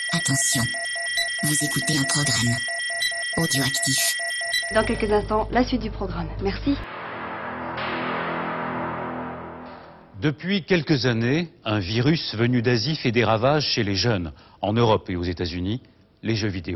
Attention, vous écoutez un programme audioactif. Dans quelques instants, la suite du programme. Merci. Depuis quelques années, un virus venu d'Asie fait des ravages chez les jeunes, en Europe et aux États-Unis, les jeux vidéo.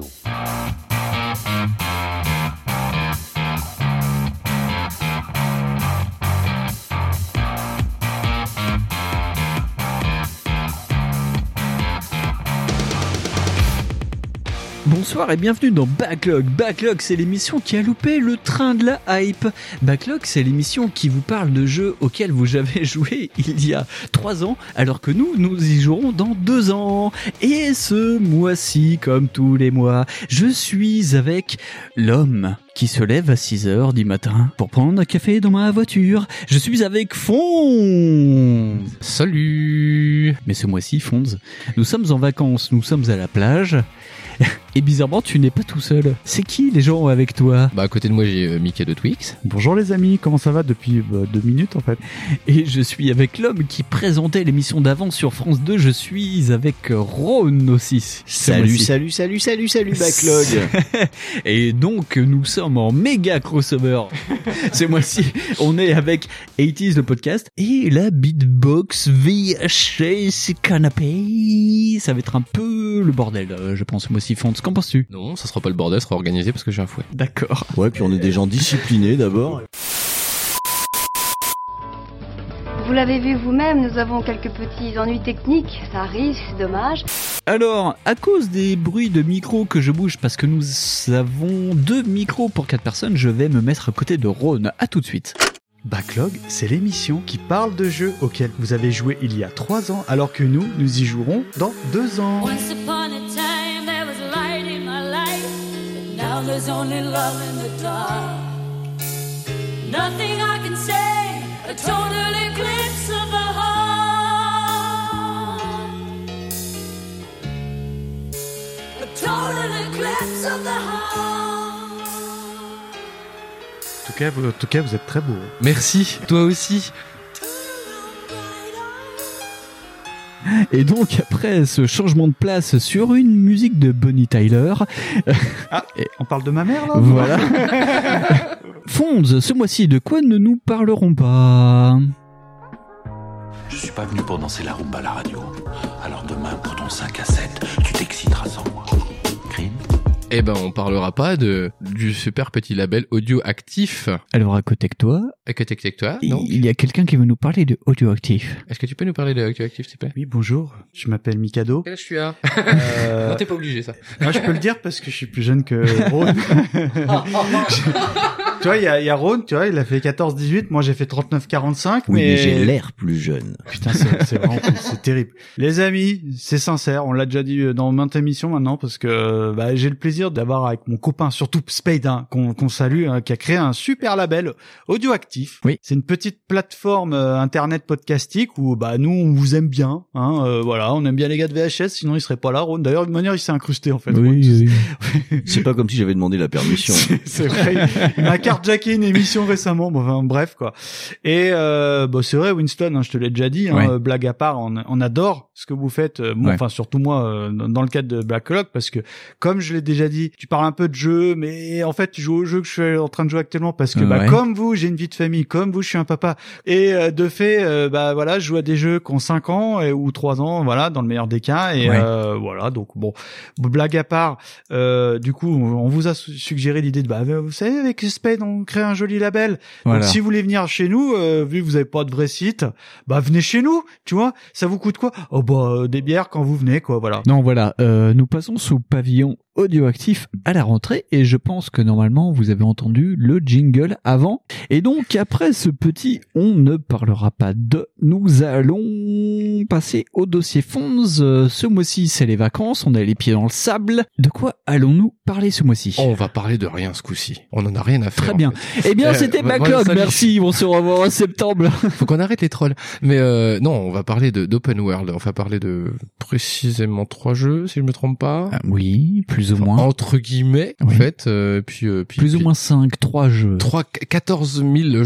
Bonsoir et bienvenue dans Backlog. Backlog, c'est l'émission qui a loupé le train de la hype. Backlog, c'est l'émission qui vous parle de jeux auxquels vous avez joué il y a 3 ans, alors que nous y jouerons dans 2 ans. Et ce mois-ci, comme tous les mois, je suis avec l'homme qui se lève à 6h du matin pour prendre un café dans ma voiture. Je suis avec Fonz. Salut. Mais ce mois-ci, Fonz, nous sommes en vacances, nous sommes à la plage. Et bizarrement, tu n'es pas tout seul. C'est qui les gens avec toi ? Bah à côté de moi j'ai Mickey de Twix. Bonjour les amis, comment ça va depuis 2 minutes en fait ? Et je suis avec l'homme qui présentait l'émission d'avant sur France 2, je suis avec Ron aussi. Salut Backlog. Et donc nous sommes en méga crossover. Ce mois-ci, on est avec 80s le podcast et la beatbox VHS canapé. Ça va être un peu le bordel, je pense, ce mois-ci. Fonds, qu'en penses-tu ? Non, ça sera pas le bordel, ça sera organisé parce que j'ai un fouet. D'accord. Ouais, puis on est des gens disciplinés d'abord. Vous l'avez vu vous-même, nous avons quelques petits ennuis techniques. Ça arrive, c'est dommage. Alors, à cause des bruits de micros que je bouge, parce que nous avons 2 micros pour 4 personnes, je vais me mettre à côté de Ron. À tout de suite. Backlog, c'est l'émission qui parle de jeux auxquels vous avez joué il y a 3 ans, alors que nous y jouerons dans 2 ans. Once upon a time there was light in my life, but now there's only love in the dark. Nothing I can say, a total eclipse of the heart. A total eclipse of the heart. En tout cas, vous êtes très beau. Merci, toi aussi. Et donc, après ce changement de place sur une musique de Bonnie Tyler... Ah, on parle de ma mère là ? Voilà. Fonz, ce mois-ci, de quoi ne nous parlerons pas ? Je suis pas venu pour danser la rumba à la radio. Alors demain, pour ton 5 à 7, tu t'exciteras sans moi. Crime ? Eh ben on parlera pas du super petit label Audioactif. Alors, à côté de toi, Toi, non ? il y a quelqu'un qui veut nous parler de Audioactif. Est-ce que tu peux nous parler de Audioactif, s'il te plaît ? Oui, bonjour, je m'appelle Mikado. Quel âge tu as ? Non, t'es pas obligé, ça. Moi, je peux le dire parce que je suis plus jeune que Ron. Tu vois, il y a Ron, tu vois, il a fait 14-18, moi j'ai fait 39-45, Oui, mais j'ai l'air plus jeune. Putain, c'est vraiment, c'est terrible. Les amis, c'est sincère, on l'a déjà dit dans maintes émissions maintenant, parce que j'ai le plaisir d'avoir avec mon copain, surtout Spade, qu'on salue, qui a créé un super label Audioactif. Oui. C'est une petite plateforme internet podcastique où nous on vous aime bien, voilà, on aime bien les gars de VHS, sinon ils seraient pas là. Ron, d'ailleurs, de manière, il s'est incrusté en fait. Oui. C'est pas comme si j'avais demandé la permission. C'est vrai. Il m'a carjacké une émission récemment. Bref quoi. Et c'est vrai, Winston, je te l'ai déjà dit. Ouais. Blague à part, on adore ce que vous faites. Enfin surtout moi dans le cadre de Backlog, parce que comme je l'ai déjà dit, tu parles un peu de jeu, mais en fait tu joues au jeu que je suis en train de jouer actuellement parce que comme vous, j'ai une vie de famille, comme vous, je suis un papa. Et de fait, voilà, je joue à des jeux qui ont 5 ans ou 3 ans, voilà, dans le meilleur des cas. Et voilà, donc bon, blague à part, du coup, on vous a suggéré l'idée de vous savez, avec Spade, on crée un joli label. Voilà. Donc si vous voulez venir chez nous, vu que vous avez pas de vrai site, venez chez nous, tu vois. Ça vous coûte quoi ? Des bières quand vous venez, quoi, voilà. Non, voilà, nous passons sous pavillon Audioactif à la rentrée et je pense que normalement vous avez entendu le jingle avant. Et donc après ce petit on ne parlera pas de, nous allons passer au dossier Fonz. Ce mois-ci c'est les vacances, on a les pieds dans le sable. De quoi allons-nous parler ce mois-ci ? On va parler de rien ce coup-ci. On en a rien à faire. Très bien. Eh bien c'était Backlog, merci, on se revoit en septembre. Faut qu'on arrête les trolls. Mais non, on va parler d'open world. On va parler de précisément 3 jeux, si je me trompe pas. Oui, plus ou moins. Entre guillemets, en fait. Puis plus ou moins 3 jeux. 14 000 jeux.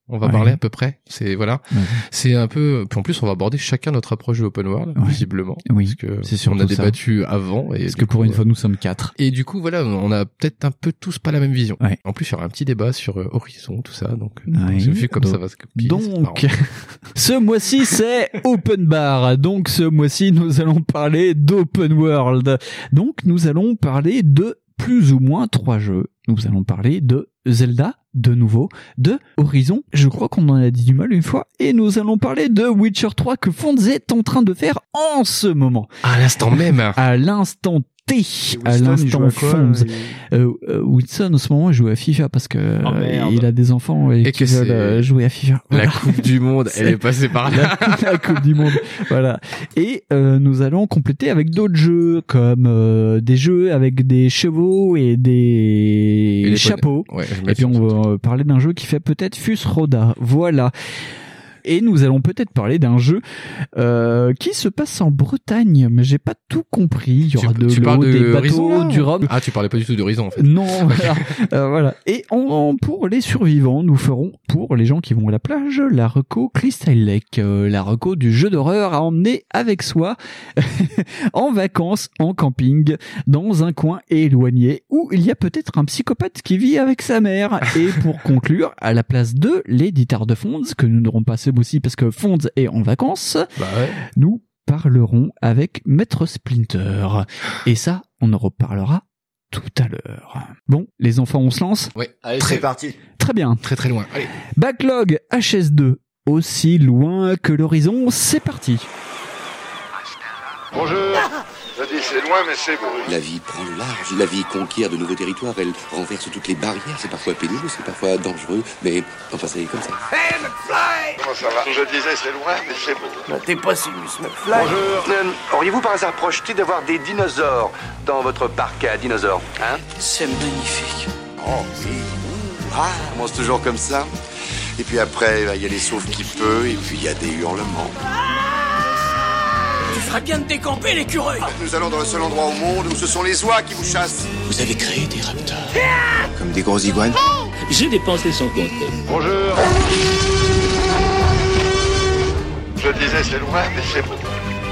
On va parler à peu près. C'est voilà. C'est un peu. Puis en plus, on va aborder chacun notre approche de open world, visiblement. Oui. Parce que c'est sûr. On a débattu avant. Et parce que pour une fois, nous sommes 4. Et du coup, voilà, on a peut-être un peu tous pas la même vision. En plus, il y aura un petit débat sur Horizon, tout ça. Donc, vu comme ça va se copier. Donc, ce mois-ci, c'est Open Bar. Donc, ce mois-ci, nous allons parler d'Open World. Donc, nous allons parler de plus ou moins 3 jeux. Nous allons parler de Zelda, de nouveau, de Horizon, je crois qu'on en a dit du mal une fois, et nous allons parler de Witcher 3 que Fonz est en train de faire en ce moment. À l'instant même. À l'instant T. À l'instant Fonz. Wilson, en ce moment, il joue à FIFA parce que il a des enfants et qui veulent jouer à FIFA. La Coupe du Monde, elle est passée par là. La Coupe du Monde. Voilà. Et nous allons compléter avec d'autres jeux, comme des jeux avec des chevaux et des chapeaux. Et puis on va parler d'un jeu qui fait peut-être Fusroda. Voilà. Et nous allons peut-être parler d'un jeu qui se passe en Bretagne, mais j'ai pas tout compris. Il y aura de l'eau, des bateaux, du rhum. Ah, tu parlais pas du tout d'Horizon en fait. Non, voilà. Voilà. Et pour les survivants, nous ferons, pour les gens qui vont à la plage, la reco Crystal Lake, la reco du jeu d'horreur à emmener avec soi en vacances, en camping, dans un coin éloigné où il y a peut-être un psychopathe qui vit avec sa mère. Et pour conclure, à la place de l'éditeur de Fonds, que nous n'aurons pas aussi parce que Fonds est en vacances, nous parlerons avec Maître Splinter. Et ça, on en reparlera tout à l'heure. Bon, les enfants, on se lance ? Oui, allez, c'est parti. Très bien. Très très loin. Allez. Backlog HS2, aussi loin que l'horizon, c'est parti. Bonjour. Je dis c'est loin mais c'est beau. La vie prend le large, la vie conquiert de nouveaux territoires, elle renverse toutes les barrières, c'est parfois pénible, c'est parfois dangereux, mais enfin c'est comme ça. Hey McFly! Comment ça va? Je disais c'est loin mais c'est beau. T'es pas Sinus McFly. Bonjour. Auriez-vous par hasard projeté d'avoir des dinosaures dans votre parc à dinosaures, hein? C'est magnifique. Oh oui. Ah, on commence toujours comme ça. Et puis après, il y a les sauves qui peut, et puis il y a des hurlements. Tu feras bien de décamper l'écureuil. Nous allons dans le seul endroit au monde où ce sont les oies qui vous chassent. Vous avez créé des raptors. Comme des grosses iguanes. J'ai dépensé sans compter. Bonjour. Je disais c'est loin mais c'est beau.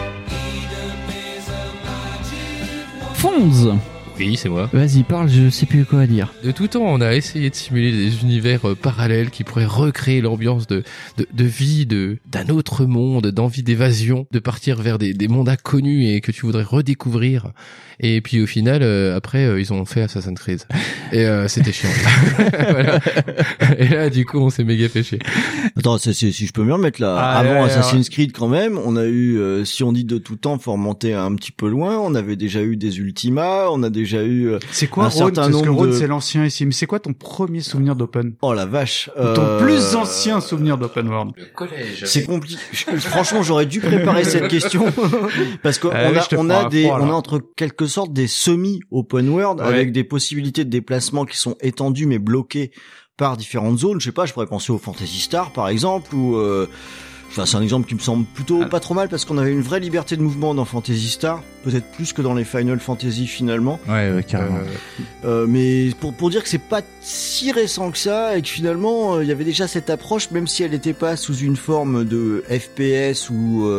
Fonz. Oui, c'est moi. Vas-y, parle, je sais plus quoi dire. De tout temps, on a essayé de simuler des univers parallèles qui pourraient recréer l'ambiance de vie d'un autre monde, d'envie d'évasion, de partir vers des mondes inconnus et que tu voudrais redécouvrir. Et puis au final, après, ils ont fait Assassin's Creed. Et c'était chiant. Voilà. Et là, du coup, on s'est méga fait chier. Attends, si je peux me remettre là. Avant Assassin's Creed, quand même, on a eu, si on dit de tout temps, faut remonter un petit peu loin. On avait déjà eu des Ultima, on a déjà eu c'est quoi, un certain nombre Rhône, c'est l'ancien ici. Mais c'est quoi ton premier souvenir d'open? Oh la vache. Ton plus ancien souvenir d'open world? Le collège. C'est compliqué. Franchement, j'aurais dû préparer cette question parce qu'on on a entre quelque sorte des semi-open world avec des possibilités de déplacement qui sont étendues mais bloquées par différentes zones. Je sais pas, je pourrais penser au Phantasy Star par exemple ou enfin, c'est un exemple qui me semble plutôt pas trop mal parce qu'on avait une vraie liberté de mouvement dans Phantasy Star, peut-être plus que dans les Final Fantasy finalement. Ouais, carrément. Mais pour dire que c'est pas si récent que ça et que finalement il y avait déjà cette approche, même si elle n'était pas sous une forme de FPS ou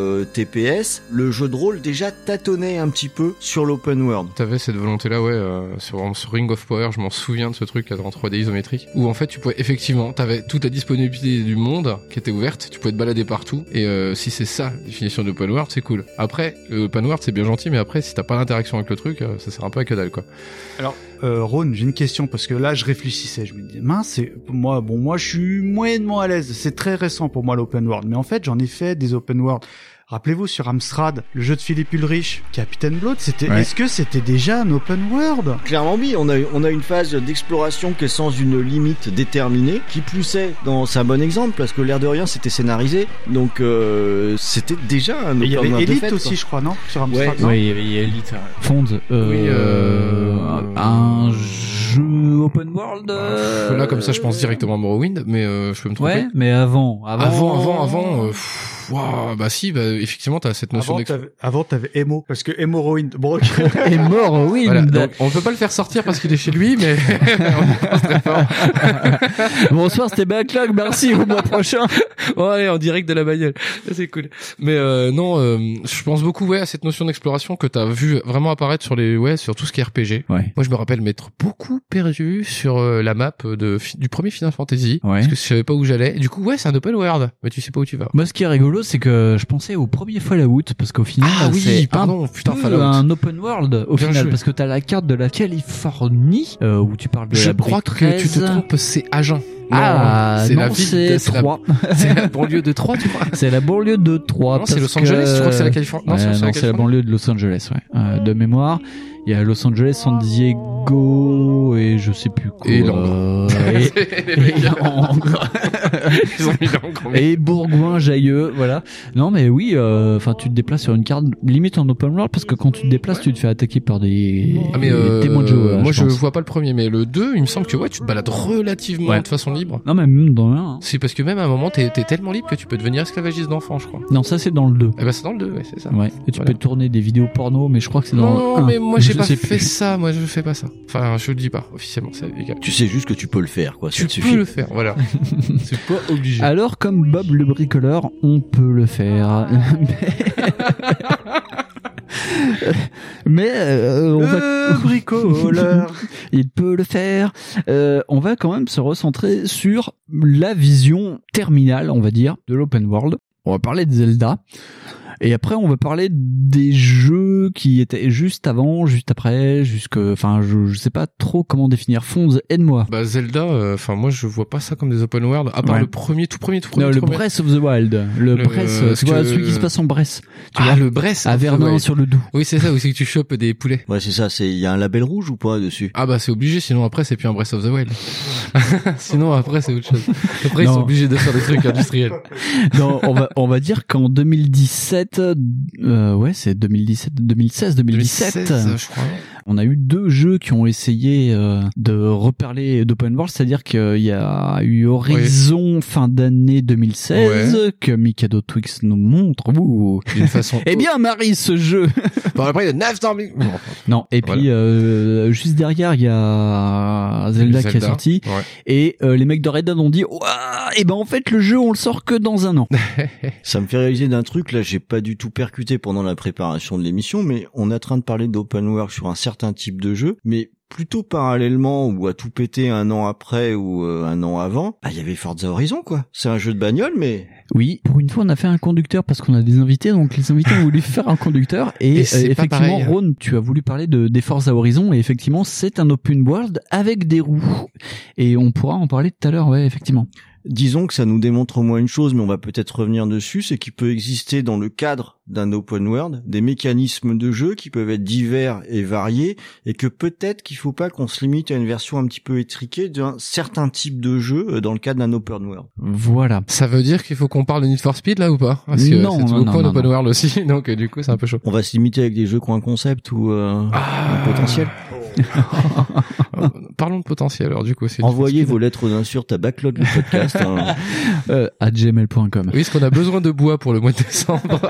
TPS, le jeu de rôle déjà tâtonnait un petit peu sur l'open world. T'avais cette volonté-là, ouais, sur Ring of Power, je m'en souviens de ce truc là en 3D isométrique, où en fait tu pouvais effectivement, t'avais toute la disponibilité du monde qui était ouverte, tu pouvais te balader partout, et si c'est ça, la définition d'open world, c'est cool. Après, l'open world c'est bien gentil, mais après si t'as pas d'interaction avec le truc, ça sert un peu à que dalle, quoi. Alors, Ron, j'ai une question, parce que là je réfléchissais, je me disais, mince, c'est moi je suis moyennement à l'aise, c'est très récent pour moi l'open world, mais en fait j'en ai fait des open world. Rappelez-vous sur Amstrad, le jeu de Philippe Ulrich, Captain Blood, est-ce que c'était déjà un open world? Clairement oui, on a une phase d'exploration qui est sans une limite déterminée, qui plus est, c'est un bon exemple, parce que l'air de rien c'était scénarisé, donc c'était déjà un open world. Il y avait Elite fait, aussi, quoi. Je crois, non? Sur Amstrad, non? Oui, il y avait Elite. Fonds, un jeu open world. Là comme ça je pense directement à Morrowind, mais je peux me tromper. Ouais, mais avant. Wow, bah si, bah effectivement t'as cette notion Avant t'avais Emo, parce que hémorroïde. Bon, hémorroïde. Voilà, donc on peut pas le faire sortir parce qu'il est chez lui, mais on pense très fort. Bonsoir, c'était Backlog, merci, au mois prochain. Bon, allez, en direct de la bagnole. C'est cool. Mais je pense beaucoup à cette notion d'exploration que t'as vu vraiment apparaître sur tout ce qui est RPG. Ouais. Moi je me rappelle m'être beaucoup perdu sur la map du premier Final Fantasy parce que je savais pas où j'allais. Du coup c'est un open world, mais tu sais pas où tu vas. Moi ce qui est rigolo c'est que je pensais au premier Fallout parce qu'au final c'est un open world au final parce que t'as la carte de la Californie où tu parles de je la crois que tu te trompes, c'est Agen. C'est la ville c'est 3. C'est la banlieue de 3, tu crois? C'est la banlieue de 3. Non, c'est Los Angeles, tu crois que c'est la Californie? Non, c'est la banlieue de Los Angeles, de mémoire. Il y a Los Angeles, San Diego et je sais plus quoi. Et Langres. Ils ont mis Langres. Et Bourgoin, Jailleux, voilà. Non, mais oui, tu te déplaces sur une carte limite en open world parce que quand tu te déplaces, tu te fais attaquer par des témoins de jeu. Moi, je vois pas le premier, mais le 2, il me semble que tu te balades relativement de façon libre. Non, mais même dans le 1. C'est parce que même à un moment, t'es tellement libre que tu peux devenir esclavagiste d'enfant, je crois. Non, ça c'est dans le 2. Eh ben, c'est dans le 2, ouais, c'est ça. Ouais. Et tu peux tourner des vidéos porno, mais je crois que c'est dans le 1. Non, mais moi, j'ai pas fait ça. Moi, je fais pas ça. Enfin, je le dis pas officiellement. C'est légal. Tu sais juste que tu peux le faire, quoi. Tu peux le faire, voilà. C'est pas obligé. Alors, comme Bob le bricoleur, on peut le faire. Mais on va bricoleur, il peut le faire. On va quand même se recentrer sur la vision terminale, on va dire, de l'open world. On va parler de Zelda. Et après, on va parler des jeux qui étaient juste avant, juste après, je sais pas trop comment définir. Fonz, aide-moi. Bah, Zelda, moi, je vois pas ça comme des open world, à part le tout premier. Non, le Breath of the Wild. Le Breath, tu vois, celui qui se passe en Bresse. Tu vois, le Breath. À Verdun sur le Doubs. Oui, c'est ça, où c'est que tu chopes des poulets. Ouais, c'est ça, il y a un label rouge ou pas dessus? Ah bah, c'est obligé, sinon après, c'est plus un Breath of the Wild. Sinon, après, c'est autre chose. Après, ils sont obligés de faire des trucs industriels. Non, on va dire qu'en 2017, c'est 2016, je crois. On a eu 2 jeux qui ont essayé de reparler d'open world, c'est-à-dire qu'il y a eu Horizon fin d'année 2016 que Mikado Twix nous montre d'une façon. Eh bien, Marie, ce jeu. Bon, après, il y a 900 000. Non, et puis juste derrière, il y a Zelda qui est sorti et les mecs de Red Dead ont dit et ben en fait le jeu on le sort que dans 1 an. Ça me fait réaliser d'un truc là, j'ai pas du tout percuté pendant la préparation de l'émission, mais on est en train de parler d'open world sur un certain type de jeu, mais plutôt parallèlement ou à tout péter 1 an après ou 1 an avant, il y avait Forza Horizon, quoi. C'est un jeu de bagnole, mais... Oui, pour une fois on a fait un conducteur parce qu'on a des invités, donc les invités ont voulu faire un conducteur et effectivement Ron, tu as voulu parler des Forza Horizon et effectivement c'est un open world avec des roues et on pourra en parler tout à l'heure, effectivement. Disons que ça nous démontre au moins une chose, mais on va peut-être revenir dessus, c'est qu'il peut exister dans le cadre d'un open world des mécanismes de jeu qui peuvent être divers et variés, et que peut-être qu'il faut pas qu'on se limite à une version un petit peu étriquée d'un certain type de jeu dans le cadre d'un open world. Voilà. Ça veut dire qu'il faut qu'on parle de Need for Speed là ou pas? Parce que non, c'est beaucoup en open world aussi, donc du coup c'est un peu chaud. On va se limiter avec des jeux qui ont un concept ou un potentiel. Parlons de potentiel alors du coup. Envoyez vos lettres d'insultes à Backlog le podcast à gmail.com. Oui, parce qu'on a besoin de bois pour le mois de décembre.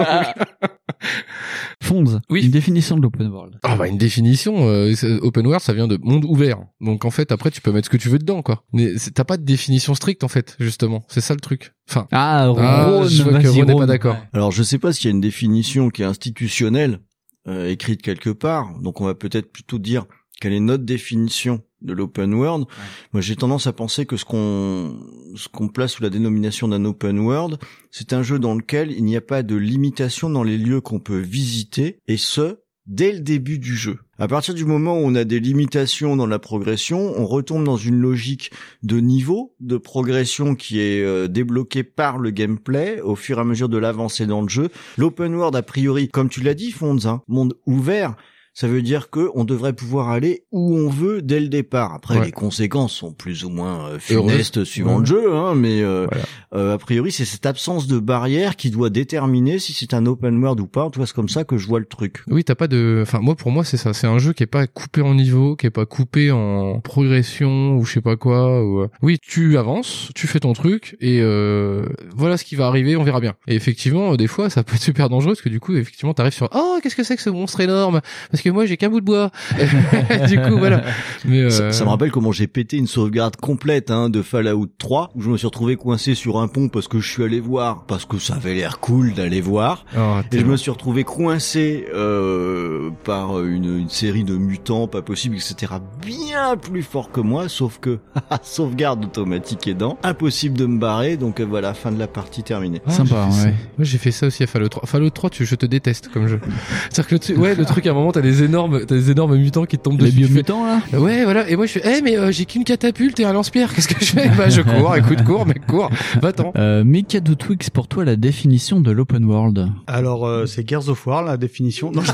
Fonz, une définition de l'open world. Une définition, open world ça vient de monde ouvert. Donc en fait après tu peux mettre ce que tu veux dedans quoi. Mais t'as pas de définition stricte en fait, justement. C'est ça le truc. Enfin. Ron, je vois que Ron n'est pas d'accord. Alors je sais pas s'il y a une définition qui est institutionnelle, écrite quelque part. Donc on va peut-être plutôt dire quelle est notre définition de l'open world. Moi, j'ai tendance à penser que ce qu'on place sous la dénomination d'un open world, c'est un jeu dans lequel il n'y a pas de limitation dans les lieux qu'on peut visiter, et ce, dès le début du jeu. À partir du moment où on a des limitations dans la progression, on retombe dans une logique de niveau, de progression qui est débloquée par le gameplay au fur et à mesure de l'avancée dans le jeu. L'open world, a priori, comme tu l'as dit, Fonz, monde ouvert, ça veut dire que on devrait pouvoir aller où on veut dès le départ. Après, les conséquences sont plus ou moins funestes suivant le jeu, hein, mais a priori, c'est cette absence de barrière qui doit déterminer si c'est un open world ou pas. En tout cas, c'est comme ça que je vois le truc. Oui, t'as pas de... Enfin, pour moi, c'est ça. C'est un jeu qui est pas coupé en niveau, qui est pas coupé en progression ou je sais pas quoi. Ou... Oui, tu avances, tu fais ton truc et voilà ce qui va arriver, on verra bien. Et effectivement, des fois, ça peut être super dangereux parce que du coup, effectivement, t'arrives sur qu'est-ce que c'est que ce monstre énorme? Parce que moi, j'ai qu'un bout de bois. Du coup, voilà. Mais ça me rappelle comment j'ai pété une sauvegarde complète de Fallout 3 où je me suis retrouvé coincé sur un pont parce que je suis allé voir, parce que ça avait l'air cool d'aller voir. Et je me suis retrouvé coincé par une série de mutants pas possible, etc. bien plus fort que moi, sauf que sauvegarde automatique aidant, impossible de me barrer, donc voilà, fin de la partie terminée. Sympa, ouais. Moi j'ai fait ça aussi à Fallout 3. Fallout 3, je te déteste comme jeu. C'est-à-dire que le truc à un moment t'as des énormes mutants qui te tombent dessus. Les biomutants là. Ouais, voilà. Et moi je fais mais j'ai qu'une catapulte et un lance-pierre. Qu'est-ce que je fais? Bah je cours. Écoute, cours, mec, cours. Va-t'en. Mika de Twix, pour toi la définition de l'open world. Alors c'est Gears of War la définition. Non,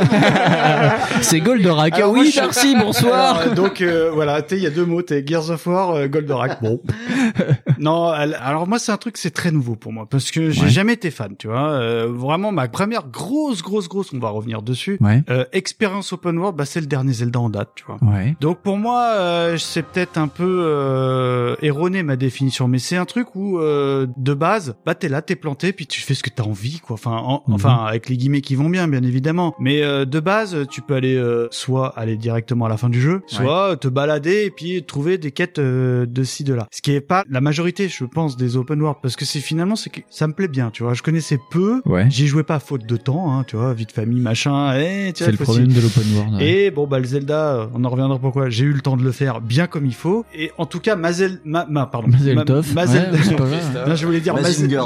c'est Goldorak. Ah oui, merci, bonsoir. Alors, donc voilà, il y a deux mots, Gears of War, Goldorak. Bon. Non, alors moi c'est un truc, c'est très nouveau pour moi parce que j'ai jamais été fan, tu vois. Vraiment ma première grosse, on va revenir dessus. Expérience open world, c'est le dernier Zelda en date, tu vois. Donc pour moi c'est peut-être un peu erroné ma définition, mais c'est un truc où de base, t'es là, t'es planté, puis tu fais ce que t'as envie, quoi. Enfin avec les guillemets qui vont bien évidemment, mais de base tu peux aller soit aller directement à la fin du jeu, soit te balader et puis trouver des quêtes de ci de là. Ce qui est pas la majorité, je pense, des open world, parce que c'est que ça me plaît bien, tu vois. Je connaissais peu, j'y jouais pas à faute de temps, tu vois, vie de famille, machin. C'est le problème de l'open world. Et bon, le Zelda, on en reviendra pourquoi. J'ai eu le temps de le faire bien comme il faut. Et en tout cas, Mazel non, je voulais dire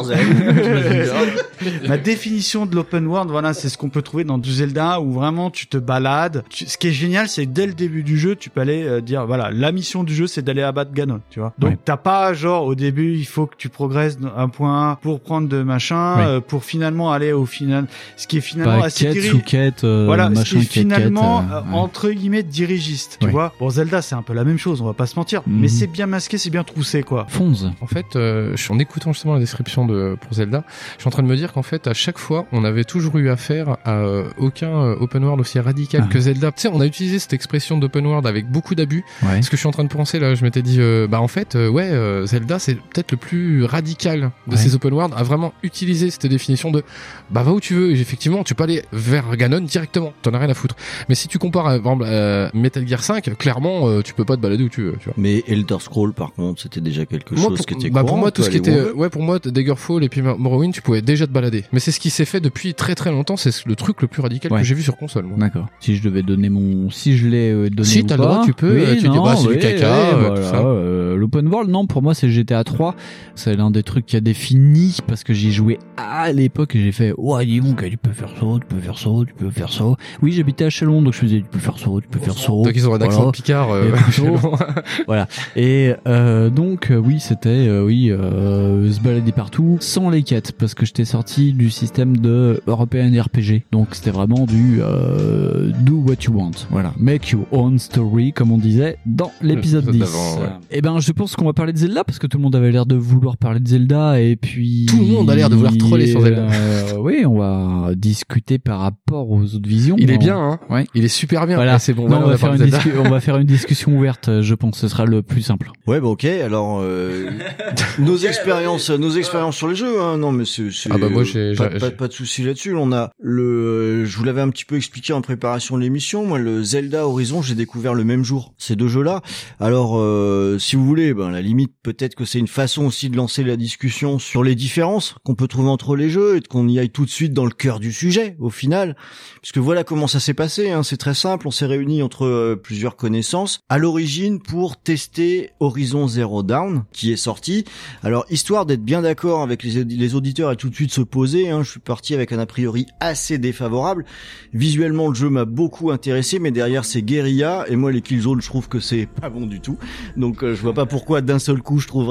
ma définition de l'open world, voilà, c'est ce qu'on peut trouver dans du Zelda où vraiment tu te balades. Ce qui est génial, c'est que dès le début du jeu, tu peux aller dire, voilà, la mission du jeu, c'est d'aller abattre Ganon, tu vois. Donc t'as pas genre au début, il faut que tu progresses d'un point A pour prendre de machin, pour finalement aller au final. Ce qui est finalement assez quête, voilà, ce qui est finalement entre guillemets dirigiste, tu vois. Bon, Zelda, c'est un peu la même chose, on va pas se mentir, mais c'est bien masqué, c'est bien troussé, quoi. Fonze. En fait, en écoutant justement la description pour Zelda, je suis en train de me dire qu'en fait, à chaque fois, on avait toujours eu affaire à aucun open world aussi radical que Zelda. Tu sais, on a utilisé cette expression d'open world avec beaucoup d'abus. Ce que je suis en train de penser là, je m'étais dit, en fait, Zelda, c'est peut-être le plus radical de ces open world à vraiment utiliser cette définition de va où tu veux. Et effectivement, tu peux aller vers Ganon directement, t'en as rien à foutre. Mais si tu compares par exemple Metal Gear 5, clairement tu peux pas te balader où tu veux, tu vois. Mais Elder Scrolls par contre, c'était déjà quelque chose qui était courant. Pour moi tout ce qui était pour moi Daggerfall et puis Morrowind, tu pouvais déjà te balader. Mais c'est ce qui s'est fait depuis très très longtemps, c'est le truc le plus radical que j'ai vu sur console, moi. D'accord. Si je devais donner si je l'ai donné si t'as le droit, tu peux tu dis c'est du caca tout ça. L'open world, non, pour moi c'est GTA 3, c'est l'un des trucs qui a défini parce que j'y jouais à l'époque et j'ai fait dis donc, tu peux faire ça, tu peux faire ça, tu peux faire ça. Oui, j'habitais à Chalon, donc je faisais tu peux faire ça, tu peux faire ça. Donc ils ont un accent picard voilà. Et donc oui, c'était se balader partout sans les quêtes parce que j'étais sorti du système de European RPG. Donc c'était vraiment du do what you want. Voilà, make your own story comme on disait dans l'épisode 10. Et je pense qu'on va parler de Zelda parce que tout le monde avait l'air de vouloir parler de Zelda et puis tout le monde a l'air de vouloir troller sur Zelda. Oui, on va discuter par rapport aux autres visions. Il est bien, hein. Il est super bien. Voilà, c'est bon. Non, on va faire une discussion ouverte, je pense, ce sera le plus simple. Ouais, ok. Alors nos expériences sur les jeux, hein. Non, mais c'est moi j'ai pas de souci là-dessus. On a je vous l'avais un petit peu expliqué en préparation de l'émission. Moi, le Zelda Horizon, j'ai découvert le même jour ces deux jeux-là. Alors si vous voulez, à la limite, peut-être que c'est une façon aussi de lancer la discussion sur les différences qu'on peut trouver entre les jeux et qu'on y aille tout de suite dans le cœur du sujet, au final. Puisque voilà comment ça s'est passé, hein. C'est très simple. On s'est réunis entre plusieurs connaissances à l'origine pour tester Horizon Zero Dawn, qui est sorti. Alors, histoire d'être bien d'accord avec les auditeurs et tout de suite se poser, hein, je suis parti avec un a priori assez défavorable. Visuellement, le jeu m'a beaucoup intéressé, mais derrière, c'est guérilla. Et moi, les Killzone, je trouve que c'est pas bon du tout. Donc, je vois pas pourquoi d'un seul coup, je trouverais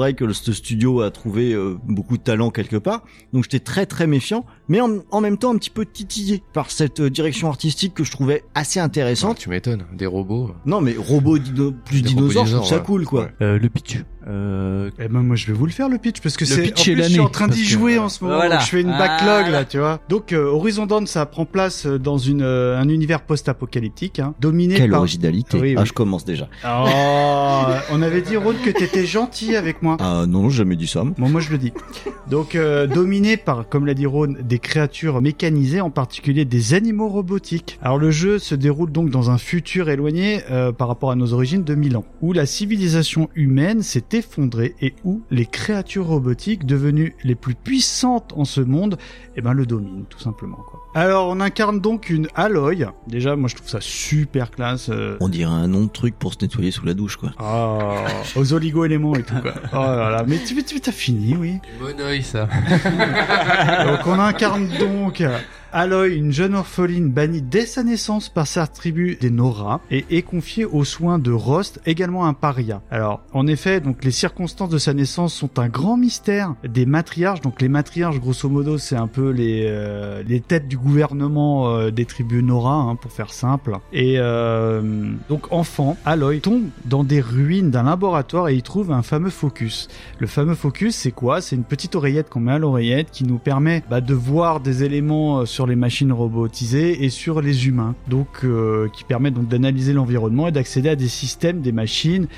vrai que ce studio a trouvé beaucoup de talent quelque part. Donc j'étais très très méfiant, mais en même temps un petit peu titillé par cette direction artistique que je trouvais assez intéressante. Tu m'étonnes, des robots. Non mais robots plus dinosaures, je trouve ça cool quoi. Le pitch. Eh ben moi je vais vous le faire le pitch parce que le c'est pitch en plus je suis en train d'y jouer que... en ce moment. Voilà. Donc je fais une backlog là, tu vois. Donc Horizon Dawn ça prend place dans un univers post-apocalyptique dominé Quelle par originalité. Oui. Je commence déjà. Oh, on avait dit Ron que t'étais gentil avec moi. Ah non, j'ai jamais dit ça. Bon moi je le dis. Donc dominé par, comme l'a dit Ron, des créatures mécanisées, en particulier des animaux robotiques. Alors le jeu se déroule donc dans un futur éloigné par rapport à nos origines de 1000 ans, où la civilisation humaine s'est effondrée et où les créatures robotiques devenues les plus puissantes en ce monde, le dominent tout simplement quoi. Alors on incarne donc une Aloy. Déjà moi je trouve ça super classe. On dirait un nom de truc pour se nettoyer sous la douche quoi. Aux oligo-éléments et tout quoi. Oh là là, mais tu t'as fini oui. Bon oeil ça. Donc on incarne donc Aloy, une jeune orpheline bannie dès sa naissance par sa tribu des Nora et est confiée aux soins de Rost, également un paria. Alors, en effet, donc les circonstances de sa naissance sont un grand mystère des matriarches. Donc les matriarches, grosso modo, c'est un peu les têtes du gouvernement des tribus Nora, pour faire simple. Et donc enfant, Aloy tombe dans des ruines d'un laboratoire et y trouve un fameux focus. Le fameux focus, c'est quoi? C'est une petite oreillette qu'on met à l'oreillette qui nous permet de voir des éléments sur les machines robotisées et sur les humains, donc qui permet donc d'analyser l'environnement et d'accéder à des systèmes, des machines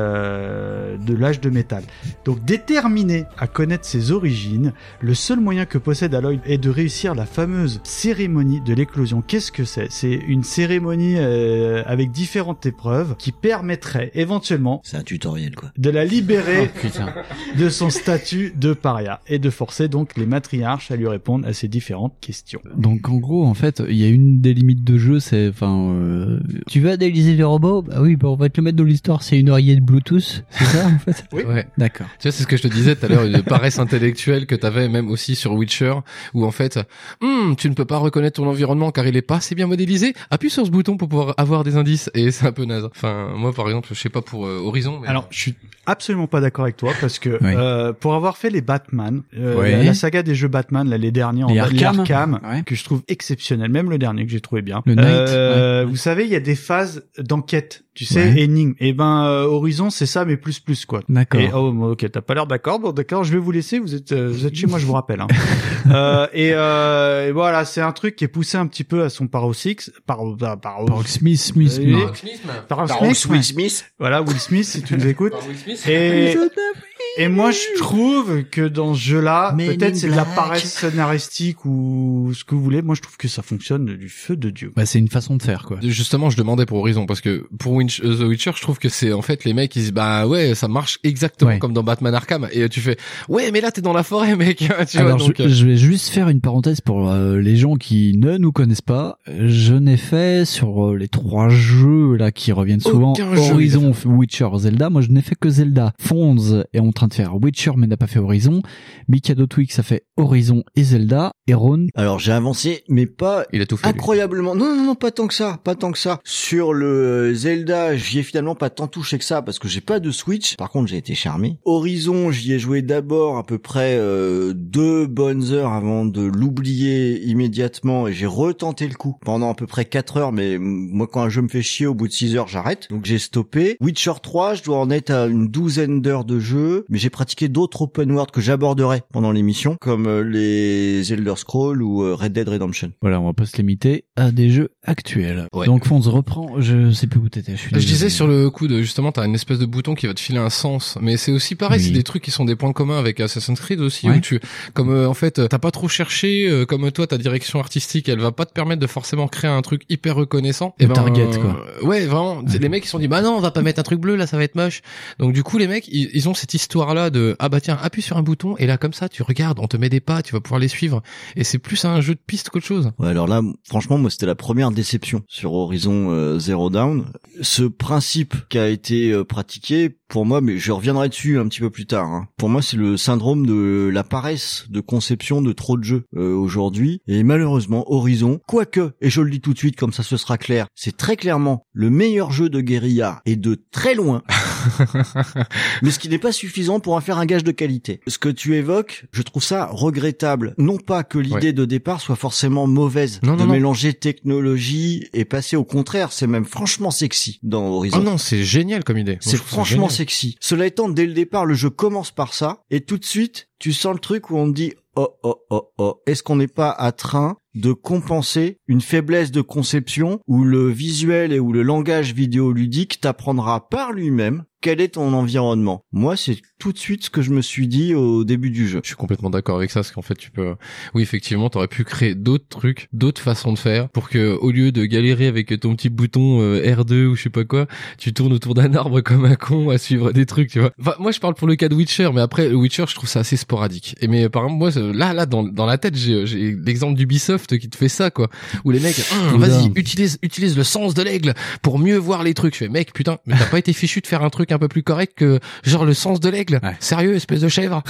de l'âge de métal. Donc déterminé à connaître ses origines, le seul moyen que possède Aloy est de réussir la fameuse cérémonie de l'éclosion. Qu'est-ce que c'est? C'est une cérémonie avec différentes épreuves qui permettrait éventuellement, c'est un tutoriel quoi, de la libérer de son statut de paria et de forcer donc les matriarches à lui répondre à ces différentes questions. Donc en gros, en fait, il y a une des limites de jeu, c'est, tu veux analyser les robots? Bah oui, on va te le mettre dans l'histoire, c'est une oreillette Bluetooth, c'est ça en fait? Oui. Ouais. D'accord. Tu vois, c'est ce que je te disais tout à l'heure, une paresse intellectuelle que t'avais même aussi sur Witcher, où en fait, tu ne peux pas reconnaître ton environnement car il est pas assez bien modélisé. Appuie sur ce bouton pour pouvoir avoir des indices, et c'est un peu naze. Enfin, moi par exemple, je sais pas pour Horizon, mais... Alors, je suis absolument pas d'accord avec toi parce que pour avoir fait les Batman, la saga des jeux Batman, là, les derniers, les Arkham, que je trouve exceptionnel, même le dernier que j'ai trouvé bien. Le Knight, vous savez, il y a des phases d'enquête, tu sais, énigmes. Et Horizon, c'est ça, mais plus quoi. D'accord. Et ok, t'as pas l'air d'accord. Bon, d'accord, je vais vous laisser. Vous êtes chez moi, je vous rappelle. Et voilà, c'est un truc qui est poussé un petit peu à son paroxysme. Voilà, Will Smith, si tu nous écoutes. Et moi, je trouve que dans ce jeu-là, peut-être c'est de la paresse scénaristique ou ce que vous voulez. Moi, je trouve que ça fonctionne du feu de Dieu. C'est une façon de faire, quoi. Justement, je demandais pour Horizon, parce que pour The Witcher, je trouve que c'est, en fait, les mecs, ils disent, ça marche exactement comme dans Batman Arkham. Et tu fais, mais là, t'es dans la forêt, mec. Alors, je vais juste faire une parenthèse pour les gens qui ne nous connaissent pas. Je n'ai fait sur les 3 jeux, là, qui reviennent souvent, Horizon, Witcher, Zelda. Moi, je n'ai fait que Zelda. Fonz est en train de faire Witcher mais n'a pas fait Horizon. Mikado Twix a fait Horizon et Zelda. Et Ron, alors j'ai avancé mais pas il a tout fait, incroyablement. Non, pas tant que ça. Sur le Zelda, j'y ai finalement pas tant touché que ça parce que j'ai pas de Switch. Par contre, j'ai été charmé. Horizon, j'y ai joué d'abord à peu près 2 bonnes heures avant de l'oublier immédiatement et j'ai retenté le coup pendant à peu près 4 heures, mais moi quand un jeu me fait chier au bout de 6 heures, j'arrête. Donc j'ai stoppé. Witcher 3, je dois en être à une 12aine d'heures de jeu, mais j'ai pratiqué d'autres open world que j'aborderai pendant l'émission, comme les Elder Scrolls ou Red Dead Redemption. Voilà, on va pas se limiter à des jeux actuels. Ouais. Donc Fonz reprend, je sais plus où t'étais. Je disais sur le coup de, justement, t'as une espèce de bouton qui va te filer un sens, mais c'est aussi pareil, c'est des trucs qui sont des points communs avec Assassin's Creed aussi, où en fait, t'as pas trop cherché, comme toi, ta direction artistique, elle va pas te permettre de forcément créer un truc hyper reconnaissant. Et target, quoi. Ouais, vraiment. Les mecs, ils se sont dit, non, on va pas mettre un truc bleu, là, ça va être moche. Donc, du coup, les mecs, ils ont cette histoire-là de, tiens, appuie sur un bouton, et là, comme ça, tu regardes, on te met des pas, tu vas pouvoir les suivre. Et c'est plus un jeu de piste qu'autre chose. Ouais, alors là, franchement, moi, c'était la première déception sur Horizon Zero Dawn. Ce principe qui a été pratiqué, pour moi, mais je reviendrai dessus un petit peu plus tard, pour moi, c'est le syndrome de la paresse de conception de trop de jeux aujourd'hui. Et malheureusement, Horizon, quoique, et je le dis tout de suite, comme ça ce sera clair, c'est très clairement le meilleur jeu de guérilla et de très loin. Mais ce qui n'est pas suffisant pour en faire un gage de qualité. Ce que tu évoques, je trouve ça regrettable. Non pas que l'idée de départ soit forcément mauvaise, de mélanger technologie et passer au contraire, c'est même franchement sexy dans Horizon. Oh non, c'est génial comme idée. C'est franchement sexy. Cela étant, dès le départ, le jeu commence par ça, et tout de suite, tu sens le truc où on te dit est-ce qu'on n'est pas à train de compenser une faiblesse de conception où le visuel et où le langage vidéoludique t'apprendra par lui-même quel est ton environnement. Moi, c'est tout de suite ce que je me suis dit au début du jeu. Je suis complètement d'accord avec ça, parce qu'en fait, tu peux... Oui, effectivement, t'aurais pu créer d'autres trucs, d'autres façons de faire, pour que, au lieu de galérer avec ton petit bouton R2 ou je sais pas quoi, tu tournes autour d'un arbre comme un con à suivre des trucs, tu vois. Enfin, moi, je parle pour le cas de Witcher, mais après, le Witcher, je trouve ça assez sporadique. Mais par exemple, moi, là, dans la tête, j'ai l'exemple d'Ubisoft qui te fait ça, quoi. Où les mecs, vas-y, utilise le sens de l'aigle pour mieux voir les trucs. Je fais, mec, putain, mais t'as pas été fichu de faire un truc un peu plus correct que genre le sens de l'aigle? Sérieux, espèce de chèvre?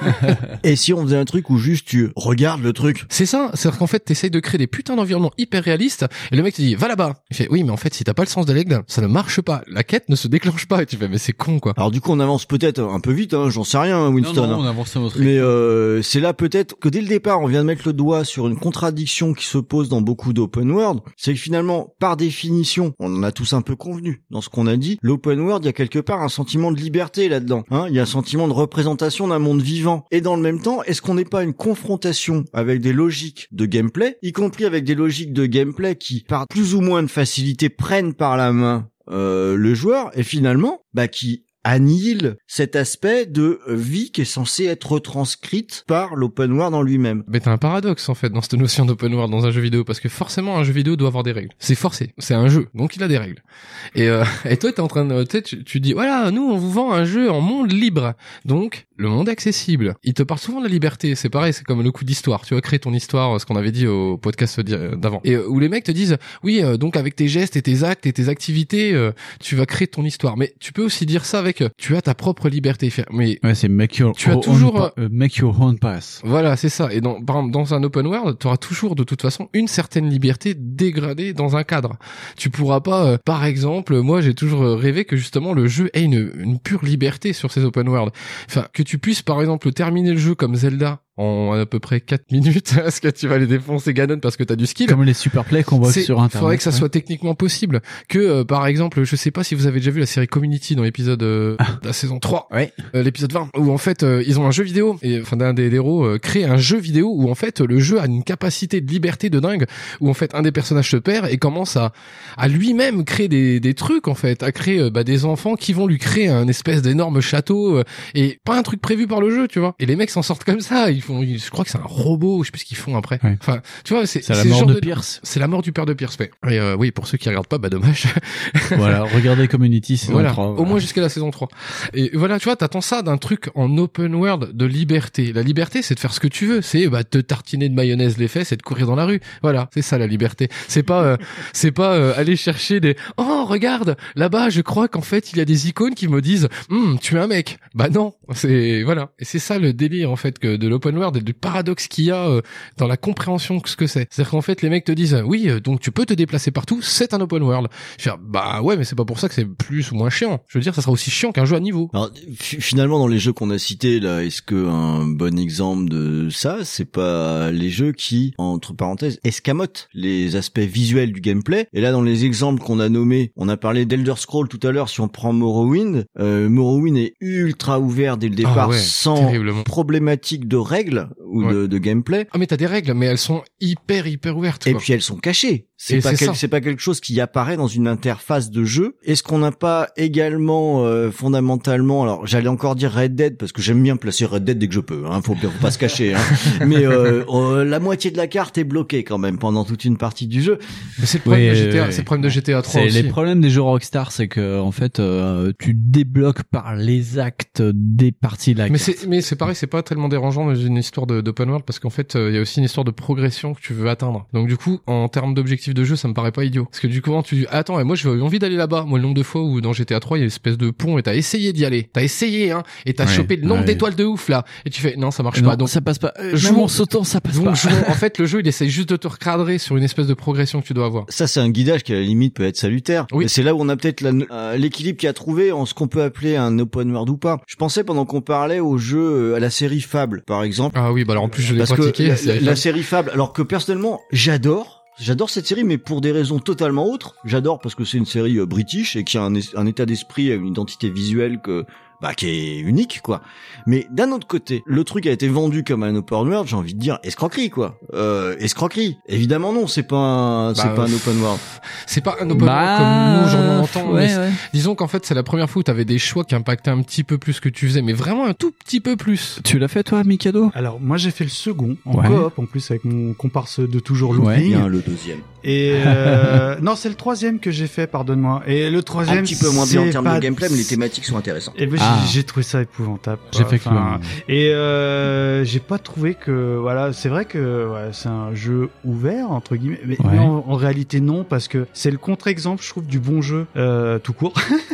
Et si on faisait un truc où juste tu regardes le truc? C'est ça, c'est-à-dire qu'en fait t'essayes de créer des putains d'environnements hyper réalistes et le mec te dit va là-bas. Il fait oui mais en fait si t'as pas le sens de l'aigle ça ne marche pas, la quête ne se déclenche pas. Et tu fais mais c'est con quoi. Alors du coup on avance peut-être un peu vite, j'en sais rien Winston. Non, on avance à notre rythme. Mais c'est là peut-être que dès le départ on vient de mettre le doigt sur une contradiction qui se pose dans beaucoup d'open world. C'est que finalement par définition, on en a tous un peu convenu dans ce qu'on a dit, l'open world il y a quelque part un sentiment de liberté là-dedans. Il y a un sentiment de représentation d'un monde vivant. Et dans le même temps, est-ce qu'on n'est pas une confrontation avec des logiques de gameplay, y compris avec des logiques de gameplay qui, par plus ou moins de facilité, prennent par la main le joueur et finalement, qui annihile cet aspect de vie qui est censé être retranscrite par l'open world en lui-même. Mais t'as un paradoxe en fait dans cette notion d'open world dans un jeu vidéo, parce que forcément un jeu vidéo doit avoir des règles. C'est forcé, c'est un jeu, donc il a des règles. Et toi t'es en train de, tu dis voilà, nous on vous vend un jeu en monde libre, donc le monde accessible. Il te parle souvent de la liberté, c'est pareil, c'est comme le coup d'histoire. Tu vas créer ton histoire, ce qu'on avait dit au podcast d'avant. Et où les mecs te disent oui, donc avec tes gestes et tes actes et tes activités, tu vas créer ton histoire. Mais tu peux aussi dire ça avec tu as ta propre liberté. Mais ouais, c'est make your own path. Voilà, c'est ça. Et par exemple, dans un open world, tu auras toujours de toute façon une certaine liberté dégradée dans un cadre. Tu pourras pas, par exemple, moi j'ai toujours rêvé que justement le jeu ait une pure liberté sur ces open world. Enfin, que tu puisses par exemple terminer le jeu comme Zelda en à peu près 4 minutes, parce que tu vas les défoncer Ganon parce que t'as du skill. Comme les super plays qu'on voit sur internet. Faudrait que ça soit techniquement possible. Que, par exemple, je sais pas si vous avez déjà vu la série Community dans l'épisode, de la saison 3. Ouais. L'épisode 20. Où en fait, ils ont un jeu vidéo. Et, enfin, d'un des héros, crée un jeu vidéo où en fait, le jeu a une capacité de liberté de dingue. Où en fait, un des personnages se perd et commence à lui-même créer des trucs, en fait. À créer, des enfants qui vont lui créer un espèce d'énorme château. Et pas un truc prévu par le jeu, tu vois. Et les mecs s'en sortent comme ça. Je crois que c'est un robot, je sais plus ce qu'ils font après. Ouais. Enfin, tu vois, c'est la mort de Pierce. C'est la mort du père de Pierce. Et oui, pour ceux qui regardent pas, dommage. Voilà, regardez Community saison 3. Voilà. Au moins jusqu'à la saison 3. Et voilà, tu vois, t'attends ça d'un truc en open world de liberté. La liberté, c'est de faire ce que tu veux. C'est te tartiner de mayonnaise les fesses et de courir dans la rue. Voilà, c'est ça la liberté. C'est pas aller chercher des regarde, là-bas, je crois qu'en fait, il y a des icônes qui me disent tu es un mec. Non, c'est voilà. Et c'est ça le délire en fait que de l'open world et du paradoxe qu'il y a dans la compréhension de ce que c'est. C'est-à-dire qu'en fait, les mecs te disent oui, donc tu peux te déplacer partout, c'est un open world. Je veux dire, ouais, mais c'est pas pour ça que c'est plus ou moins chiant. Je veux dire, ça sera aussi chiant qu'un jeu à niveau. Alors, finalement, dans les jeux qu'on a cités là, est-ce que un bon exemple de ça, c'est pas les jeux qui, entre parenthèses, escamotent les aspects visuels du gameplay? Et là, dans les exemples qu'on a nommés, on a parlé d'Elder Scrolls tout à l'heure. Si on prend Morrowind, Morrowind est ultra ouvert dès le départ, sans problématique de règles ou de gameplay. Ah mais t'as des règles, mais elles sont hyper ouvertes. Et puis elles sont cachées. C'est pas quelque chose qui apparaît dans une interface de jeu. Est-ce qu'on n'a pas également fondamentalement, alors j'allais encore dire Red Dead parce que j'aime bien placer Red Dead dès que je peux. Faut pas se cacher. Mais la moitié de la carte est bloquée quand même pendant toute une partie du jeu. Mais c'est le problème de GTA. C'est le problème de GTA 3 aussi. Les problèmes des jeux Rockstar, c'est que en fait tu débloques par les actes des parties de la carte. Mais c'est pareil, c'est pas tellement dérangeant dans une histoire d'open world parce qu'en fait il y a aussi une histoire de progression que tu veux atteindre. Donc du coup, en termes d'objectifs objectifs de jeu, ça me paraît pas idiot. Parce que du coup, tu dis, attends, moi j'ai envie d'aller là-bas. Moi, le nombre de fois où dans GTA 3, il y a une espèce de pont et t'as essayé d'y aller. T'as essayé, hein, et t'as chopé le nombre d'étoiles de ouf, là. Et tu fais, non, ça marche pas. Donc, ça passe pas. Même en sautant, ça passe pas. En fait, le jeu, il essaye juste de te recadrer sur une espèce de progression que tu dois avoir. Ça, c'est un guidage qui, à la limite, peut être salutaire. Oui. Et c'est là où on a peut-être l'équilibre qu'il a trouvé en ce qu'on peut appeler un open world ou pas. Je pensais pendant qu'on parlait au jeu, à la série Fable, par exemple. Ah oui, bah alors en plus, je l'ai pratiqué. La série Fable, alors que personnellement, j'adore cette série, mais pour des raisons totalement autres. J'adore parce que c'est une série british et qui a un état d'esprit, une identité visuelle qui est unique, quoi. Mais d'un autre côté, le truc a été vendu comme un open world, j'ai envie de dire escroquerie, quoi. Escroquerie. Évidemment non, c'est pas un open world. C'est pas un open world comme nous, j'en entends. Disons qu'en fait, c'est la première fois où t'avais des choix qui impactaient un petit peu plus ce que tu faisais, mais vraiment un tout petit peu plus. Tu l'as fait, toi, Mikado? Alors, moi, j'ai fait le second, en coop, en plus, avec mon comparse de toujours, Looping. Bien, le deuxième. Et non, c'est le troisième que j'ai fait, pardonne-moi. Et le troisième, un petit peu moins bien en termes de gameplay, mais les thématiques sont intéressantes. Et j'ai trouvé ça épouvantable. J'ai fait et j'ai pas trouvé que c'est vrai que c'est un jeu ouvert entre guillemets, mais en réalité non, parce que c'est le contre-exemple, je trouve, du bon jeu tout court.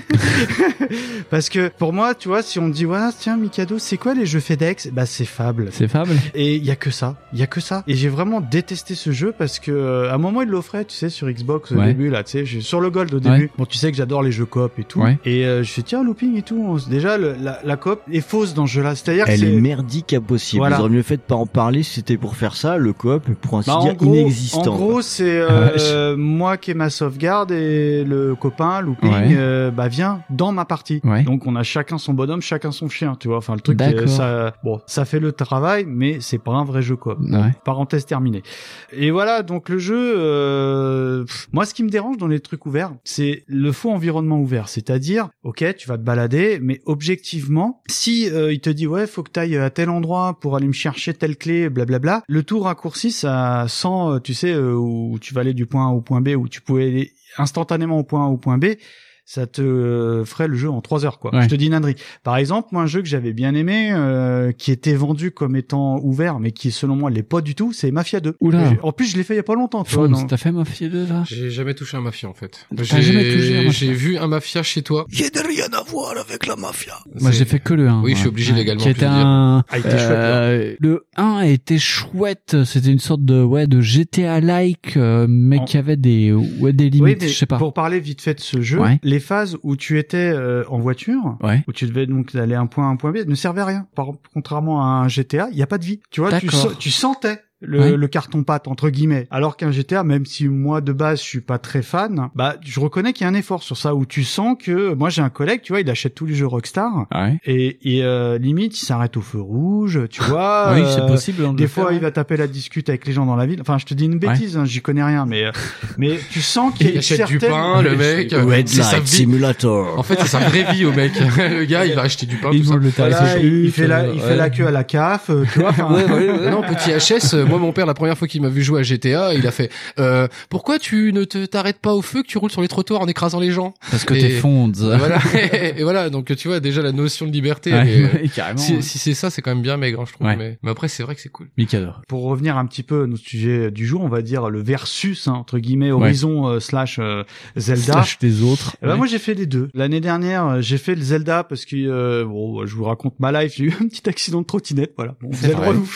Parce que pour moi, tu vois, si on me dit tiens Mikado, c'est quoi les jeux FedEx? Bah c'est Fable. C'est Fable. Et il y a que ça. Et j'ai vraiment détesté ce jeu parce que à un moment il l'offrait, tu sais, sur Xbox au début là, tu sais, sur le Gold au début. Bon, tu sais que j'adore les jeux coop et tout. Et je fais tiens Looping et tout. Déjà la coop est fausse dans ce jeu-là. C'est-à-dire elle est merdique à possible. Ils auraient mieux fait de pas en parler si c'était pour faire ça. Le coop est pour ainsi dire inexistant. En gros, c'est moi qui ai ma sauvegarde et le copain Looping vient dans ma partie. Donc on a chacun son bonhomme, chacun son chien, tu vois. Enfin le truc ça fait le travail, mais c'est pas un vrai jeu coop. Parenthèse terminée. Et voilà, donc le jeu moi ce qui me dérange dans les trucs ouverts, c'est le faux environnement ouvert, c'est-à-dire OK, tu vas te balader, mais objectivement, si il te dit faut que t'ailles à tel endroit pour aller me chercher telle clé, blablabla, le tout raccourci ça sent, tu sais, où tu vas aller du point A au point B, où tu pouvais aller instantanément au point A au point B, ça te ferait le jeu en 3 heures, quoi. Je te dis une ânerie. Par exemple, moi, un jeu que j'avais bien aimé, qui était vendu comme étant ouvert, mais qui, selon moi, l'est pas du tout, c'est Mafia 2. Oula. En plus, je l'ai fait il y a pas longtemps, tu vois. T'as fait Mafia 2, là? J'ai jamais touché un Mafia, en fait. J'ai vu un Mafia chez toi. Il y a rien à voir avec la Mafia. Moi, j'ai fait que le 1. Oui, je suis obligé légalement. Qui était le 1 était chouette. C'était une sorte de GTA-like, mais qui avait des limites, je sais pas. Pour parler vite fait de ce jeu, les phases où tu étais en voiture, où tu devais donc aller à un point B, ne servaient à rien. Contrairement à un GTA, il y a pas de vie. Tu vois, tu sentais le carton-pâte entre guillemets, alors qu'un GTA, même si moi de base je suis pas très fan, je reconnais qu'il y a un effort sur ça, où tu sens que moi j'ai un collègue, tu vois, il achète tous les jeux Rockstar et limite il s'arrête au feu rouge, tu vois. Oui, c'est possible. Des fois il va taper la discute avec les gens dans la ville. Enfin, je te dis une bêtise, j'y connais rien, mais tu sens qu'il achète du pain, le mec. C'est sa Simulator. En fait, c'est sa vraie vie au mec. Le gars, il va acheter du pain, tout ça. Il fait la queue à la CAF, tu vois. Non, petit HS. Moi, mon père, la première fois qu'il m'a vu jouer à GTA, il a fait pourquoi tu ne t'arrêtes pas au feu, que tu roules sur les trottoirs en écrasant les gens? Parce que t'es fonde. Et voilà, donc tu vois déjà la notion de liberté. Carrément. Si c'est ça, c'est quand même bien maigre, je trouve. Mais après, c'est vrai que c'est cool. Mikador. Pour revenir un petit peu à notre sujet du jour, on va dire le versus entre guillemets Horizon slash Zelda. Slash des autres. Moi, j'ai fait les deux. L'année dernière, j'ai fait le Zelda parce que je vous raconte ma life. J'ai eu un petit accident de trottinette. Voilà. Bon, c'est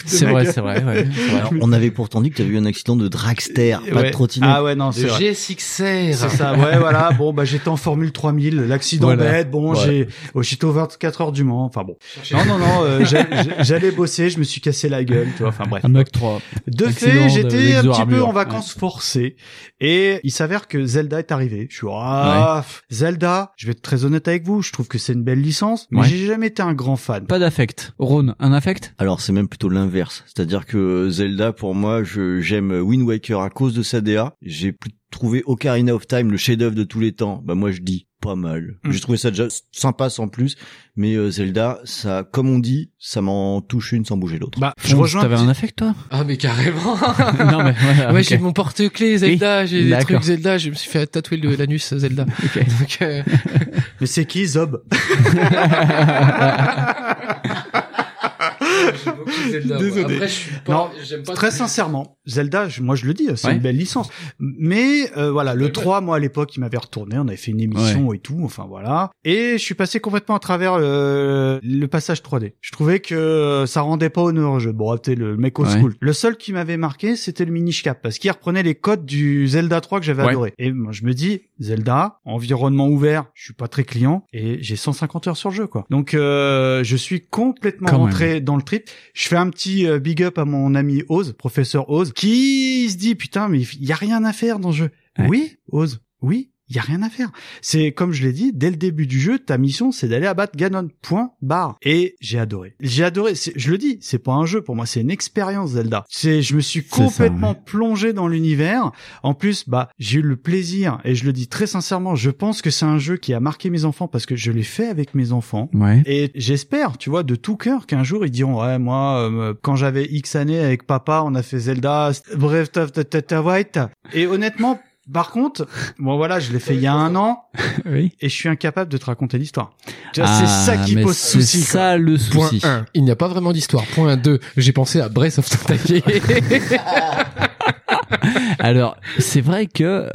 vrai. On avait pourtant dit que tu avais eu un accident de dragster, pas de trottinette. Ah ouais, non, c'est vrai. GSX-R. C'est ça, voilà. Bon, j'étais en Formule 3000, l'accident bête, j'étais au 24 heures du Mans, enfin bon. Non, j'allais bosser, je me suis cassé la gueule, tu vois, enfin bref. Un Mach 3. De fait, j'étais un petit peu en vacances forcées, et il s'avère que Zelda est arrivé. Je suis, Zelda, je vais être très honnête avec vous, je trouve que c'est une belle licence, mais j'ai jamais été un grand fan. Pas d'affect. Ron, un affect? Alors, c'est même plutôt l'inverse. C'est-à-dire que Zelda, pour moi, j'aime Wind Waker à cause de sa DA. J'ai plus trouvé Ocarina of Time le chef-d'œuvre de tous les temps. Moi, je dis pas mal. J'ai trouvé ça déjà sympa sans plus, mais Zelda, ça, comme on dit, ça m'en touche une sans bouger l'autre. Je rejoins. T'avais un affect, toi? Ah, mais carrément. Non, mais voilà. Ouais, j'ai mon porte-clés Zelda, j'ai des trucs Zelda, je me suis fait tatouer l'anus Zelda. Donc, Mais c'est qui, Zob? Zelda. Désolé. Après, j'aime pas très sincèrement, Zelda, moi je le dis, c'est une belle licence. Mais voilà, le 3, moi à l'époque, il m'avait retourné, on avait fait une émission et tout, enfin voilà. Et je suis passé complètement à travers le passage 3D. Je trouvais que ça rendait pas honneur au jeu. Bon, t'es le mec old school. Le seul qui m'avait marqué, c'était le Minish Cap, parce qu'il reprenait les codes du Zelda 3 que j'avais adoré. Et moi, je me dis, Zelda, environnement ouvert, je suis pas très client, et j'ai 150 heures sur le jeu, quoi. Donc, je suis complètement rentré dans le trip. Je fais un petit big up à mon ami Oz, professeur Oz, qui se dit, putain, mais il y a rien à faire dans le jeu. Oui, Oz, oui. Il y a rien à faire. C'est comme je l'ai dit, dès le début du jeu, ta mission, c'est d'aller abattre Ganon. Point barre. Et j'ai adoré. Je le dis, c'est pas un jeu pour moi, c'est une expérience Zelda. Je me suis complètement plongé dans l'univers. En plus, j'ai eu le plaisir, et je le dis très sincèrement, je pense que c'est un jeu qui a marqué mes enfants parce que je l'ai fait avec mes enfants. Et j'espère, tu vois, de tout cœur qu'un jour ils diront, ouais, moi, quand j'avais X années avec papa, on a fait Zelda, Breath of the Wild. Et honnêtement, par contre, bon voilà, je l'ai fait il y a 1 an, et je suis incapable de te raconter l'histoire. Tu vois, c'est ça qui pose souci. C'est ça le souci. Point 1, il n'y a pas vraiment d'histoire. Point 2, j'ai pensé à Breath of the Wild. Alors, c'est vrai que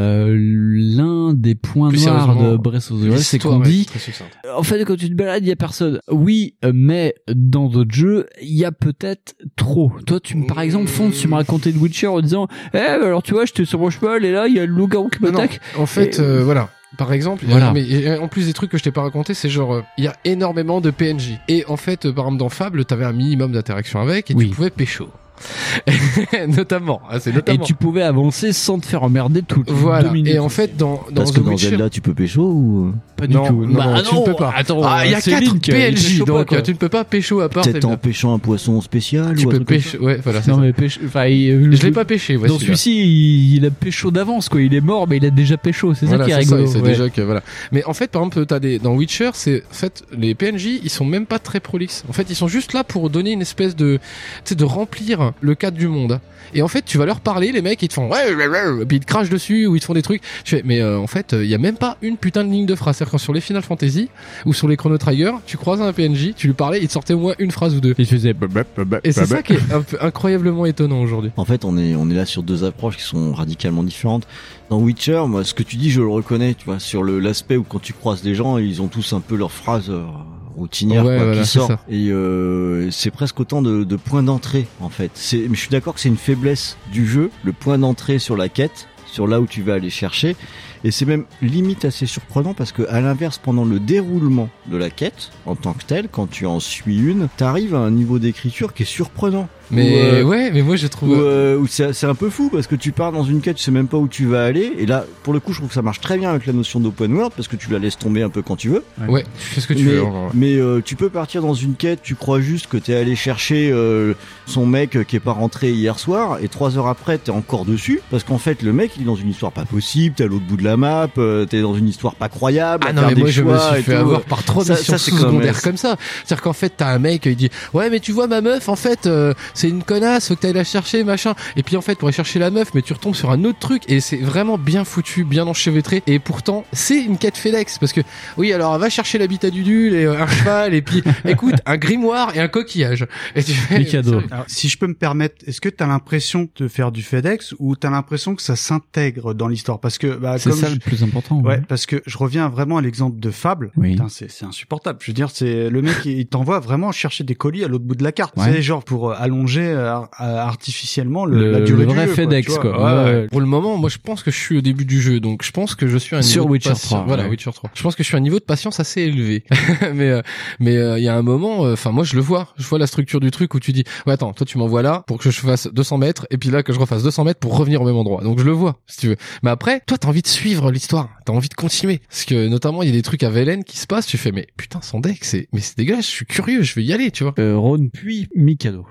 l'un des points noirs de Breath of the Wild, c'est qu'on dit, en fait, quand tu te balades, il y a personne. Oui, mais dans d'autres jeux, il y a peut-être trop. Toi, par exemple, Fonds, tu m'as raconté de Witcher en disant, alors tu vois, j'étais sur mon cheval et là, il y a le loup-garou qui m'attaque. En fait, voilà. Par exemple, mais en plus des trucs que je t'ai pas raconté, c'est genre, il y a énormément de PNJ. Et en fait, par exemple, dans Fable, t'avais un minimum d'interaction avec et tu pouvais pécho. notamment. Et tu pouvais avancer sans te faire emmerder toutes 2 minutes. Et en fait, dans Parce que dans Zelda, tu peux pécho ou pas du tout. Non, tu ne peux pas. Attends, il y a 4 PNJ, donc tu ne peux pas pécho à part. Peut-être en pêchant un poisson spécial. Tu peux pêcher. Ouais, voilà. Non mais pêche. Enfin, je l'ai pas pêché. Dans celui-ci, il a pécho d'avance, quoi. Il est mort, mais il a déjà pécho. C'est ça qui est rigolo. C'est déjà que voilà. Mais en fait, par exemple, dans Witcher, c'est en fait les PNJ, ils sont même pas très prolixes. En fait, ils sont juste là pour donner une espèce de remplir le cadre du monde. Et en fait, tu vas leur parler, les mecs, ils te font et puis ils te crachent dessus ou ils te font des trucs. Mais en fait, il y a même pas une putain de ligne de phrase. C'est-à-dire que sur les Final Fantasy ou sur les Chrono Trigger, tu croisais un PNJ, tu lui parlais, il te sortait au moins une phrase ou deux. Et tu faisais et c'est ça qui est un peu incroyablement étonnant aujourd'hui. En fait, on est là sur 2 approches qui sont radicalement différentes. Dans Witcher, moi, ce que tu dis, je le reconnais, tu vois, sur l'aspect où quand tu croises des gens, ils ont tous un peu leurs phrases routinières qui sortent. Et c'est presque autant de points d'entrée, en fait. Mais je suis d'accord que c'est une faiblesse du jeu, le point d'entrée sur la quête, sur là où tu vas aller chercher. Et c'est même limite assez surprenant parce que à l'inverse, pendant le déroulement de la quête, en tant que telle, quand tu en suis une, t'arrives à un niveau d'écriture qui est surprenant. Mais mais moi je trouve où c'est un peu fou parce que tu pars dans une quête, tu sais même pas où tu vas aller, et là pour le coup je trouve que ça marche très bien avec la notion d'open world parce que tu la laisses tomber un peu quand tu veux. Ouais, tu fais ce que tu veux. Mais tu peux partir dans une quête, tu crois juste que t'es allé chercher son mec qui est pas rentré hier soir, et 3 heures après t'es encore dessus parce qu'en fait le mec il est dans une histoire pas possible, t'es à l'autre bout de la map, t'es dans une histoire pas croyable. Ah non mais moi je me suis fait avoir par trop de missions secondaires comme ça. C'est-à-dire qu'en fait t'as un mec il dit ouais mais tu vois ma meuf en fait c'est une connasse, faut que t'ailles la chercher, machin. Et puis en fait, pour aller chercher la meuf, mais tu retombes sur un autre truc et c'est vraiment bien foutu, bien enchevêtré. Et pourtant, c'est une quête FedEx parce que oui, alors va chercher l'habitat du Dul et un cheval et puis écoute, un grimoire et un coquillage. Et tu fais les cadeaux. Alors, si je peux me permettre, est-ce que t'as l'impression de faire du FedEx ou t'as l'impression que ça s'intègre dans l'histoire? Parce que c'est ça le plus important. Ouais, parce que je reviens vraiment à l'exemple de Fable. Oui. Putain, c'est insupportable. Je veux dire, c'est le mec il t'envoie vraiment chercher des colis à l'autre bout de la carte. C'est genre pour allonger artificiellement la durée du vrai jeu, FedEx quoi. Ouais. Pour le moment, moi je pense que je suis au début du jeu, donc je pense que je suis à un niveau sur de Witcher patience. 3. Voilà, Witcher 3. Je pense que je suis à un niveau de patience assez élevé. mais il y a un moment, enfin moi je vois la structure du truc où tu dis ouais attends, toi tu m'envoies là pour que je fasse 200 mètres et puis là que je refasse 200 mètres pour revenir au même endroit. Donc je le vois si tu veux. Mais après, toi t'as envie de suivre l'histoire, t'as envie de continuer parce que notamment il y a des trucs à Velen qui se passent. Tu fais mais putain son deck c'est dégueulasse. Je suis curieux, je vais y aller, tu vois. Ron puis Mikado. Ah ouais,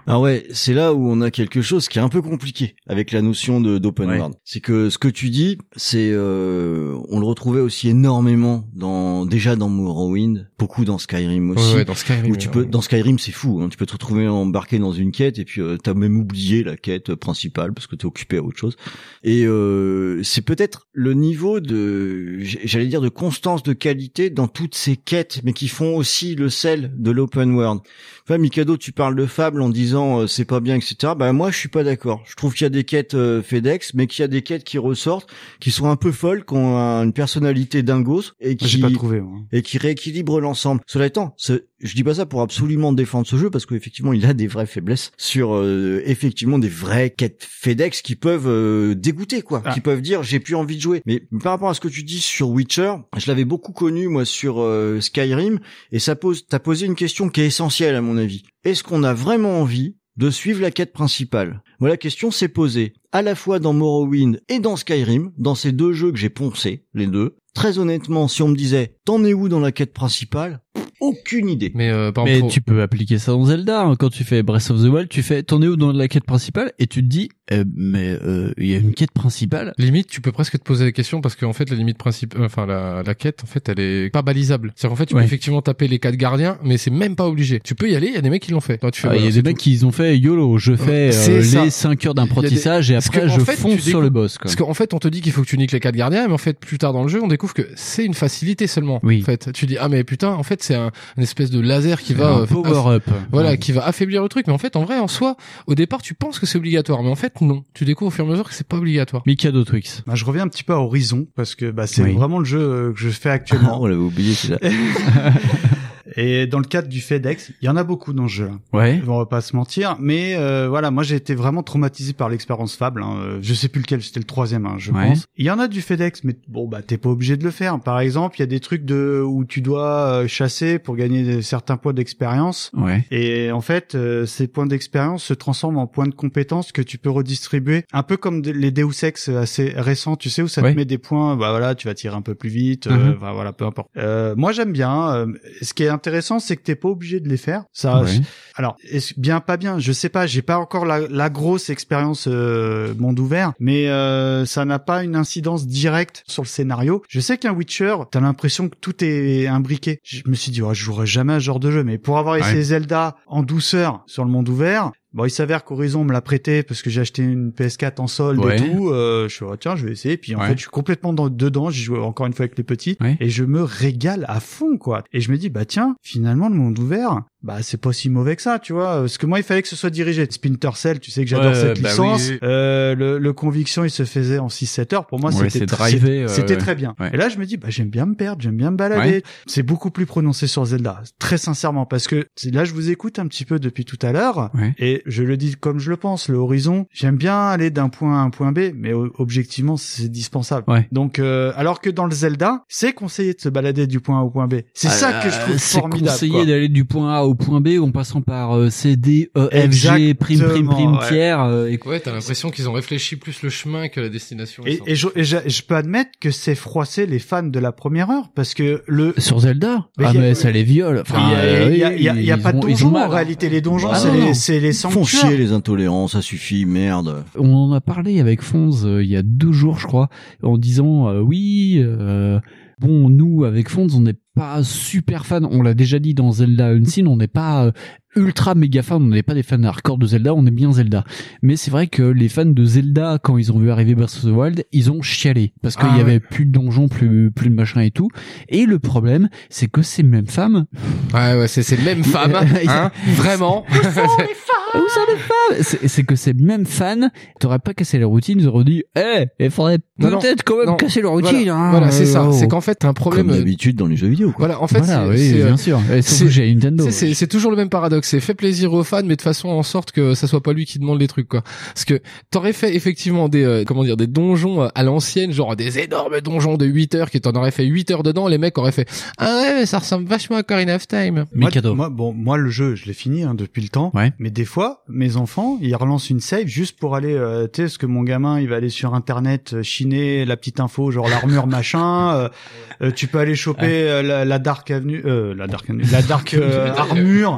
c'est là où on a quelque chose qui est un peu compliqué avec la notion d'open world. C'est que ce que tu dis, c'est on le retrouvait aussi énormément déjà dans Morrowind, beaucoup dans Skyrim aussi. Ouais, dans Skyrim. Où dans Skyrim, c'est fou, hein, tu peux te retrouver embarqué dans une quête et puis t'as même oublié la quête principale parce que t'es occupé à autre chose. Et c'est peut-être le niveau j'allais dire de constance, de qualité dans toutes ces quêtes, mais qui font aussi le sel de l'open world. Enfin, Mikado, tu parles de Fable en disant c'est pas bien, etc. Ben moi, je suis pas d'accord. Je trouve qu'il y a des quêtes FedEx, mais qu'il y a des quêtes qui ressortent, qui sont un peu folles, qui ont une personnalité dingos et qui j'ai pas trouvé, moi. Et qui rééquilibrent l'ensemble. Cela étant, je dis pas ça pour absolument défendre ce jeu parce qu'effectivement, il a des vraies faiblesses sur effectivement des vraies quêtes FedEx qui peuvent dégoûter qui peuvent dire j'ai plus envie de jouer. Mais par rapport à ce que tu dis sur Witcher, je l'avais beaucoup connu moi sur Skyrim et t'as posé une question qui est essentielle à mon avis. Est-ce qu'on a vraiment envie de suivre la quête principale? Moi, la question s'est posée à la fois dans Morrowind et dans Skyrim, dans ces deux jeux que j'ai poncés, les deux. Très honnêtement, si on me disait t'en es où dans la quête principale? Aucune idée. Mais tu peux appliquer ça dans Zelda, hein. Quand tu fais Breath of the Wild, tu fais t'en es où dans la quête principale et tu te dis il y a une quête principale. Limite, tu peux presque te poser la question parce qu'en fait la limite principale, enfin la quête en fait elle est pas balisable. C'est-à-dire en fait tu peux effectivement taper les 4 gardiens, mais c'est même pas obligé. Tu peux y aller, il y a des mecs qui l'ont fait. Il y a des mecs qui ont fait YOLO, je fais les 5 heures d'apprentissage et après je fonce sur le boss. Parce qu'en fait on te dit qu'il faut que tu niques les 4 gardiens, mais en fait plus tard dans le jeu on découvre que c'est une facilité seulement. Oui. En fait, tu dis mais putain en fait c'est une espèce de laser qui va power up. Voilà, qui va affaiblir le truc, mais en fait en vrai en soi au départ tu penses que c'est obligatoire, mais en fait non. Tu découvres au fur et à mesure que c'est pas obligatoire. Mikado Twix. Je reviens un petit peu à Horizon parce que c'est vraiment le jeu que je fais actuellement. On l'avait oublié celui-là. Et dans le cadre du FedEx, il y en a beaucoup dans ce jeu. Ouais. On va pas se mentir, mais voilà, moi j'ai été vraiment traumatisé par l'expérience Fable. Je sais plus lequel, c'était le 3e, je pense. Il y en a du FedEx, mais bon t'es pas obligé de le faire. Par exemple, il y a des trucs où tu dois chasser pour gagner certains points d'expérience. Ouais. Et en fait, ces points d'expérience se transforment en points de compétences que tu peux redistribuer, un peu comme les Deus Ex assez récents, tu sais, où ça te met des points. Voilà, tu vas tirer un peu plus vite. Voilà, peu importe. Moi j'aime bien. Ce qui est intéressant, c'est que t'es pas obligé de les faire. Ça, alors, bien, pas bien, je sais pas, j'ai pas encore la grosse expérience monde ouvert, mais ça n'a pas une incidence directe sur le scénario. Je sais qu'un Witcher, t'as l'impression que tout est imbriqué. Je me suis dit, je jouerai jamais à ce genre de jeu, mais pour avoir essayé Zelda en douceur sur le monde ouvert, bon, il s'avère qu'Horizon me l'a prêté parce que j'ai acheté une PS4 en solde et tout. Je suis tiens, je vais essayer. Puis en fait, je suis complètement dedans. J'y joue encore une fois avec les petits et je me régale à fond, quoi. Et je me dis, tiens, finalement, le monde ouvert, c'est pas si mauvais que ça, tu vois. Parce que moi, il fallait que ce soit dirigé. Splinter Cell, tu sais que j'adore cette licence. Oui. Le Conviction, il se faisait en 6-7 heures. Pour moi, c'était très bien. Ouais. Et là, je me dis, j'aime bien me perdre, j'aime bien me balader. Ouais. C'est beaucoup plus prononcé sur Zelda, très sincèrement, parce que là, je vous écoute un petit peu depuis tout à l'heure et je le dis comme je le pense, le Horizon, j'aime bien aller d'un point A à un point B, mais objectivement, c'est dispensable. Ouais. Donc, alors que dans le Zelda, c'est conseillé de se balader du point A au point B. C'est ça que je trouve formidable. C'est conseillé d'aller du point A au point B en passant par C, D, E, F, G, prime, tiers. Ouais, t'as l'impression qu'ils ont réfléchi plus le chemin que la destination. Et je peux admettre que c'est froissé les fans de la première heure, parce que sur Zelda, mais ça les viole. Enfin, il y a pas de donjons en réalité. Les donjons, c'est les sanctuaires. Font chier les intolérants, ça suffit, merde. On en a parlé avec Fonz il y a 2 jours, je crois, en disant bon, nous avec Fonz, on n'est pas super fan. On l'a déjà dit dans Zelda Unseen, on n'est pas ultra méga fan, on n'est pas des fans hardcore de Zelda, on est bien Zelda. Mais c'est vrai que les fans de Zelda, quand ils ont vu arriver Breath of the Wild, ils ont chialé parce qu'il y avait plus de donjons, plus de machin et tout. Et le problème, c'est que ces mêmes femmes, c'est ces mêmes femmes, hein, vraiment. Où sont les femmes? C'est que ces mêmes fans, t'aurais pas cassé la routine, ils auraient dit, il faudrait peut-être quand même casser la routine. Voilà, c'est ça. C'est qu'en fait, t'as un problème. Comme d'habitude dans les jeux vidéo, quoi. Voilà, en fait, bien sûr. Surtout j'ai Nintendo. C'est toujours le même paradoxe. C'est fait plaisir aux fans, mais de façon en sorte que ça soit pas lui qui demande les trucs, quoi. Parce que t'aurais fait effectivement des donjons à l'ancienne, genre des énormes donjons de 8 heures, qui t'en aurais fait 8 heures dedans, les mecs auraient fait, mais ça ressemble vachement à Ocarina of Time. Moi, le jeu, je l'ai fini, depuis le temps. Mais des fois, mes enfants, ils relancent une save juste pour aller, tu sais, parce que mon gamin, il va aller sur internet chiner la petite info, genre l'armure machin, tu peux aller choper la Dark Avenue, la Dark armure.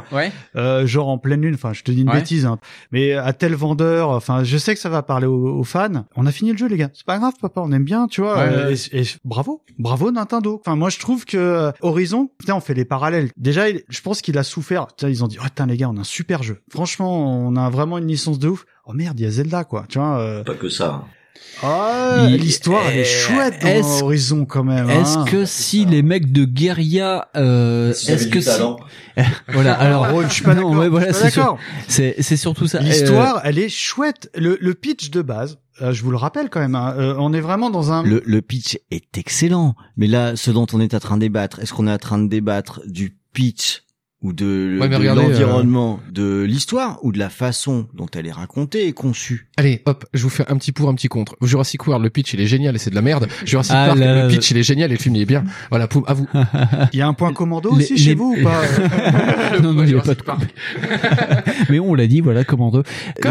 genre en pleine lune, enfin je te dis une bêtise, hein, mais à tel vendeur, enfin je sais que ça va parler aux fans. On a fini le jeu les gars, c'est pas grave papa, on aime bien, tu vois. Et bravo Nintendo. Enfin moi je trouve que Horizon, putain on fait les parallèles. Déjà je pense qu'il a souffert. Putain, ils ont dit putain les gars on a un super jeu. Franchement on a vraiment une licence de ouf. Oh merde il y a Zelda quoi, tu vois. Pas que ça. L'histoire elle est chouette dans Horizon quand même. Est-ce que si les mecs de Guerrilla, est-ce que si voilà alors je suis pas d'accord. Ouais, voilà, c'est surtout ça. L'histoire elle est chouette. Le pitch de base. Je vous le rappelle quand même, hein, on est vraiment dans un... Le pitch est excellent, mais là, ce dont on est en train de débattre, est-ce qu'on est en train de débattre du pitch ou de l'environnement, de l'histoire ou de la façon dont elle est racontée et conçue? Allez, hop, je vous fais un petit pour, un petit contre. Jurassic World, le pitch il est génial et c'est de la merde. Jurassic Park, le pitch il est génial et le film il est bien. Voilà, poum, à vous. Il y a un point commando aussi chez vous ou pas? Non, il n'y a pas de quoi. Mais on l'a dit, voilà, commando.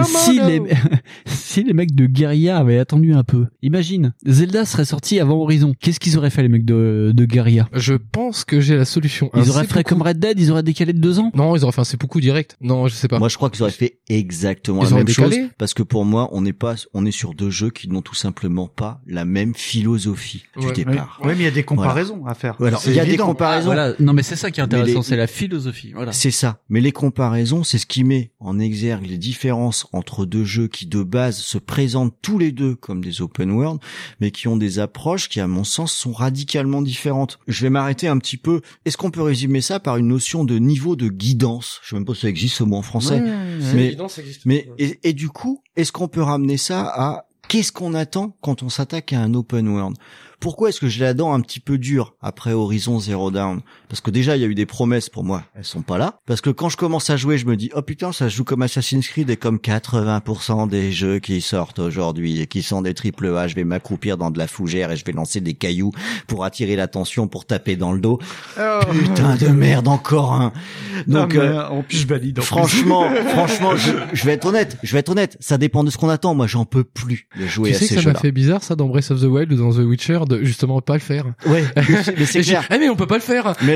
Si les mecs de Guerrilla avaient attendu un peu, imagine, Zelda serait sorti avant Horizon. Qu'est-ce qu'ils auraient fait les mecs de Guerrilla? Je pense que j'ai la solution. Ils auraient fait comme Red Dead, ils auraient décalé de 2 ans? Non, ils auraient fait un seppuku direct. Non, je sais pas. Moi, je crois qu'ils auraient fait exactement la même chose. Parce que pour moi, on est sur 2 jeux qui n'ont tout simplement pas la même philosophie du départ. Oui, mais il y a des comparaisons à faire. Alors, il y a des comparaisons. Voilà. Non, mais c'est ça qui est intéressant, c'est la philosophie. Voilà. C'est ça. Mais les comparaisons, c'est ce qui met en exergue les différences entre 2 jeux qui, de base, se présentent tous les deux comme des open world, mais qui ont des approches qui, à mon sens, sont radicalement différentes. Je vais m'arrêter un petit peu. Est-ce qu'on peut résumer ça par une notion de niveau de guidance? Je sais même pas si ça existe ce mot en français. Mais guidance existe. Mais et du coup, est-ce qu'on peut ramener ça à qu'est-ce qu'on attend quand on s'attaque à un open world? Pourquoi est-ce que j'ai la dent un petit peu dure après Horizon Zero Dawn? Parce que déjà, il y a eu des promesses pour moi. Elles sont pas là. Parce que quand je commence à jouer, je me dis, oh putain, ça se joue comme Assassin's Creed et comme 80% des jeux qui sortent aujourd'hui et qui sont des AAA. Je vais m'accroupir dans de la fougère et je vais lancer des cailloux pour attirer l'attention, pour taper dans le dos. Oh. Putain de merde, encore un. Donc, en plus, je valide. Franchement, je vais être honnête. Ça dépend de ce qu'on attend. Moi, j'en peux plus de jouer à ces jeux-là. Tu sais que ça m'a fait bizarre, ça, dans Breath of the Wild ou dans The Witcher, de justement pas le faire. Ouais, mais c'est clair. Mais on peut pas le faire. Mais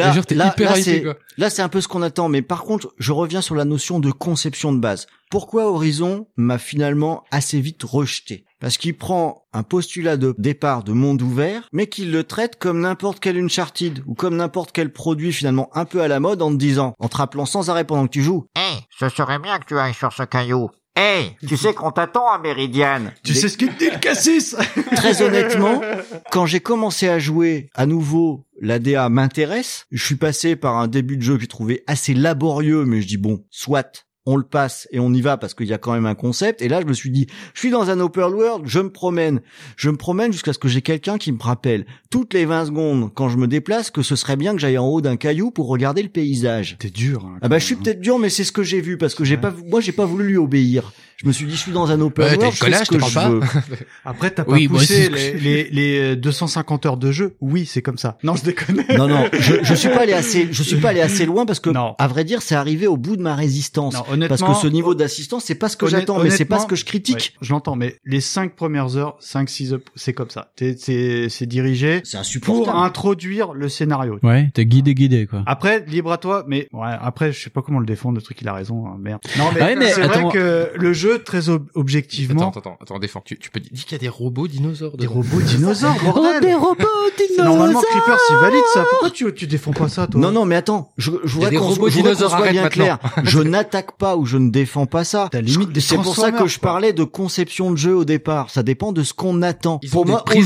là, c'est un peu ce qu'on attend. Mais par contre, je reviens sur la notion de conception de base. Pourquoi Horizon m'a finalement assez vite rejeté? Parce qu'il prend un postulat de départ de monde ouvert, mais qu'il le traite comme n'importe quel Uncharted ou comme n'importe quel produit finalement un peu à la mode en te disant, en te rappelant sans arrêt pendant que tu joues, ce serait bien que tu ailles sur ce caillou. Tu sais qu'on t'attend à Méridiane. Tu sais ce qu'il te dit le cassis. Très honnêtement, quand j'ai commencé à jouer à nouveau, l'ADA m'intéresse. Je suis passé par un début de jeu que j'ai trouvé assez laborieux, mais je dis bon, soit on le passe et on y va parce qu'il y a quand même un concept. Et là, je me suis dit, je suis dans un open world, je me promène jusqu'à ce que j'ai quelqu'un qui me rappelle toutes les 20 secondes quand je me déplace que ce serait bien que j'aille en haut d'un caillou pour regarder le paysage. T'es dur. Hein, je suis peut-être dur, mais c'est ce que j'ai vu parce que j'ai pas voulu lui obéir. Je me suis dit, je suis dans un open world, je fais ce que je veux. Après, t'as pas poussé les 250 heures de jeu. Oui, c'est comme ça. Non, je déconne. Non, je suis pas allé assez loin parce que, à vrai dire, c'est arrivé au bout de ma résistance. Non, honnêtement. Parce que ce niveau d'assistance, c'est pas ce que j'attends, mais c'est pas ce que je critique. Ouais, je l'entends, mais les 5 premières heures, 5-6 heures, c'est comme ça. C'est dirigé. C'est insupportable. Pour introduire le scénario. Ouais, t'es guidé, quoi. Après, libre à toi, mais après, je sais pas comment le défendre, le truc, il a raison, hein, merde. Non, mais c'est vrai que le jeu, très objectivement. Attends, défends. Tu peux dire qu'il y a des robots dinosaures dedans. Des robots dinosaures, bordel. Des robots dinosaures. Normalement, Creeper, c'est valide, ça. Pourquoi tu défends pas ça, toi? Non, mais attends. Je voudrais qu'on soit bien clair. Je n'attaque pas ou je ne défends pas ça. C'est pour ça que je parlais de conception de jeu au départ. Ça dépend de ce qu'on attend. Pour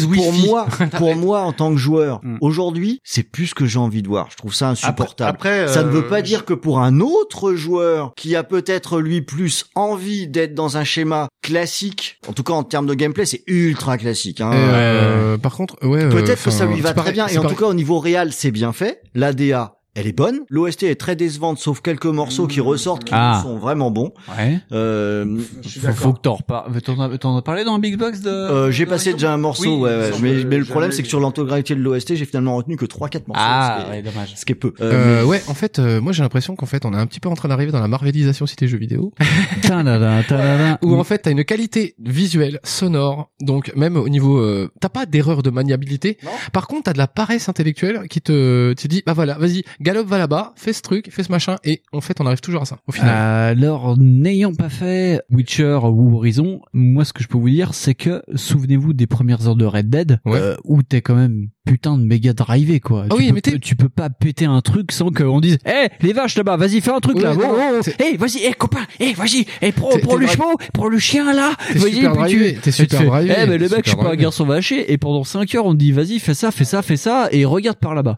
moi, en tant que joueur, aujourd'hui, c'est plus ce que j'ai envie de voir. Je trouve ça insupportable. Après, ça ne veut pas dire que pour un autre joueur qui a peut-être lui plus envie d'être dans un schéma classique, en tout cas en termes de gameplay, c'est ultra classique. Hein. Par contre, peut-être que ça lui va très bien. Et en tout cas, au niveau réel, c'est bien fait. L'ADA, elle est bonne. L'OST est très décevante, sauf quelques morceaux qui ressortent, qui sont vraiment bons. Ouais. Faut que t'en reparles. T'en as parlé dans Big Box de... j'ai passé déjà un morceau, ouais. Mais le problème, c'est que sur l'intégralité de l'OST, j'ai finalement retenu que 3-4 morceaux. Dommage. Ce qui est peu. Ouais, en fait, moi, j'ai l'impression qu'en fait, on est un petit peu en train d'arriver dans la marvelisation cité jeux vidéo. Où en fait, t'as une qualité visuelle, sonore, donc même au niveau, t'as pas d'erreur de maniabilité. Non. Par contre, t'as de la paresse intellectuelle qui te dit, bah voilà, vas-y, galope va là-bas, fais ce truc, fais ce machin, et en fait on arrive toujours à ça au final. Alors n'ayant pas fait Witcher ou Horizon, moi ce que je peux vous dire c'est que souvenez-vous des premières heures de Red Dead où t'es quand même putain de méga drivé quoi. Tu peux pas péter un truc sans qu'on dise les vaches là-bas, vas-y fais un truc là. Vas-y copain, vas-y, prends le chemin, prends le chien là. T'es super drivé. Mais le mec je suis pas un garçon vaché et pendant 5 heures on te dit vas-y fais ça et regarde par là-bas.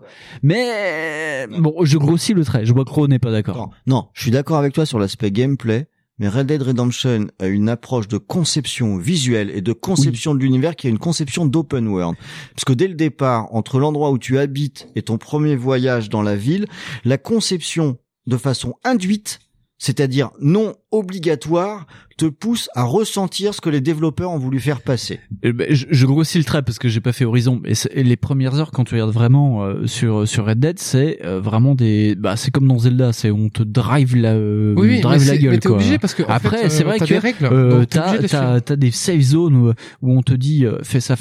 Mais bon, je grossis le trait. Je vois que Ro n'est pas d'accord. Non, je suis d'accord avec toi sur l'aspect gameplay. Mais Red Dead Redemption a une approche de conception visuelle et de conception de l'univers qui est une conception d'open world. Parce que dès le départ, entre l'endroit où tu habites et ton premier voyage dans la ville, la conception de façon induite, c'est-à-dire non obligatoire, te pousse à ressentir ce que les développeurs ont voulu faire passer. Je grossis le trait parce que j'ai pas fait Horizon, et les premières heures quand tu regardes vraiment sur Red Dead, c'est vraiment c'est comme dans Zelda, c'est on te drive la gueule mais t'es quoi. Obligé parce que après c'est vrai que t'as des safe zones où on te dit fais ça.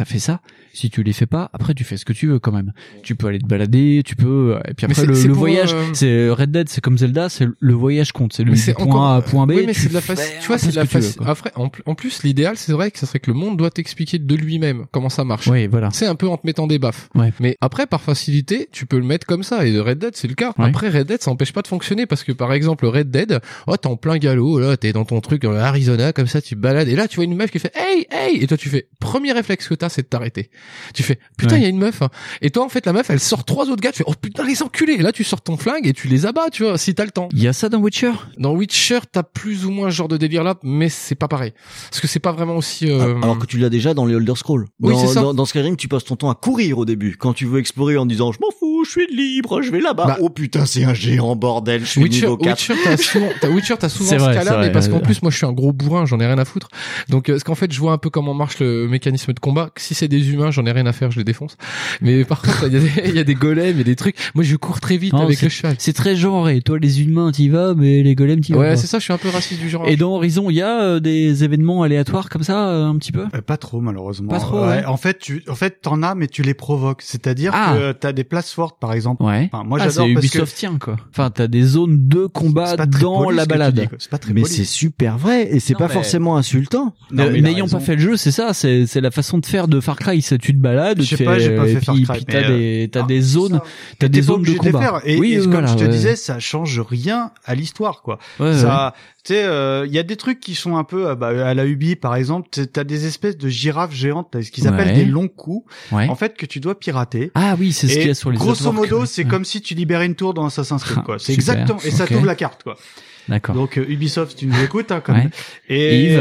Si tu les fais pas, après tu fais ce que tu veux quand même. Tu peux aller te balader, tu peux et puis après le voyage, c'est Red Dead, c'est comme Zelda, c'est le voyage compte, c'est le point A à point B. Oui, mais c'est de la tu vois, c'est de la après en plus l'idéal c'est vrai que ça serait que le monde doit t'expliquer de lui-même comment ça marche. Oui, voilà. C'est un peu en te mettant des baffes. Ouais. Mais après par facilité, tu peux le mettre comme ça et de Red Dead c'est le cas. Ouais. Après Red Dead ça empêche pas de fonctionner parce que par exemple Red Dead, t'es en plein galop là, t'es dans ton truc dans l'Arizona comme ça, tu te balades et là tu vois une meuf qui fait hey et toi tu fais premier réflexe que t'as c'est de t'arrêter. Tu fais putain il y a une meuf et toi en fait la meuf elle sort 3 autres gars, tu fais oh putain les enculés et là tu sors ton flingue et tu les abats tu vois si t'as le temps. Il y a ça dans Witcher. Dans Witcher t'as plus ou moins ce genre de délire là mais c'est pas pareil parce que c'est pas vraiment aussi alors que tu l'as déjà dans les Elder Scrolls. Dans Skyrim tu passes ton temps à courir au début quand tu veux explorer en disant je m'en fous, je suis libre, je vais là-bas. Oh putain c'est un géant bordel, je suis niveau 4. Witcher t'as souvent ce cas-là mais parce qu'en plus moi je suis un gros bourrin, j'en ai rien à foutre. Donc parce qu'en fait je vois un peu comment marche le mécanisme de combat. Si c'est des humains j'en ai rien à faire, je les défonce. Mais par contre il y a des golems et des trucs. Moi je cours très vite avec le cheval. C'est très genré. Toi les humains t'y vas mais les golems t'y vas. Ouais c'est ça, je suis un peu raciste du genre. Et dans Horizon il y a des événements aléatoires comme ça un petit peu. Pas trop malheureusement. Pas trop. Ouais. En fait t'en as mais tu les provoques. C'est-à-dire que t'as des places fortes par exemple. Ouais. Enfin, moi j'adore c'est parce Ubisoftien quoi. Enfin t'as des zones de combat dans la balade. C'est pas très mais poli. C'est super vrai et c'est pas forcément insultant. N'ayant pas fait le jeu, c'est ça, c'est la façon de faire de Far Cry. Tu te balades, j'ai pas fait Far Cry. Puis t'as des zones, t'as des zones de combat. Et comme je te disais, ça change rien à l'histoire quoi. Ça tu sais, il y a des trucs qui sont un peu à la Ubi par exemple, t'as des espèces de girafes géantes, ce qu'ils appellent des longs coups, en fait que tu dois pirater. Ah oui, c'est ce qu'il y a sur les grosso modo, c'est comme si tu libérais une tour dans Assassin's Creed quoi. C'est exactement et ça t'ouvre la carte quoi. D'accord. Donc Ubisoft, tu nous écoutes quand même. Et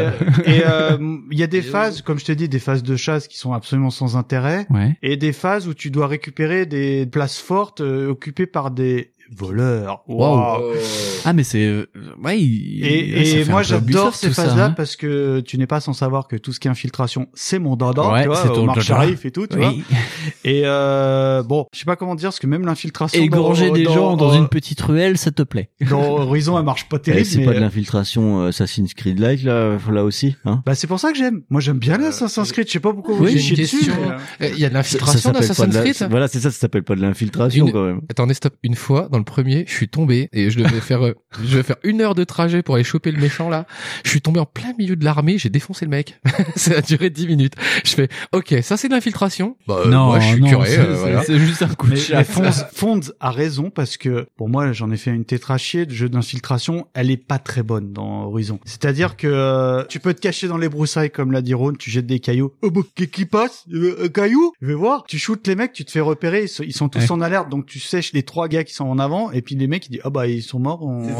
il y a des phases, comme je te dis, des phases de chasse qui sont absolument sans intérêt, et des phases où tu dois récupérer des places fortes occupées par des voleurs. Wow. Ah mais c'est et moi j'adore ces phases-là parce que tu n'es pas sans savoir que tout ce qui est infiltration c'est mon dada, tu vois, Omar Sharif et tout, tu vois. Et bon, je sais pas comment dire parce que même l'infiltration égorger des gens dans une petite ruelle, ça te plaît. Dans Horizon, elle marche pas terrible. C'est pas de l'infiltration Assassin's Creed like là aussi, hein. Bah c'est pour ça que j'aime. Moi j'aime bien l'Assassin's Creed, je sais pas pourquoi vous chiez dessus. Il y a de l'infiltration dans Assassin's Creed. Voilà, c'est ça s'appelle pas de l'infiltration quand même. Attendez, stop, une fois dans le premier, je suis tombé et je devais faire 1 heure de trajet pour aller choper le méchant là. Je suis tombé en plein milieu de l'armée, j'ai défoncé le mec. Ça a duré 10 minutes. Je fais OK, ça c'est de l'infiltration. Non, moi je suis curé, voilà. C'est juste un coup de chat. Fonds a raison parce que pour moi, j'en ai fait une tétrachier de jeu d'infiltration, elle est pas très bonne dans Horizon. C'est-à-dire que tu peux te cacher dans les broussailles comme l'a dit Ron, tu jettes des cailloux. Oh bah qui passe un caillou, je vais voir. Tu shootes les mecs, tu te fais repérer, ils sont tous en alerte donc tu sèches les 3 gars qui sont en avant et puis les mecs ils disent bah ils sont morts, on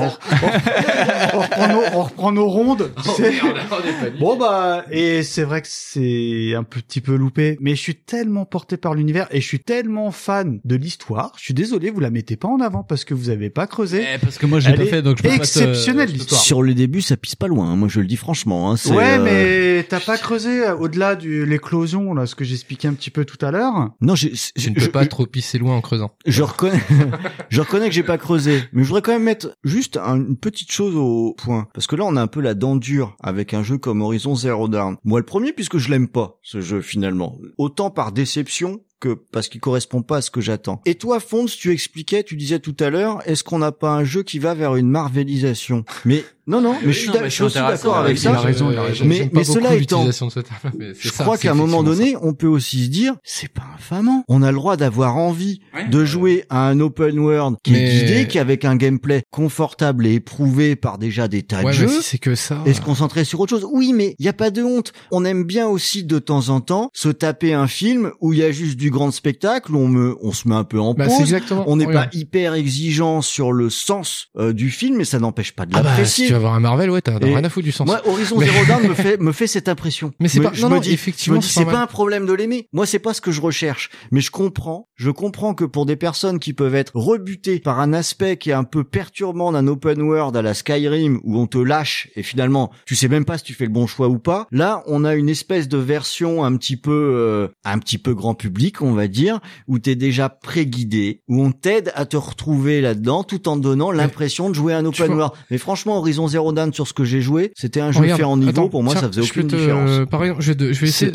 reprend nos rondes, tu sais. Bon bah et c'est vrai que c'est un petit peu loupé mais je suis tellement porté par l'univers et je suis tellement fan de l'histoire, je suis désolé, vous la mettez pas en avant parce que vous avez pas creusé. Parce que moi j'ai pas fait donc je peux exceptionnelle l'histoire. Sur le début ça pisse pas loin, moi je le dis franchement, hein, c'est mais t'as pas creusé au-delà de l'éclosion là, ce que j'expliquais un petit peu tout à l'heure. Non, je ne peux pas trop pisser loin en creusant. Je reconnais que j'ai pas creusé, mais je voudrais quand même mettre juste une petite chose au point parce que là on a un peu la dent dure avec un jeu comme Horizon Zero Dawn. Moi le premier puisque je l'aime pas ce jeu finalement, autant par déception parce qu'il correspond pas à ce que j'attends. Et toi, Fonds, tu disais tout à l'heure, est-ce qu'on n'a pas un jeu qui va vers une marvelisation? Mais non, mais je suis aussi d'accord avec ça. Il a raison. Mais cela étant, je crois qu'à un moment donné, on peut aussi se dire, c'est pas infamant. On a le droit d'avoir envie de jouer à un open world qui est guidé, qui est avec un gameplay confortable et éprouvé par déjà des tas de jeux. Si c'est que ça. Et se concentrer sur autre chose. Oui, mais il y a pas de honte. On aime bien aussi de temps en temps se taper un film où il y a juste du grand spectacle, où on se met un peu en pause. On n'est pas hyper exigeant sur le sens du film, mais ça n'empêche pas de l'apprécier. Si tu vas voir un Marvel, t'as rien à foutre du sens. Moi, Horizon Zero Dawn me fait cette impression. Mais c'est pas, effectivement, c'est pas un problème de l'aimer. Moi, c'est pas ce que je recherche. Mais je comprends que pour des personnes qui peuvent être rebutées par un aspect qui est un peu perturbant d'un open world à la Skyrim où on te lâche et finalement, tu sais même pas si tu fais le bon choix ou pas. Là, on a une espèce de version un petit peu grand public, on va dire, où t'es déjà pré-guidé, où on t'aide à te retrouver là-dedans tout en donnant l'impression de jouer à un open world. Mais franchement, Horizon Zero Dawn, sur ce que j'ai joué, c'était un jeu fait en niveau. Pour moi, ça faisait aucune différence. Par exemple, je vais essayer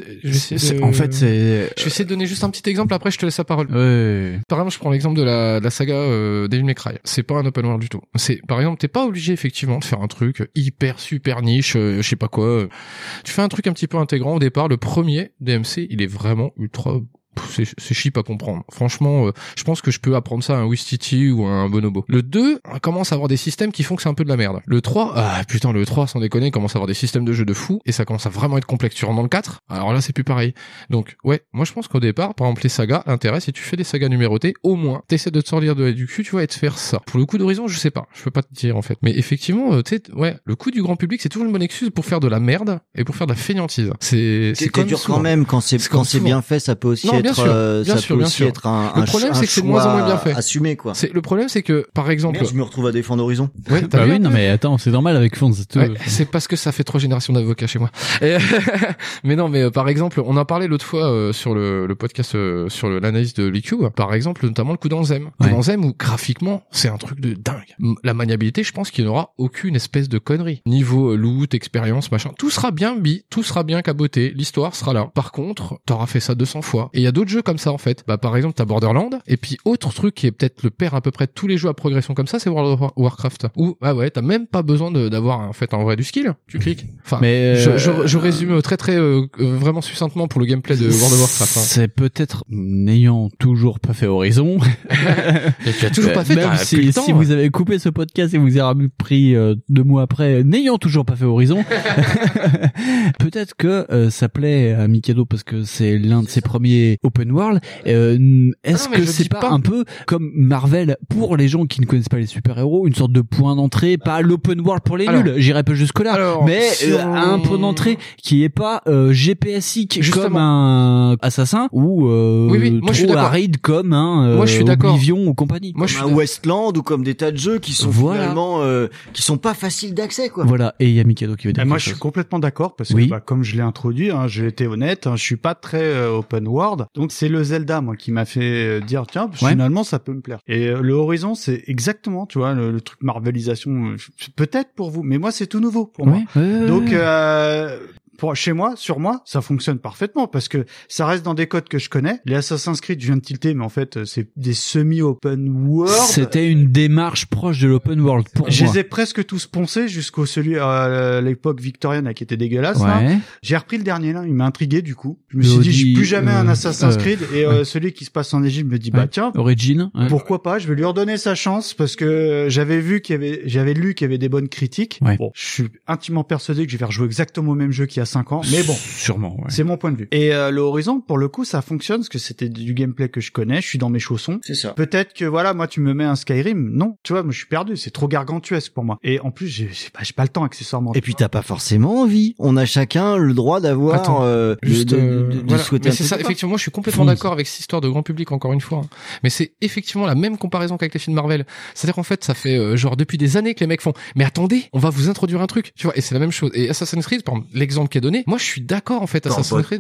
je vais essayer de donner juste un petit exemple, après je te laisse la parole. Par exemple, je prends l'exemple de la saga Devil May Cry. C'est pas un open world du tout. Par exemple, t'es pas obligé effectivement de faire un truc hyper super niche, je sais pas quoi. Tu fais un truc un petit peu intégrant au départ. Le premier DMC, il est vraiment ultra... C'est cheap à comprendre. Franchement, je pense que je peux apprendre ça à un Wistiti ou à un Bonobo. Le 2, on commence à avoir des systèmes qui font que c'est un peu de la merde. Le 3, le 3, sans déconner, commence à avoir des systèmes de jeu de fou, et ça commence à vraiment être complexe. Tu rentres dans le 4, alors là, c'est plus pareil. Donc, moi, je pense qu'au départ, par exemple, les sagas, l'intérêt, si tu fais des sagas numérotées, au moins, t'essaies de te sortir du cul, tu vois, et de faire ça. Pour le coup d'Horizon, je sais pas. Je peux pas te dire, en fait. Mais effectivement, tu sais, le coup du grand public, c'est toujours une bonne excuse pour faire de la merde et pour faire de la fainéantise. C'est comme dur quand même, quand c'est bien fait, ça peut aussi être être un le problème, c'est que c'est de moins en moins bien fait. Assumé, quoi. Le problème, c'est que, par exemple... Merde, je me retrouve à défendre Horizon. Oui, non, mais attends, c'est normal avec Fonds. C'est parce que ça fait 3 générations d'avocats chez moi. Mais non, mais par exemple, on a parlé l'autre fois sur le podcast sur l'analyse de l'IQ, par exemple, notamment le coup d'Anzem. Où graphiquement, c'est un truc de dingue. La maniabilité, je pense qu'il n'y aura aucune espèce de connerie. Niveau loot, expérience, machin, tout sera bien tout sera bien caboté, l'histoire sera là. Par contre, t'auras fait ça 200 fois. Et il y a d'autres jeux comme ça, en fait. Par exemple, t'as Borderlands, et puis autre truc qui est peut-être le père à peu près de tous les jeux à progression comme ça, c'est World of Warcraft. Où, t'as même pas besoin d'avoir, en fait, en vrai du skill. Tu cliques. Enfin, mais je résume très vraiment succinctement pour le gameplay de World of Warcraft. C'est peut-être, n'ayant toujours pas fait Horizon. Et tu as toujours pas fait, même si vous avez coupé ce podcast et vous avez pris 2 mois après, n'ayant toujours pas fait Horizon, peut-être que ça plaît à Mikado parce que c'est l'un de ses premiers open world. Est-ce que c'est pas un peu comme Marvel pour les gens qui ne connaissent pas les super-héros, une sorte de point d'entrée, pas l'open world pour les nuls, j'irai pas jusque là, mais un point d'entrée qui est pas GPSique comme un Assassin ou moi, je suis aride comme un Oblivion ou compagnie. Moi, un Westland ou comme des tas de jeux qui sont finalement qui sont pas faciles d'accès, quoi. Voilà, et il y a Mikado qui veut dire moi, je suis complètement d'accord parce que comme je l'ai introduit, j'ai été honnête, je suis pas très open world, donc c'est le Zelda, moi, qui m'a fait dire tiens, finalement ça peut me plaire. Et le Horizon, c'est exactement, tu vois, le truc marvelisation, peut-être pour vous, mais moi c'est tout nouveau pour moi. Donc sur moi, ça fonctionne parfaitement parce que ça reste dans des codes que je connais. Les Assassin's Creed, je viens de tilter, mais en fait, c'est des semi-open world. C'était une démarche proche de l'open world pour moi. Je les ai presque tous poncés jusqu'au celui à l'époque victorienne qui était dégueulasse. Là. J'ai repris le dernier là, il m'a intrigué du coup. Je me suis dit, plus jamais un Assassin's Creed et celui qui se passe en Égypte me dit tiens, Origin, pourquoi pas, je vais lui redonner sa chance parce que j'avais lu qu'il y avait des bonnes critiques. Bon, je suis intimement persuadé que je vais rejouer exactement au même jeu qu'il y a 5 ans, mais bon, sûrement, c'est mon point de vue. Et le Horizon, pour le coup, ça fonctionne parce que c'était du gameplay que je connais, je suis dans mes chaussons. C'est ça. Peut-être que moi tu me mets un Skyrim, non, tu vois, moi je suis perdu, c'est trop gargantuesque pour moi. Et en plus, j'ai pas le temps accessoirement. Et puis t'as pas forcément envie. On a chacun le droit d'avoir de souhaiter. Mais c'est ça, effectivement, moi je suis complètement d'accord avec cette histoire de grand public encore une fois. Mais c'est effectivement la même comparaison qu'avec les films Marvel. C'est-à-dire qu'en fait, ça fait genre depuis des années que les mecs font. Mais attendez, on va vous introduire un truc, tu vois. Et c'est la même chose. Et Assassin's Creed, par exemple, l'exemple qui est donné. Moi, je suis d'accord, en fait, Assassin's Creed.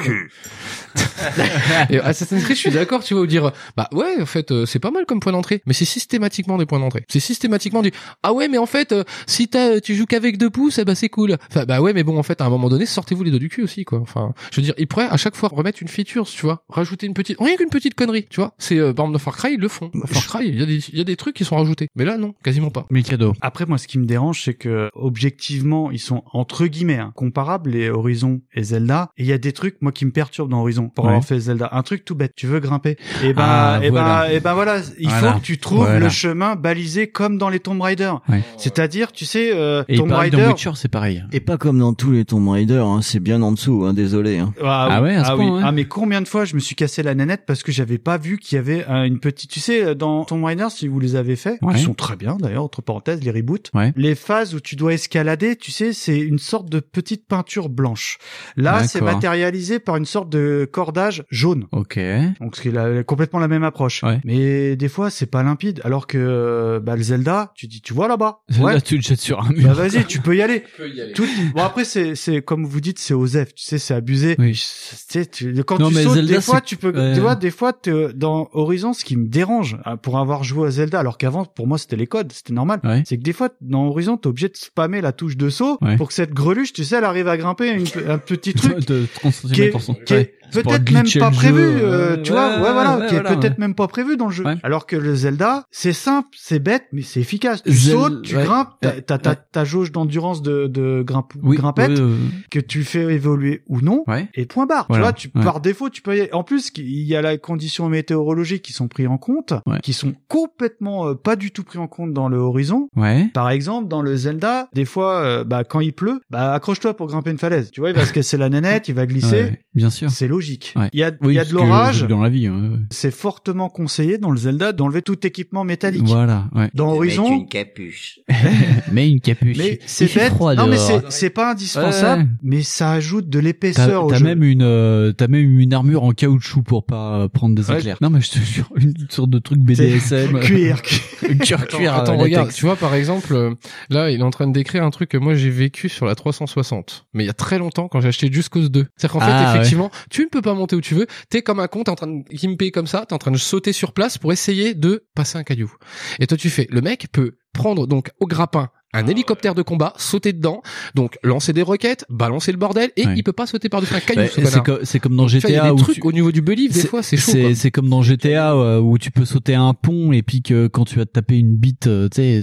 Et Assassin's Creed, je suis d'accord, tu vois, vous dire, bah ouais, en fait, c'est pas mal comme point d'entrée, mais c'est systématiquement des points d'entrée. C'est systématiquement ah ouais, mais en fait, si tu joues qu'avec 2 pouces, bah c'est cool. Enfin, bah ouais, mais bon, en fait, à un moment donné, sortez-vous les doigts du cul aussi, quoi. Enfin, je veux dire, ils pourraient à chaque fois remettre une feature, tu vois, rajouter rien qu'une petite connerie, tu vois. C'est, par exemple, dans Far Cry, ils le font. Dans Far Cry, il y a des trucs qui sont rajoutés. Mais là, non, quasiment pas. Mikado. Après, moi, ce qui me dérange, c'est que, objectivement, ils sont, entre guillemets, comparables, les Horizon et Zelda. Et il y a des trucs, moi, qui me perturbent dans Horizon, pour avoir fait Zelda. Un truc tout bête. Tu veux grimper. Et voilà. Il faut que tu trouves le chemin balisé comme dans les Tomb Raider. Ouais. C'est-à-dire, tu sais, Tomb Raider. Dans Witcher, c'est pareil. Et pas comme dans tous les Tomb Raider, hein. C'est bien en dessous, hein. Désolé, hein. Ah, mais combien de fois je me suis cassé la nanette parce que j'avais pas vu qu'il y avait une petite, tu sais, dans Tomb Raider, si vous les avez fait, ils sont très bien d'ailleurs, entre parenthèses, les reboots. Ouais. Les phases où tu dois escalader, tu sais, c'est une sorte de petite peinture blanche. Là, c'est matérialisé par une sorte de cordage jaune. Ok. Donc c'est complètement la même approche. Ouais. Mais des fois, c'est pas limpide. Alors que le Zelda, tu dis, tu vois là-bas. Là, tu le jettes sur un mur. Bah vas-y, tu peux y aller. Bon après, c'est comme vous dites, c'est osef. Tu sais, c'est abusé. Oui. Quand tu sautes, Zelda, des fois, tu peux. Tu vois, des fois, dans Horizon, ce qui me dérange pour avoir joué à Zelda, alors qu'avant, pour moi, c'était les codes, c'était normal. Ouais. C'est que des fois, dans Horizon, t'es obligé de spammer la touche de saut pour que cette greluche, tu sais, elle arrive à grimper un petit truc qui est peut-être même pas prévu, tu vois, qui est peut-être même pas prévu dans le jeu. Ouais. Alors que le Zelda, c'est simple, c'est bête, mais c'est efficace. Tu sautes, tu grimpes, t'as ta jauge d'endurance de grimpette que tu fais évoluer ou non, et point barre. Voilà. Tu vois, par défaut, tu peux y aller. En plus, il y a la condition météorologique qui sont pris en compte, qui sont complètement pas du tout pris en compte dans le Horizon. Ouais. Par exemple, dans le Zelda, des fois, quand il pleut, accroche-toi pour grimper une falaise. Tu vois, il va se casser la nénette, il va glisser. Ouais, bien sûr. C'est logique. Ouais. Il y a de l'orage. Dans la vie. C'est fortement conseillé dans le Zelda d'enlever tout équipement métallique. Voilà. Ouais. Dans Horizon. Mettre une capuche. Mais une capuche. Mais c'est bête. Non, mais c'est pas indispensable. Mais ça ajoute de l'épaisseur au jeu. T'as même une armure en caoutchouc pour pas prendre des éclairs. Non, mais je te jure, une sorte de truc BDSM. Cuir. Attends, regarde. Tu vois, par exemple, là, il est en train de décrire un truc que moi j'ai vécu sur la 360. Mais il y a très longtemps, quand j'ai acheté Just Cause 2. C'est-à-dire qu'en fait, effectivement, tu ne peux pas monter où tu veux. T'es comme un con, t'es en train de gimper comme ça, t'es en train de sauter sur place pour essayer de passer un caillou. Et toi, tu fais, le mec peut prendre donc au grappin un hélicoptère de combat, sauter dedans, donc lancer des roquettes, balancer le bordel, et il peut pas sauter par-dessus un caillou. C'est comme dans GTA. Il y a des trucs au niveau du belief, des fois, c'est chaud. C'est comme dans GTA où tu peux sauter un pont et puis que quand tu vas te taper une bite, tu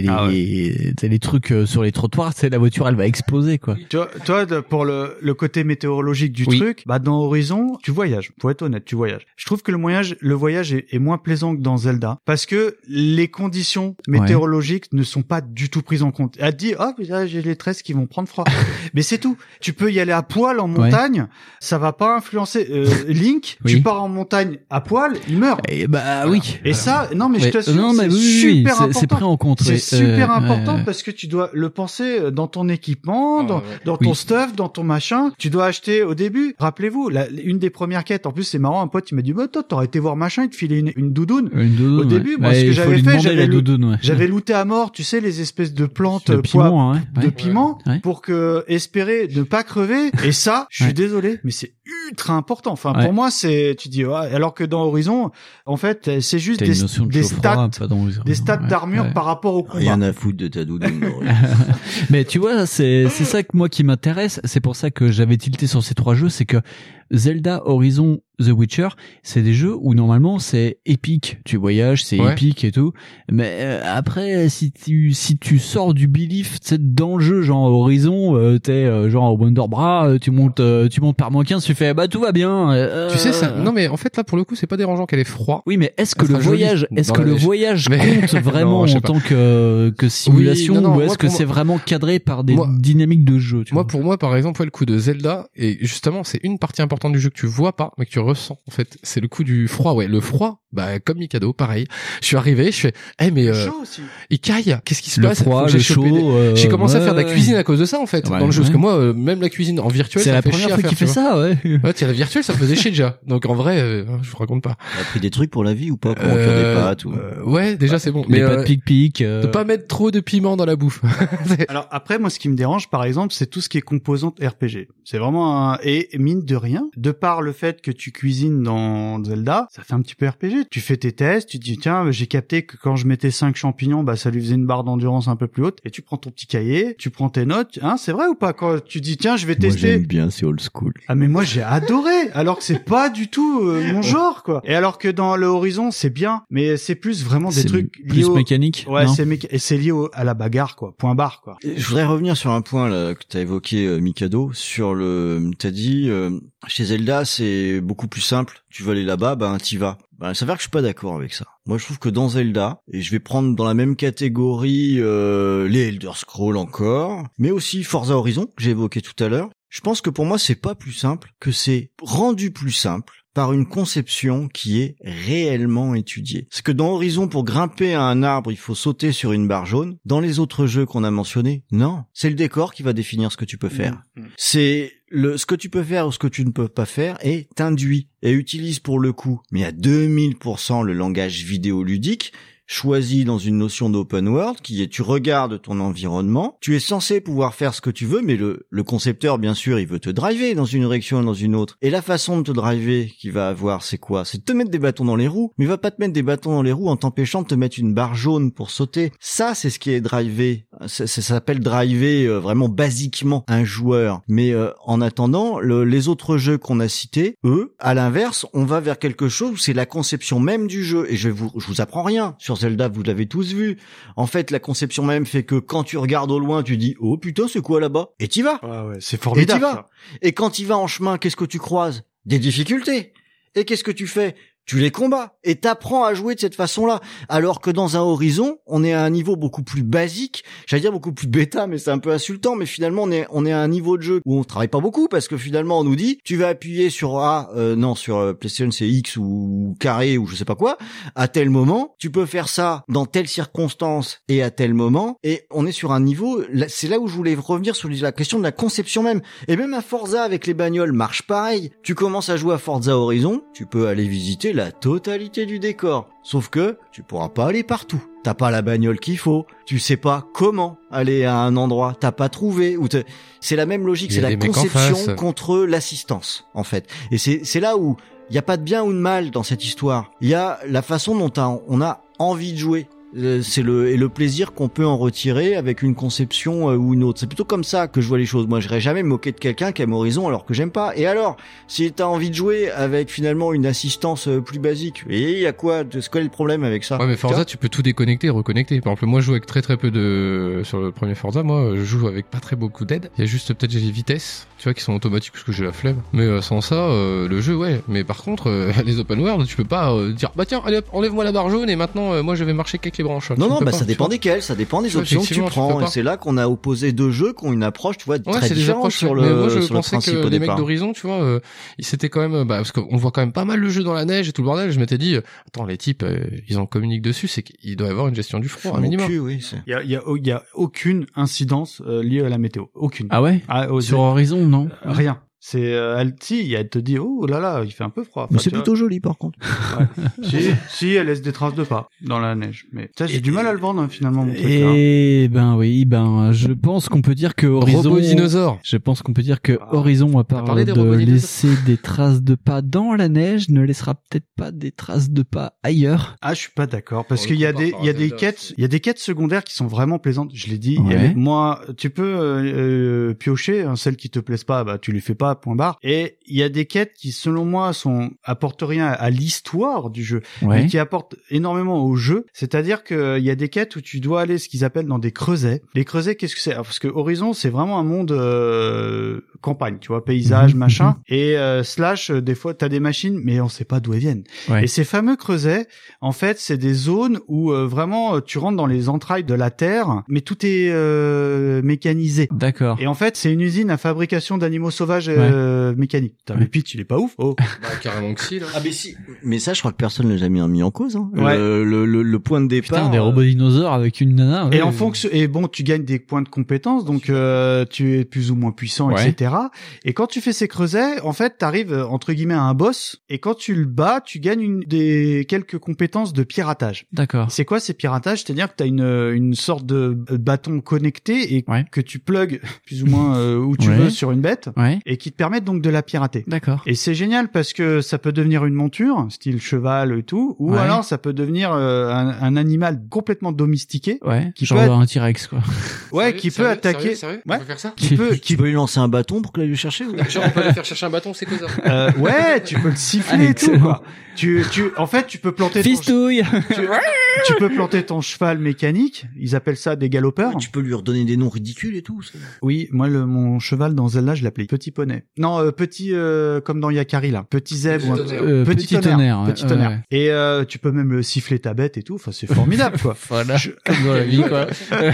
sais, les trucs sur les trottoirs, tu sais, la voiture elle va exploser quoi. Toi, pour le côté météorologique du truc, dans Horizon, tu voyages. Pour être honnête, tu voyages. Je trouve que le voyage est moins plaisant que dans Zelda parce que les conditions météorologiques ne sont pas du tout prises en compte. Elle te dit, j'ai les tresses qui vont prendre froid. Mais c'est tout. Tu peux y aller à poil en montagne, ça va pas influencer. Link, tu pars en montagne à poil, il meurt. Et oui. Et ça, non mais je t'assure, c'est super important. C'est pris en compte. C'est super important parce que tu dois le penser dans ton équipement, dans ton stuff, dans ton machin. Tu dois acheter au début. Rappelez-vous, une des premières quêtes. En plus, c'est marrant. Un pote, il m'a dit, toi, t'aurais été voir machin, il te filait une doudoune. Au début, moi, ce que j'avais fait, j'avais looté à mort, tu sais, les espèces de plantes de piment pour que espérer ne pas crever. Et ça, je suis désolé, mais c'est ultra important. Enfin, pour moi, tu dis, alors que dans Horizon, en fait, c'est juste des stats d'armure par rapport au combat. Rien à foutre de ta doudoune. Mais tu vois, c'est ça que moi qui m'intéresse. C'est pour ça que j'avais tilté sur ces 3 jeux, c'est que Zelda, Horizon, The Witcher, c'est des jeux où normalement c'est épique, tu voyages, c'est épique et tout. Mais après, si tu sors du belief, tu sais, dans le jeu, genre Horizon, t'es genre au Wonderbra, tu montes par -15, tu fais tout va bien. Tu sais ça. Non mais en fait là pour le coup c'est pas dérangeant qu'elle ait froid. Oui mais est-ce que le voyage compte vraiment en tant que simulation ou est-ce que c'est vraiment cadré par des dynamiques de jeu? Pour moi par exemple le coup de Zelda et justement c'est une partie importante du jeu que tu vois pas mais que tu ressens en fait, c'est le coup du froid. Le froid, comme Mikado, pareil. Je suis arrivé, je fais il caille, qu'est-ce qui se passe? Froid, le chaud, j'ai commencé à faire de la cuisine à cause de ça en fait dans le jeu parce que moi même la cuisine en virtuel c'est la première fois qu'il fait ça Ouais, la virtuelle, ça faisait chier déjà. Donc en vrai, je vous raconte pas. T'as pris des trucs pour la vie ou pas? Comment cuire des pâtes ou... Ouais, déjà c'est bon. Mais pâtes pic-pic. De pas mettre trop de piment dans la bouffe. Alors après, moi, ce qui me dérange, par exemple, c'est tout ce qui est composante RPG. C'est vraiment et mine de rien, de par le fait que tu cuisines dans Zelda, ça fait un petit peu RPG. Tu fais tes tests, tu te dis tiens, j'ai capté que quand je mettais 5 champignons, bah ça lui faisait une barre d'endurance un peu plus haute. Et tu prends ton petit cahier, tu prends tes notes. Hein, c'est vrai ou pas? Quand tu dis tiens, je vais tester. Moi j'aime bien, c'est old school. Ah mais moi j'ai adoré, alors que c'est pas du tout mon genre quoi. Et alors que dans le Horizon c'est bien, mais c'est plus vraiment des trucs plus mécaniques. Ouais, et c'est lié à la bagarre quoi, point barre quoi. Et je voudrais revenir sur un point là que t'as évoqué Mikado, sur t'as dit chez Zelda c'est beaucoup plus simple. Tu veux aller là-bas, ben t'y vas. Ben ça veut dire que je suis pas d'accord avec ça. Moi je trouve que dans Zelda, et je vais prendre dans la même catégorie les Elder Scrolls encore, mais aussi Forza Horizon que j'ai évoqué tout à l'heure. Je pense que pour moi c'est pas plus simple, que c'est rendu plus simple par une conception qui est réellement étudiée. C'est que dans Horizon, pour grimper à un arbre, il faut sauter sur une barre jaune. Dans les autres jeux qu'on a mentionnés, non. C'est le décor qui va définir ce que tu peux faire. C'est ce que tu peux faire ou ce que tu ne peux pas faire est induit et utilise pour le coup, mais à 2000% le langage vidéoludique, choisi dans une notion d'open world qui est tu regardes ton environnement, tu es censé pouvoir faire ce que tu veux, mais le concepteur bien sûr il veut te driver dans une direction et dans une autre, et la façon de te driver qu'il va avoir c'est quoi? C'est de te mettre des bâtons dans les roues, mais il va pas te mettre des bâtons dans les roues en t'empêchant de te mettre une barre jaune pour sauter. Ça c'est ce qui est driver, ça s'appelle driver vraiment basiquement un joueur. Mais en attendant, les autres jeux qu'on a cités, eux, à l'inverse, on va vers quelque chose où c'est la conception même du jeu, et je vous apprends rien sur Zelda, vous l'avez tous vu. En fait, la conception même fait que quand tu regardes au loin, tu dis « Oh putain, c'est quoi là-bas ?» Et t'y vas. Ouais, c'est formidable. Et t'y vas. Et quand t'y vas en chemin, qu'est-ce que tu croises? Des difficultés. Et qu'est-ce que tu fais? Tu les combats et t'apprends à jouer de cette façon-là. Alors que dans un Horizon, on est à un niveau beaucoup plus basique, j'allais dire beaucoup plus bêta, mais c'est un peu insultant, mais finalement on est à un niveau de jeu où on travaille pas beaucoup parce que finalement on nous dit tu vas appuyer sur sur PlayStation c'est X ou carré ou je sais pas quoi, à tel moment, tu peux faire ça dans telle circonstance et à tel moment, et on est sur un niveau, c'est là où je voulais revenir sur la question de la conception même. Et même à Forza avec les bagnoles marche pareil. Tu commences à jouer à Forza Horizon, tu peux aller visiter la totalité du décor. Sauf que tu pourras pas aller partout. T'as pas la bagnole qu'il faut. Tu sais pas comment aller à un endroit. T'as pas trouvé. C'est la même logique. C'est la conception contre l'assistance, en fait. Et c'est là où il y a pas de bien ou de mal dans cette histoire. Il y a la façon dont on a envie de jouer. C'est le plaisir qu'on peut en retirer avec une conception ou une autre. C'est plutôt comme ça que je vois les choses. Moi, j'irais jamais me moquer de quelqu'un qui aime Horizon alors que j'aime pas. Et alors, si t'as envie de jouer avec finalement une assistance plus basique, et il y a quoi? C'est quoi le problème avec ça? Ouais, mais Forza, tu peux tout déconnecter et reconnecter. Par exemple, moi, je joue avec très peu sur le premier Forza. Moi, je joue avec pas très beaucoup d'aide. Il y a juste peut-être les vitesses, tu vois, qui sont automatiques parce que j'ai la flemme. Mais sans ça, le jeu, ouais. Mais par contre, les open world, tu peux pas dire, bah tiens, allez hop, enlève-moi la barre jaune et maintenant, moi, je vais marcher qu'avec les branches. Non, ça dépend desquelles, ça dépend des options que tu prends. Et c'est là qu'on a opposé deux jeux qui ont une approche, tu vois, très différente sur le principe. Moi, je pensais que les mecs d'Horizon, tu vois, ils s'étaient quand même, parce qu'on voit quand même pas mal le jeu dans la neige et tout le bordel. Je m'étais dit, attends, les types, ils en communiquent dessus, c'est qu'il doit y avoir une gestion du froid, un minimum. Il y a aucune incidence liée à la météo. Aucune. Ah ouais? Sur Horizon, non? Rien. C'est elle te dit oh là là, il fait un peu froid. Mais c'est plutôt joli par contre. Ouais. si elle laisse des traces de pas dans la neige. Mais ça j'ai du mal à le vendre finalement mon truc. Je pense qu'on peut dire que Horizon Robot dinosaure. Je pense qu'on peut dire que Horizon, à part de laisser des traces de pas dans la neige, ne laissera peut-être pas des traces de pas ailleurs. Ah, je suis pas d'accord parce qu'il y a des quêtes secondaires qui sont vraiment plaisantes. Je l'ai dit. Ouais. Moi, tu peux piocher celles qui te plaisent pas, bah tu les fais pas. Point barre. Et il y a des quêtes qui, selon moi, apportent rien à l'histoire du jeu, mais qui apportent énormément au jeu. C'est-à-dire que il y a des quêtes où tu dois aller ce qu'ils appellent dans des creusets. Les creusets, qu'est-ce que c'est? Parce que Horizon, c'est vraiment un monde campagne, tu vois, paysage, machin. Et slash, des fois, t'as des machines, mais on sait pas d'où elles viennent. Ouais. Et ces fameux creusets, en fait, c'est des zones où vraiment tu rentres dans les entrailles de la terre, mais tout est mécanisé. D'accord. Et en fait, c'est une usine à fabrication d'animaux sauvages mécanique. Le pitch, il est pas ouf. Oh. Bah, carrément que si, là. Ah, mais si. Mais ça, je crois que personne l'a jamais mis en cause, hein. Ouais. Le point de départ. Putain, des robots dinosaures avec une nana. Et en fonction, et bon, tu gagnes des points de compétences, donc, tu es plus ou moins puissant, etc. Et quand tu fais ces creusets, en fait, t'arrives, entre guillemets, à un boss, et quand tu le bats, tu gagnes quelques compétences de piratage. D'accord. C'est quoi ces piratages? C'est-à-dire que t'as une sorte de bâton connecté et que tu plugues plus ou moins où tu veux sur une bête et qui te permettent donc de la pirater. D'accord. Et c'est génial parce que ça peut devenir une monture, style cheval et tout, ou alors ça peut devenir un animal complètement domestiqué. Qui genre un T-Rex, quoi. Ouais, qui peut attaquer. Sérieux on peut faire ça? Qui peut lui lancer un bâton pour qu'il aille le chercher. Genre on peut aller faire chercher un bâton, c'est quoi ça? Ouais, tu peux le siffler et tout, quoi. En fait, tu peux planter Fistouille. Tu peux planter ton cheval mécanique. Ils appellent ça des galopeurs. Tu peux lui redonner des noms ridicules et tout. Ça. Oui, moi, mon cheval dans Zelda, je l'appelais Petit Poney. Non, petit, comme dans Yakari, là. Petit zèbre. Petit tonnerre. Petit tonnerre. Et, tu peux même siffler ta bête et tout. Enfin, c'est formidable, quoi. Voilà. Comme dans la vie, quoi.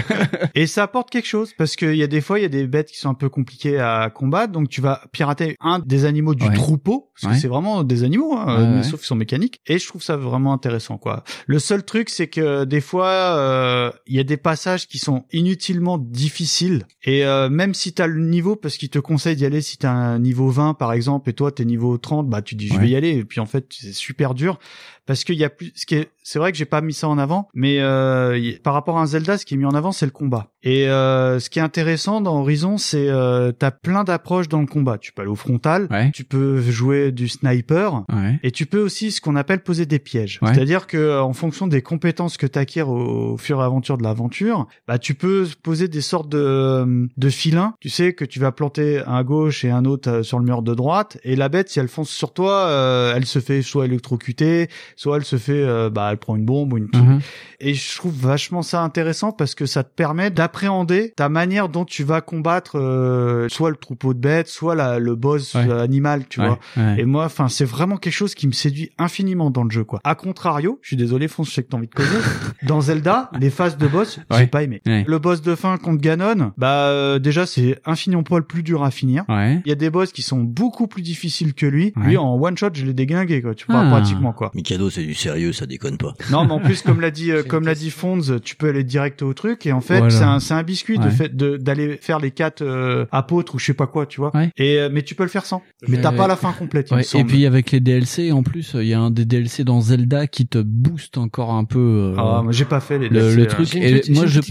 Et ça apporte quelque chose parce qu'il y a des fois, il y a des bêtes qui sont un peu compliquées à combattre. Donc, tu vas pirater un des animaux du troupeau. Parce que c'est vraiment des animaux, hein, sauf qu'ils sont mécaniques. Et je trouve ça vraiment intéressant, quoi. Le seul truc, c'est que des fois, il y a des passages qui sont inutilement difficiles. Et même si t'as le niveau, parce qu'il te conseille d'y aller si t'as un niveau 20, par exemple, et toi, t'es niveau 30, bah, tu dis, je vais y aller. Et puis, en fait, c'est super dur. Parce qu'il y a plus, c'est vrai que j'ai pas mis ça en avant, mais par rapport à un Zelda, ce qui est mis en avant, c'est le combat. Et ce qui est intéressant dans Horizon, c'est t'as plein d'approches dans le combat. Tu peux aller au frontal, tu peux jouer du sniper, et tu peux aussi ce qu'on appelle poser des pièges. C'est-à-dire que en fonction des compétences que t'acquiers au fur et à mesure de l'aventure, bah tu peux poser des sortes de filins. Tu sais que tu vas planter un à gauche et un autre sur le mur de droite, et la bête, si elle fonce sur toi, elle se fait soit électrocuter, soit elle se fait, elle prend une bombe ou une petite. Et je trouve vachement ça intéressant parce que ça te permet d'appréhender ta manière dont tu vas combattre soit le troupeau de bêtes, soit le boss animal, tu vois. Et moi, enfin, c'est vraiment quelque chose qui me séduit infiniment dans le jeu, quoi. A contrario, je suis désolé, Fonce, je sais que t'as envie de causer. Dans Zelda, les phases de boss, j'ai pas aimé. Le boss de fin contre Ganon, déjà, c'est infiniment poil plus dur à finir. Il y a des boss qui sont beaucoup plus difficiles que lui. Lui, en one shot, je l'ai déglingué, quoi. Tu vois, pratiquement, quoi. Mikado, c'est du sérieux, ça déconne pas. Non, mais en plus, comme l'a dit Fonz, tu peux aller direct au truc, et en fait, c'est un biscuit d'aller faire les 4 apôtres ou je sais pas quoi, tu vois. Mais tu peux le faire sans. Mais t'as pas la fin complète, il me semble. Et puis avec les DLC, en plus, il y a un des DLC dans Zelda qui te booste encore un peu. Moi j'ai pas fait les DLC. Le truc. Et moi je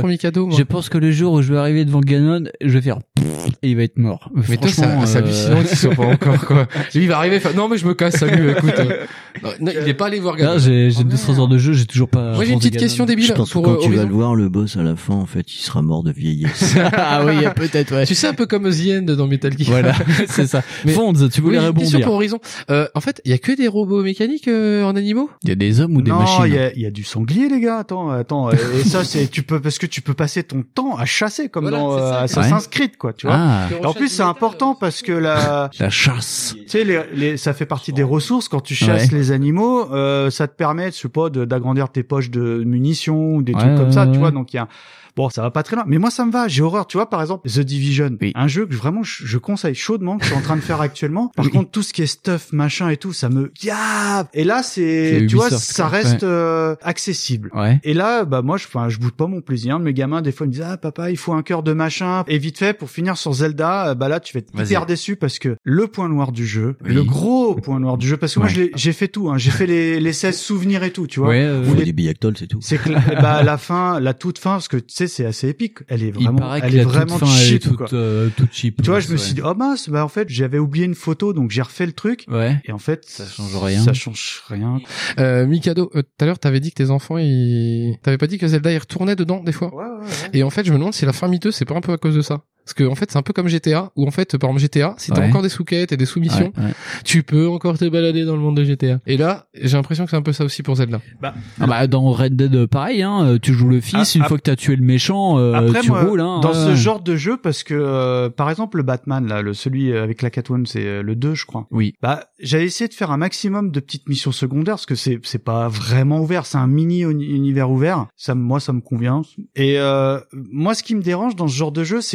pense que le jour où je vais arriver devant Ganon, je vais faire et il va être mort. Mais toi, c'est hallucinant qu'il soit pas encore, quoi. Lui, il va arriver, non, mais je me casse, salut, écoute. Non, il est pas allé voir Ganon. J'ai 200 heures de jeu, j'ai toujours pas. Moi, j'ai une petite question débile. Je pense que quand tu vas le voir, le boss, à la fin, en fait, il sera mort de vieillesse. Ah oui, peut-être, ouais. Tu sais, un peu comme The End dans Metal Gear. Voilà, c'est ça. Fonz, tu voulais rebondir. Question pour Horizon. En fait, il y a que des robots mécaniques en animaux? Il y a des hommes ou des machines? Non, il y a du sanglier, les gars. Attends. Et ça, parce que tu peux passer ton temps à chasser comme dans Assassin's Creed, quoi, tu vois. Et en plus, c'est important parce que la chasse. Tu sais, ça fait partie des ressources quand tu chasses les animaux. Ça te permet, je sais pas, d'agrandir tes poches de munitions ou des trucs comme ça, tu vois. Donc il y a bon, ça va pas très loin, mais moi ça me va, j'ai horreur, tu vois, par exemple The Division, un jeu que vraiment je conseille chaudement, que je suis en train de faire actuellement. Par contre, tout ce qui est stuff, machin et tout, ça me et là c'est tu vois, ça reste accessible. Et là moi je boude pas mon plaisir. Mes gamins des fois ils me disent papa, il faut un cœur de machin, et vite fait pour finir sur Zelda, là tu vas être hyper déçu parce que le point noir du jeu, le gros point noir du jeu, parce que moi j'ai fait tout, j'ai fait les 16 souvenirs et tout, tu vois. Les Biactol, c'est tout. C'est que la fin, la toute fin, parce que tu sais c'est assez épique. Elle est vraiment cheap, toute cheap. Tu vois, je me suis dit, oh mince, en fait, j'avais oublié une photo, donc j'ai refait le truc. Et en fait, ça change rien. Mikado, tout à l'heure, t'avais dit que tes enfants, t'avais pas dit que Zelda, ils retournaient dedans, des fois? Et en fait, je me demande si la fin miteuse, c'est pas un peu à cause de ça. Parce que en fait c'est un peu comme GTA où en fait par exemple GTA si t'as encore des sous-quêtes et des sous-missions tu peux encore te balader dans le monde de GTA. Et là j'ai l'impression que c'est un peu ça aussi pour Zelda. Dans Red Dead pareil tu joues le fils une fois que t'as tué le méchant après, tu roules dans ce genre de jeu parce que par exemple le Batman là celui avec la Catwoman c'est le 2 je crois. J'avais essayé de faire un maximum de petites missions secondaires parce que c'est pas vraiment ouvert, c'est un mini univers ouvert. Ça me convient. Et moi ce qui me dérange dans ce genre de jeu c'est quand t'as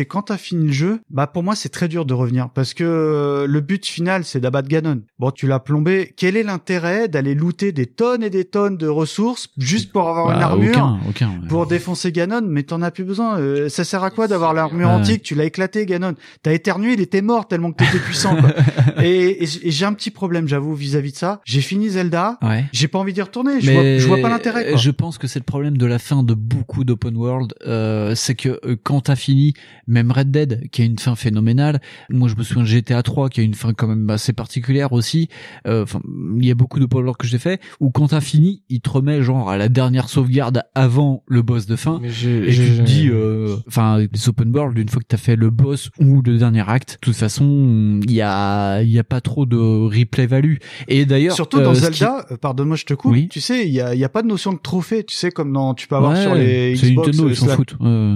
fini le jeu, bah pour moi c'est très dur de revenir parce que le but final c'est d'abattre Ganon. Bon, tu l'as plombé. Quel est l'intérêt d'aller looter des tonnes et des tonnes de ressources juste pour avoir une armure, pour défoncer Ganon? Mais t'en as plus besoin. Ça sert à quoi d'avoir l'armure antique? Tu l'as éclaté, Ganon. T'as éternué, il était mort tellement que t'étais puissant, quoi. Et j'ai un petit problème, j'avoue, vis-à-vis de ça. J'ai fini Zelda. Ouais. J'ai pas envie d'y retourner. Je vois pas l'intérêt, quoi. Je pense que c'est le problème de la fin de beaucoup d'open world. C'est que quand t'as fini, même Red Dead, qui a une fin phénoménale. Moi, je me souviens de GTA 3, qui a une fin quand même assez particulière aussi. Enfin, il y a beaucoup d'open world que j'ai fait, où quand t'as fini, il te remet genre à la dernière sauvegarde avant le boss de fin. Et tu te dis, enfin, les open world, une fois que t'as fait le boss ou le dernier acte, de toute façon, il y a pas trop de replay value. Et d'ailleurs, surtout dans Zelda, pardonne-moi, je te coupe. Oui. Tu sais, il y a pas de notion de trophée. Tu sais, comme tu peux avoir sur les Xbox. Nintendo, ils s'en foutent.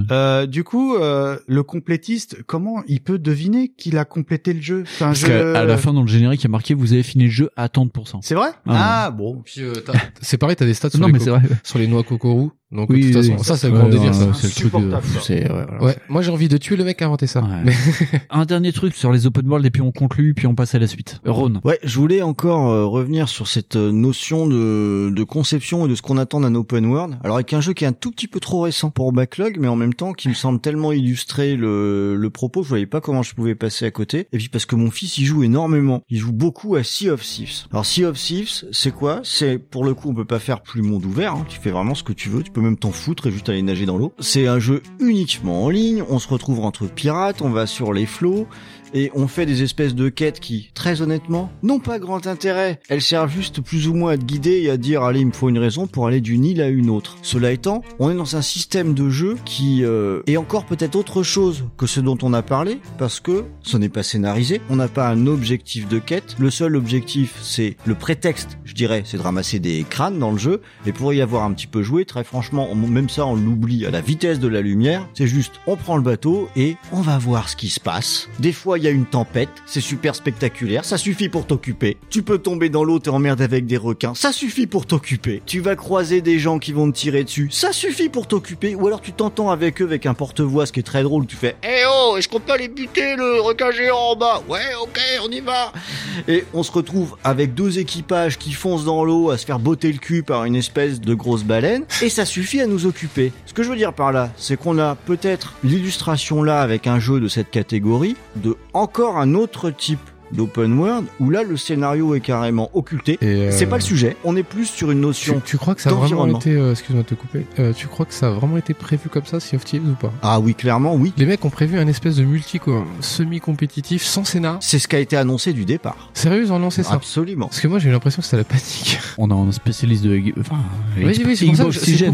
Du coup, le complétiste, comment il peut deviner qu'il a complété le jeu? Enfin, parce qu'à la fin, dans le générique, il y a marqué, vous avez fini le jeu à tant de %. C'est vrai? Bon. Puis, c'est pareil, t'as des stats sur les noix Kokoro. Donc, de toute façon, ça, c'est le grand délire, ça. C'est le truc ouais. Moi, j'ai envie de tuer le mec qui a inventé ça. Ouais. Mais... Un dernier truc sur les open world et puis on conclut, puis on passe à la suite. Ron. Ouais, je voulais encore revenir sur cette notion de conception et de ce qu'on attend d'un open world. Alors, avec un jeu qui est un tout petit peu trop récent pour Backlog, mais en même temps, qui me semble tellement illustrer le propos, je voyais pas comment je pouvais passer à côté. Et puis, parce que mon fils, il joue énormément. Il joue beaucoup à Sea of Thieves. Alors, Sea of Thieves, c'est quoi? C'est, pour le coup, on peut pas faire plus monde ouvert, hein. Tu fais vraiment ce que tu veux. Tu peux même t'en foutre et juste aller nager dans l'eau. C'est un jeu uniquement en ligne, on se retrouve entre pirates, on va sur les flots, et on fait des espèces de quêtes qui, très honnêtement, n'ont pas grand intérêt. Elles servent juste plus ou moins à te guider et à dire, allez, il me faut une raison pour aller d'une île à une autre. Cela étant, on est dans un système de jeu qui est encore peut-être autre chose que ce dont on a parlé, parce que ce n'est pas scénarisé, on n'a pas un objectif de quête. Le seul objectif, c'est le prétexte, je dirais, c'est de ramasser des crânes dans le jeu, et pour y avoir un petit peu joué, très franchement, même ça, on l'oublie à la vitesse de la lumière. C'est juste, on prend le bateau et on va voir ce qui se passe. Des fois, il y a une tempête, c'est super spectaculaire, ça suffit pour t'occuper. Tu peux tomber dans l'eau, t'es en merde avec des requins, ça suffit pour t'occuper. Tu vas croiser des gens qui vont te tirer dessus, ça suffit pour t'occuper. Ou alors tu t'entends avec eux avec un porte-voix, ce qui est très drôle, tu fais « Eh oh, est-ce qu'on peut aller buter le requin géant en bas ?»« Ouais, ok, on y va !» Et on se retrouve avec 2 équipages qui foncent dans l'eau à se faire botter le cul par une espèce de grosse baleine, et ça suffit à nous occuper. Ce que je veux dire par là, c'est qu'on a peut-être l'illustration là avec un jeu de cette catégorie de encore un autre type d'open world où là le scénario est carrément occulté. C'est pas le sujet. On est plus sur une notion. Tu crois que ça a vraiment été excuse-moi de te couper. Tu crois que ça a vraiment été prévu comme ça, Sea of Thieves, ou pas? Ah oui, clairement oui. Les mecs ont prévu un espèce de multi semi-compétitif sans scénar. C'est ce qui a été annoncé du départ. Sérieux, ils ont lancé ça? Absolument. Parce que moi j'ai eu l'impression que c'était la panique. On a un spécialiste de oui, c'est pour ça que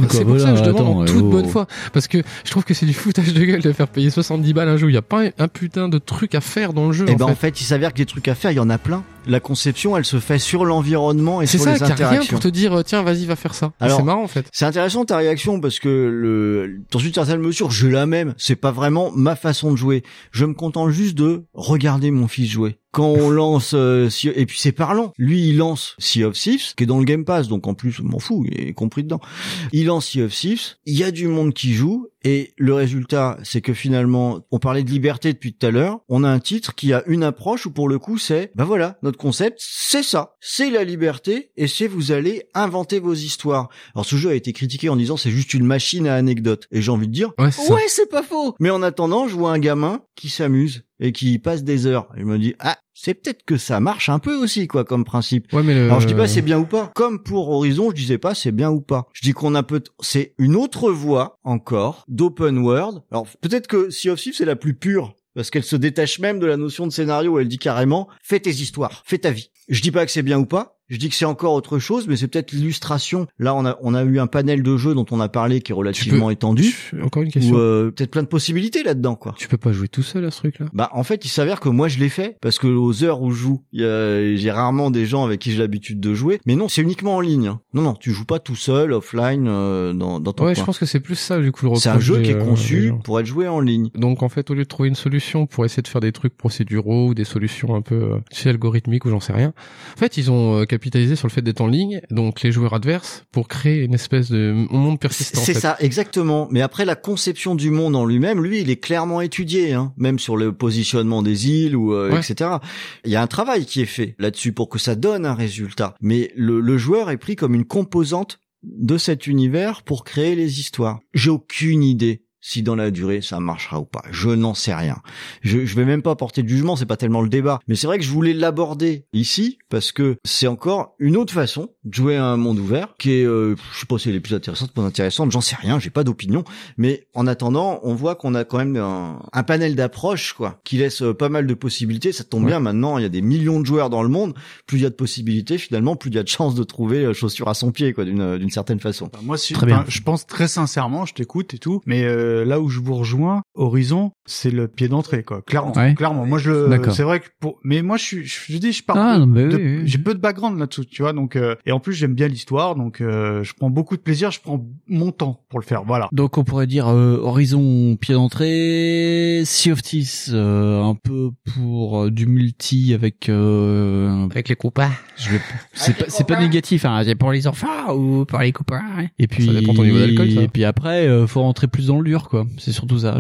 je demande en toute bonne foi, parce que je trouve que c'est du foutage de gueule de faire payer 70 balles un jeu. Il y a pas un putain de truc à faire dans le jeu. Et en fait, il s'avère que des trucs à faire, il y en a plein. La conception, elle se fait sur l'environnement et sur les interactions. C'est ça, qu'il y a rien pour te dire, tiens, vas-y, va faire ça. Alors, c'est marrant, en fait. C'est intéressant ta réaction, parce que dans une certaine mesure, j'ai la même. C'est pas vraiment ma façon de jouer. Je me contente juste de regarder mon fils jouer. Quand on lance et puis c'est parlant. Lui, il lance Sea of Thieves, qui est dans le Game Pass, donc en plus, je m'en fous, il est compris dedans. Il lance Sea of Thieves, il y a du monde qui joue, et le résultat, c'est que finalement, on parlait de liberté depuis tout à l'heure, on a un titre qui a une approche où pour le coup, c'est, bah voilà, notre concept, c'est ça. C'est la liberté, et c'est vous allez inventer vos histoires. Alors ce jeu a été critiqué en disant c'est juste une machine à anecdotes. Et j'ai envie de dire, ouais, c'est pas faux. Mais en attendant, je vois un gamin qui s'amuse et qui passe des heures. Et je me dis, c'est peut-être que ça marche un peu aussi, quoi, comme principe. Ouais, mais alors je dis pas c'est bien ou pas. Comme pour Horizon, je disais pas c'est bien ou pas. Je dis qu'on a c'est une autre voie encore d'open world. Alors peut-être que Sea of Thieves c'est la plus pure, parce qu'elle se détache même de la notion de scénario. Elle dit carrément, fais tes histoires, fais ta vie. Je dis pas que c'est bien ou pas. Je dis que c'est encore autre chose, mais c'est peut-être l'illustration. Là, on a eu un panel de jeux dont on a parlé qui est relativement étendu. Encore une question. Peut-être plein de possibilités là-dedans, quoi. Tu peux pas jouer tout seul à ce truc-là? Bah, en fait, il s'avère que moi, je l'ai fait, parce que aux heures où je joue, j'ai rarement des gens avec qui j'ai l'habitude de jouer. Mais non, c'est uniquement en ligne. Hein. Non, tu joues pas tout seul, offline, dans ton coin. Ouais, je pense que c'est plus ça, du coup, le reproche. C'est un jeu qui est conçu pour être joué en ligne. Donc, en fait, au lieu de trouver une solution pour essayer de faire des trucs procéduraux ou des solutions un peu, algorithmiques ou j'en sais rien, en fait, ils ont capitalisé capitalisé sur le fait d'être en ligne, donc les joueurs adverses, pour créer une espèce de monde persistant. C'est ça, exactement. Mais après, la conception du monde en lui-même, lui, il est clairement étudié, hein, même sur le positionnement des îles ou etc. Il y a un travail qui est fait là-dessus pour que ça donne un résultat. Mais le joueur est pris comme une composante de cet univers pour créer les histoires. J'ai aucune idée si dans la durée ça marchera ou pas. Je n'en sais rien. Je vais même pas porter de jugement, c'est pas tellement le débat. Mais c'est vrai que je voulais l'aborder ici parce que c'est encore une autre façon de jouer à un monde ouvert qui est, je sais pas si elle est plus intéressante, pas intéressante, j'en sais rien, j'ai pas d'opinion. Mais en attendant, on voit qu'on a quand même un panel d'approches, quoi, qui laisse pas mal de possibilités. Ça tombe bien maintenant, il y a des millions de joueurs dans le monde. Plus il y a de possibilités, finalement, plus il y a de chances de trouver chaussure à son pied, quoi, d'une certaine façon. Moi, je pense très sincèrement, je t'écoute et tout, mais là où je vous rejoins, Horizon, c'est le pied d'entrée, quoi. Clairement, clairement. Moi, c'est vrai que mais moi, je dis, je pars. J'ai peu de background là-dessous, tu vois. Donc, et en plus, j'aime bien l'histoire, donc je prends beaucoup de plaisir. Je prends mon temps pour le faire. Voilà. Donc, on pourrait dire Horizon pied d'entrée, Sea of Thieves un peu pour du multi avec les copains. C'est pas négatif, hein. C'est pour les enfants ou pour les copains. Hein. Et puis, ça dépend de ton niveau d'alcool, ça. Et puis après, faut rentrer plus dans le dur, quoi. C'est surtout ça.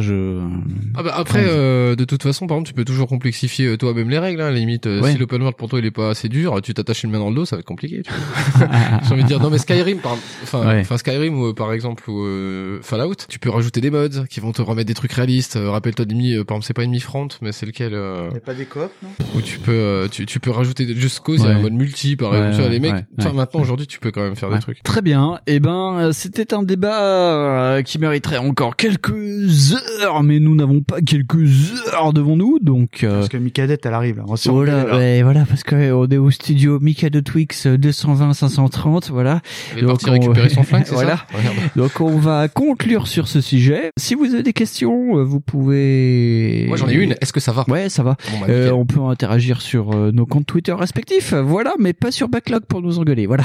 Après, de toute façon, par exemple, tu peux toujours complexifier toi-même les règles. Hein. À la limite, si l'open world pour toi il est pas assez dur, tu t'attaches une main dans le dos, ça va être compliqué. Tu vois. J'ai envie de dire, non mais Skyrim, Skyrim ou par exemple ou Fallout, tu peux rajouter des mods qui vont te remettre des trucs réalistes. Rappelle-toi d'Enemy, par exemple, c'est pas Enemy Front, mais c'est lequel y a pas des coop, non? Où tu peux rajouter Just Cause, il y a un mode multi, par exemple. Tu vois, les mecs. Maintenant aujourd'hui, tu peux quand même faire des trucs. Très bien. Et c'était un débat qui mériterait encore quelques heures, mais nous n'avons pas quelques heures devant nous, donc parce que Mikadette elle arrive là. Voilà, parce que on est au studio Mikado Twix 220 530, voilà. Il est parti récupérer son flingue, c'est voilà. Ça. Donc on va conclure sur ce sujet. Si vous avez des questions, vous pouvez. Moi j'en ai une. Est-ce que ça va? Ouais, ça va. Bon, on peut interagir sur nos comptes Twitter respectifs, voilà, mais pas sur Backlog pour nous engueuler, voilà.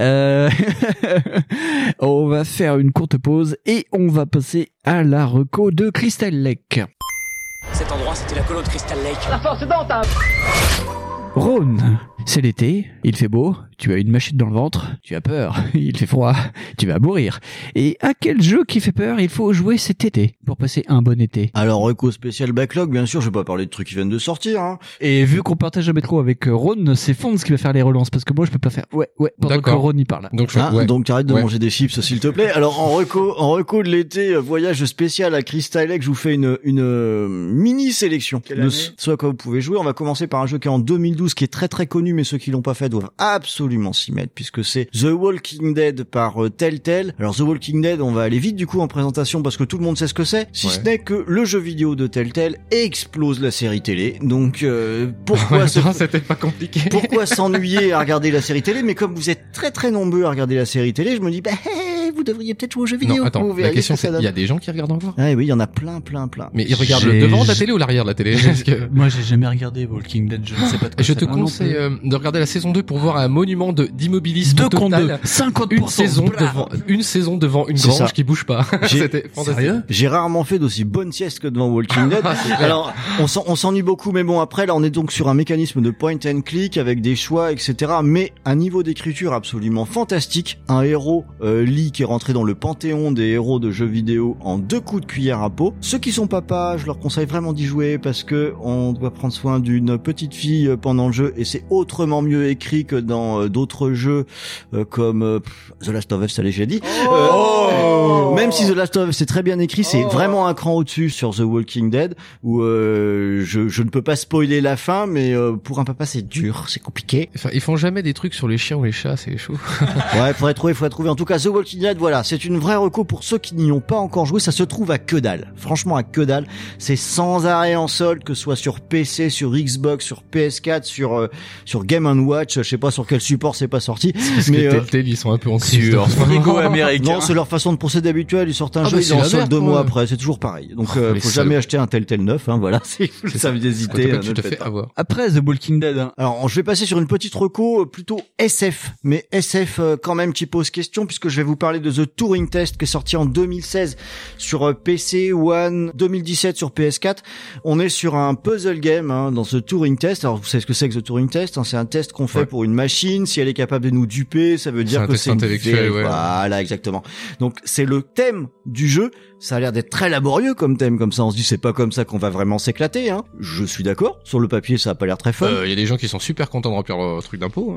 On va faire une courte pause et on va passer à la reco de Crystal Lake. Cet endroit, c'était la colo de Crystal Lake. La force est dans ta... Rhône, c'est l'été, il fait beau, tu as une machine dans le ventre, tu as peur, il fait froid, tu vas mourir. Et à quel jeu qui fait peur il faut jouer cet été pour passer un bon été? Alors, reco spécial Backlog, bien sûr, je vais pas parler de trucs qui viennent de sortir, hein. Et vu qu'on partage jamais trop avec Rhône, c'est Fonz qui va faire les relances, parce que moi je peux pas faire. Ouais, pendant que Rhône y parle. Donc t'arrêtes de manger des chips, s'il te plaît. Alors, en reco de l'été, voyage spécial à Crystal Lake, je vous fais une mini sélection de ce à quoi vous pouvez jouer. On va commencer par un jeu qui est en 2012, qui est très très connu, mais ceux qui l'ont pas fait doivent absolument s'y mettre, puisque c'est The Walking Dead par Telltale. Alors The Walking Dead, on va aller vite du coup en présentation parce que tout le monde sait ce que c'est, si ce n'est que le jeu vidéo de Telltale explose la série télé. Donc pourquoi c'était pas compliqué. Pourquoi s'ennuyer à regarder la série télé? Mais comme vous êtes très très nombreux à regarder la série télé, je me dis vous devriez peut-être jouer aux jeux vidéo. Non, attends, la question c'est, il y a des gens qui regardent encore? Ah oui, il y en a plein. Mais ils regardent le devant de la télé ou l'arrière de la télé? Moi j'ai jamais regardé Walking Dead, je ne sais pas de quoi. Je te conseille de regarder la saison 2 pour voir un monument d'immobilisme total. 50%. Une saison devant une grange qui bouge pas. C'était fantastique. J'ai rarement fait d'aussi bonne sieste que devant Walking Dead. Alors, on s'ennuie beaucoup, mais bon, après, là, on est donc sur un mécanisme de point and click avec des choix, etc. Mais un niveau d'écriture absolument fantastique. Un héros, Lee, qui est rentré dans le panthéon des héros de jeux vidéo en 2 coups de cuillère à peau. Ceux qui sont papas, je leur conseille vraiment d'y jouer parce que on doit prendre soin d'une petite fille pendant le jeu et c'est autrement mieux écrit que dans d'autres jeux comme The Last of Us, ça l'ai déjà dit. Même si The Last of Us c'est très bien écrit, c'est vraiment un cran au-dessus sur The Walking Dead où je ne peux pas spoiler la fin, mais pour un papa c'est dur, c'est compliqué. Enfin, ils font jamais des trucs sur les chiens ou les chats, c'est chaud. Ouais, faudrait trouver. En tout cas, The Walking Dead, voilà, c'est une vraie reco pour ceux qui n'y ont pas encore joué. Ça se trouve à que dalle. Franchement, à que dalle. C'est sans arrêt en solde, que ce soit sur PC, sur Xbox, sur PS4, sur Game & Watch. Je sais pas sur quel support c'est pas sorti. Parce que Telltale, ils sont un peu en crise. Sur frigo américain. Non, c'est leur façon de procéder habituelle. Ils sortent un jeu, ils en soldent 2 mois après. C'est toujours pareil. Donc, faut jamais acheter un Telltale neuf, hein, voilà. Ça veut hésiter. Tu te fais avoir. Après The Walking Dead, hein. Alors, je vais passer sur une petite reco plutôt SF, mais SF quand même qui pose question puisque je vais vous parler de The Turing Test qui est sorti en 2016 sur PC One, 2017 sur PS4. On est sur un puzzle game dans The Turing Test. Alors vous savez ce que c'est que The Turing Test, c'est un test qu'on fait pour une machine. Si elle est capable de nous duper, ça veut dire que c'est intellectuel. Voilà, exactement. Donc c'est le thème du jeu. Ça a l'air d'être très laborieux comme thème, comme ça on se dit c'est pas comme ça qu'on va vraiment s'éclater. Je suis d'accord. Sur le papier, ça a pas l'air très fun. Il y a des gens qui sont super contents de remplir leur truc d'impôt.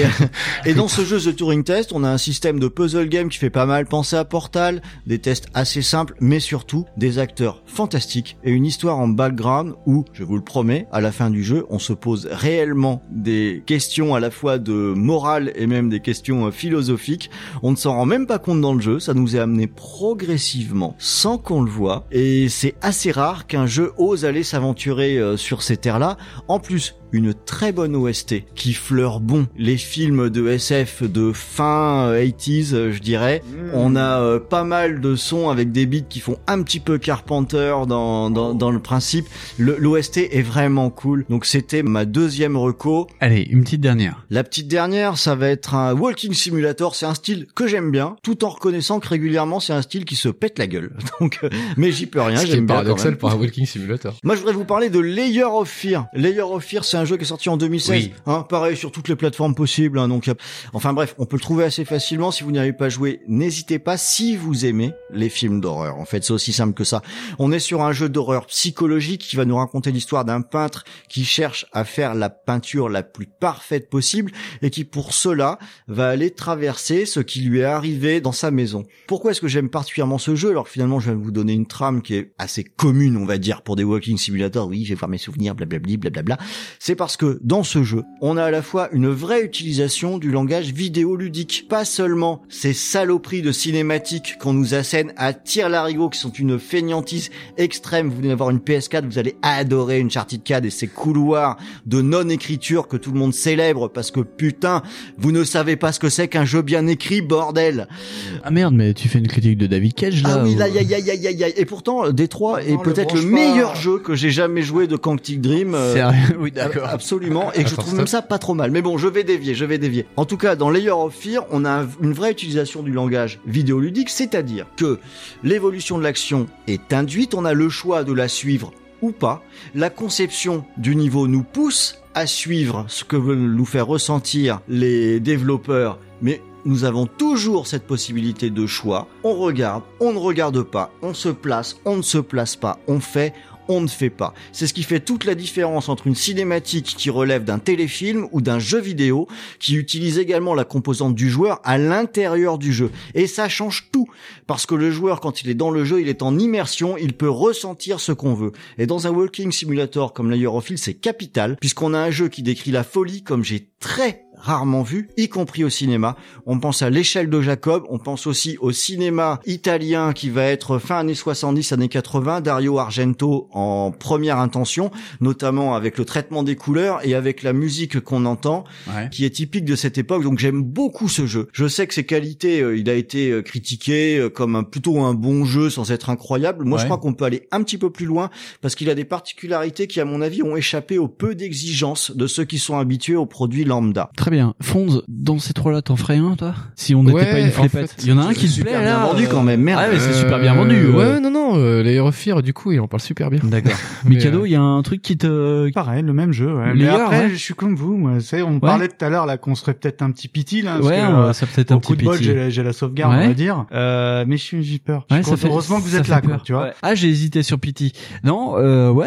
Et dans ce jeu The Turing Test, on a un système de puzzle game qui fait pas mal penser à Portal, des tests assez simples, mais surtout des acteurs fantastiques et une histoire en background où, je vous le promets, à la fin du jeu, on se pose réellement des questions à la fois de morale et même des questions philosophiques. On ne s'en rend même pas compte dans le jeu, ça nous est amené progressivement sans qu'on le voit, et c'est assez rare qu'un jeu ose aller s'aventurer sur ces terres-là. En plus, une très bonne OST qui fleure bon les films de SF de fin 80s, je dirais. On a pas mal de sons avec des beats qui font un petit peu Carpenter dans le principe. L'OST est vraiment cool. Donc c'était ma deuxième reco. Allez, une petite dernière. La petite dernière, ça va être un walking simulator. C'est un style que j'aime bien, tout en reconnaissant que régulièrement c'est un style qui se pète la gueule. Donc, mais j'y peux rien. J'aime bien. Paradoxal pour un walking simulator. Moi, je voudrais vous parler de Layer of Fear. Layer of Fear, c'est un jeu qui est sorti en 2016. Oui. Pareil sur toutes les plateformes possibles. Donc, enfin bref, on peut le trouver assez facilement. Si vous n'y avez pas joué, n'hésitez pas. Si vous aimez les films d'horreur, en fait, c'est aussi simple que ça. On est sur un jeu d'horreur psychologique qui va nous raconter l'histoire d'un peintre qui cherche à faire la peinture la plus parfaite possible et qui, pour cela, va aller traverser ce qui lui est arrivé dans sa maison. Pourquoi est-ce que j'aime particulièrement ce jeu? Alors finalement, je vais vous donner une trame qui est assez commune, on va dire, pour des walking simulators. Oui, je vais voir mes souvenirs, blablabli, blablabla. C'est parce que dans ce jeu, on a à la fois une vraie utilisation du langage vidéoludique. Pas seulement ces saloperies de cinématiques qu'on nous assène à tire-larigot qui sont une fainéantise extrême. Vous venez d'avoir une PS4, vous allez adorer Uncharted 4 et ses couloirs de non-écriture que tout le monde célèbre parce que putain, vous ne savez pas ce que c'est qu'un jeu bien écrit, bordel. Ah merde, mais tu fais une critique de David Cage là. Ah oui, là, aïe. Et pourtant, Détroit est peut-être le meilleur jeu que j'ai jamais joué de Quantic Dream. Sérieux? Oui, d'accord. Absolument. Et que je trouve même ça pas trop mal. Mais bon, je vais dévier. En tout cas, dans Layer of Fear, on a une vraie utilisation du langage vidéoludique, c'est-à-dire que l'évolution de l'action est induite, on a le choix de la suivre ou pas. La conception du niveau nous pousse à suivre ce que veulent nous faire ressentir les développeurs, mais nous avons toujours cette possibilité de choix. On regarde, on ne regarde pas, on se place, on ne se place pas, on fait, on ne fait pas. C'est ce qui fait toute la différence entre une cinématique qui relève d'un téléfilm ou d'un jeu vidéo qui utilise également la composante du joueur à l'intérieur du jeu. Et ça change tout. Parce que le joueur, quand il est dans le jeu, il est en immersion, il peut ressentir ce qu'on veut. Et dans un walking simulator comme Layer of Fear, c'est capital, puisqu'on a un jeu qui décrit la folie comme j'ai très rarement vu, y compris au cinéma. On pense à L'échelle de Jacob, on pense aussi au cinéma italien qui va être fin années 70, années 80, Dario Argento en première intention, notamment avec le traitement des couleurs et avec la musique qu'on entend, qui est typique de cette époque. Donc j'aime beaucoup ce jeu. Je sais que ses qualités, il a été critiqué comme plutôt un bon jeu sans être incroyable. Moi, je crois qu'on peut aller un petit peu plus loin parce qu'il a des particularités qui, à mon avis, ont échappé au peu d'exigences de ceux qui sont habitués aux produits lambda. Très bien. Fonz, dans ces trois-là, t'en ferais un, toi? Si on n'était pas une flépette. Il y en a un qui te plaît, là. Bien vendu quand même, merde. Ah ouais, c'est super bien vendu. Non, Layer of Fear, du coup, il en parle super bien. D'accord. Mikado, il y a un truc qui te... Pareil, le même jeu, Mais après, je suis comme vous, moi. On parlait tout à l'heure, là, qu'on serait peut-être un petit pity, là. Ça peut-être un petit pity. J'ai la sauvegarde, on va dire. Mais j'ai peur. Heureusement que vous êtes là, quoi, tu vois. Ah, j'ai hésité sur pity. Non,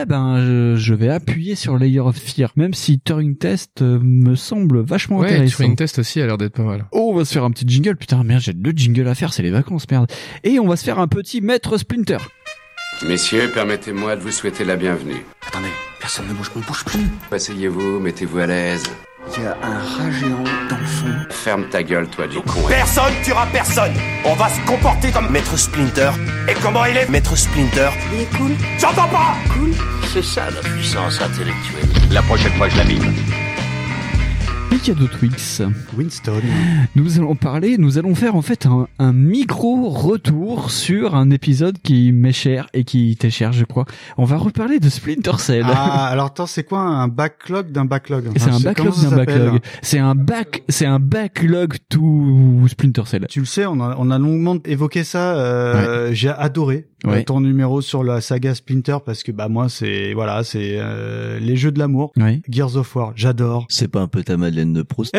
je vais appuyer sur Layer of Fear. Même si Turing Test me semble vachement intéressant. Turing Test aussi a l'air d'être pas mal. Oh, on va se faire un petit jingle. Putain, merde, j'ai 2 jingles à faire, c'est les vacances, merde. Et on va se faire un petit Maître Splinter. Messieurs, permettez-moi de vous souhaiter la bienvenue. Attendez, personne ne bouge, on bouge plus. Asseyez-vous, mettez-vous à l'aise. Il y a un rat géant dans le fond. Ferme ta gueule, toi, du con. Personne tuera personne. On va se comporter comme Maître Splinter. Et comment il est, Maître Splinter? Il est cool. J'entends pas. Cool. C'est ça, la puissance intellectuelle. La prochaine fois, je la mime. Mikado Twix. Winston. Nous allons faire en fait un micro-retour sur un épisode qui m'est cher et qui t'est cher, je crois. On va reparler de Splinter Cell. Ah, alors attends, c'est quoi un backlog d'un backlog? C'est un backlog d'un backlog. C'est un backlog to Splinter Cell. Tu le sais, on a longuement évoqué ça. J'ai adoré ton numéro sur la saga Splinter parce que moi c'est les jeux de l'amour. Gears of War, j'adore. C'est pas un peu ta Madeleine de Proust?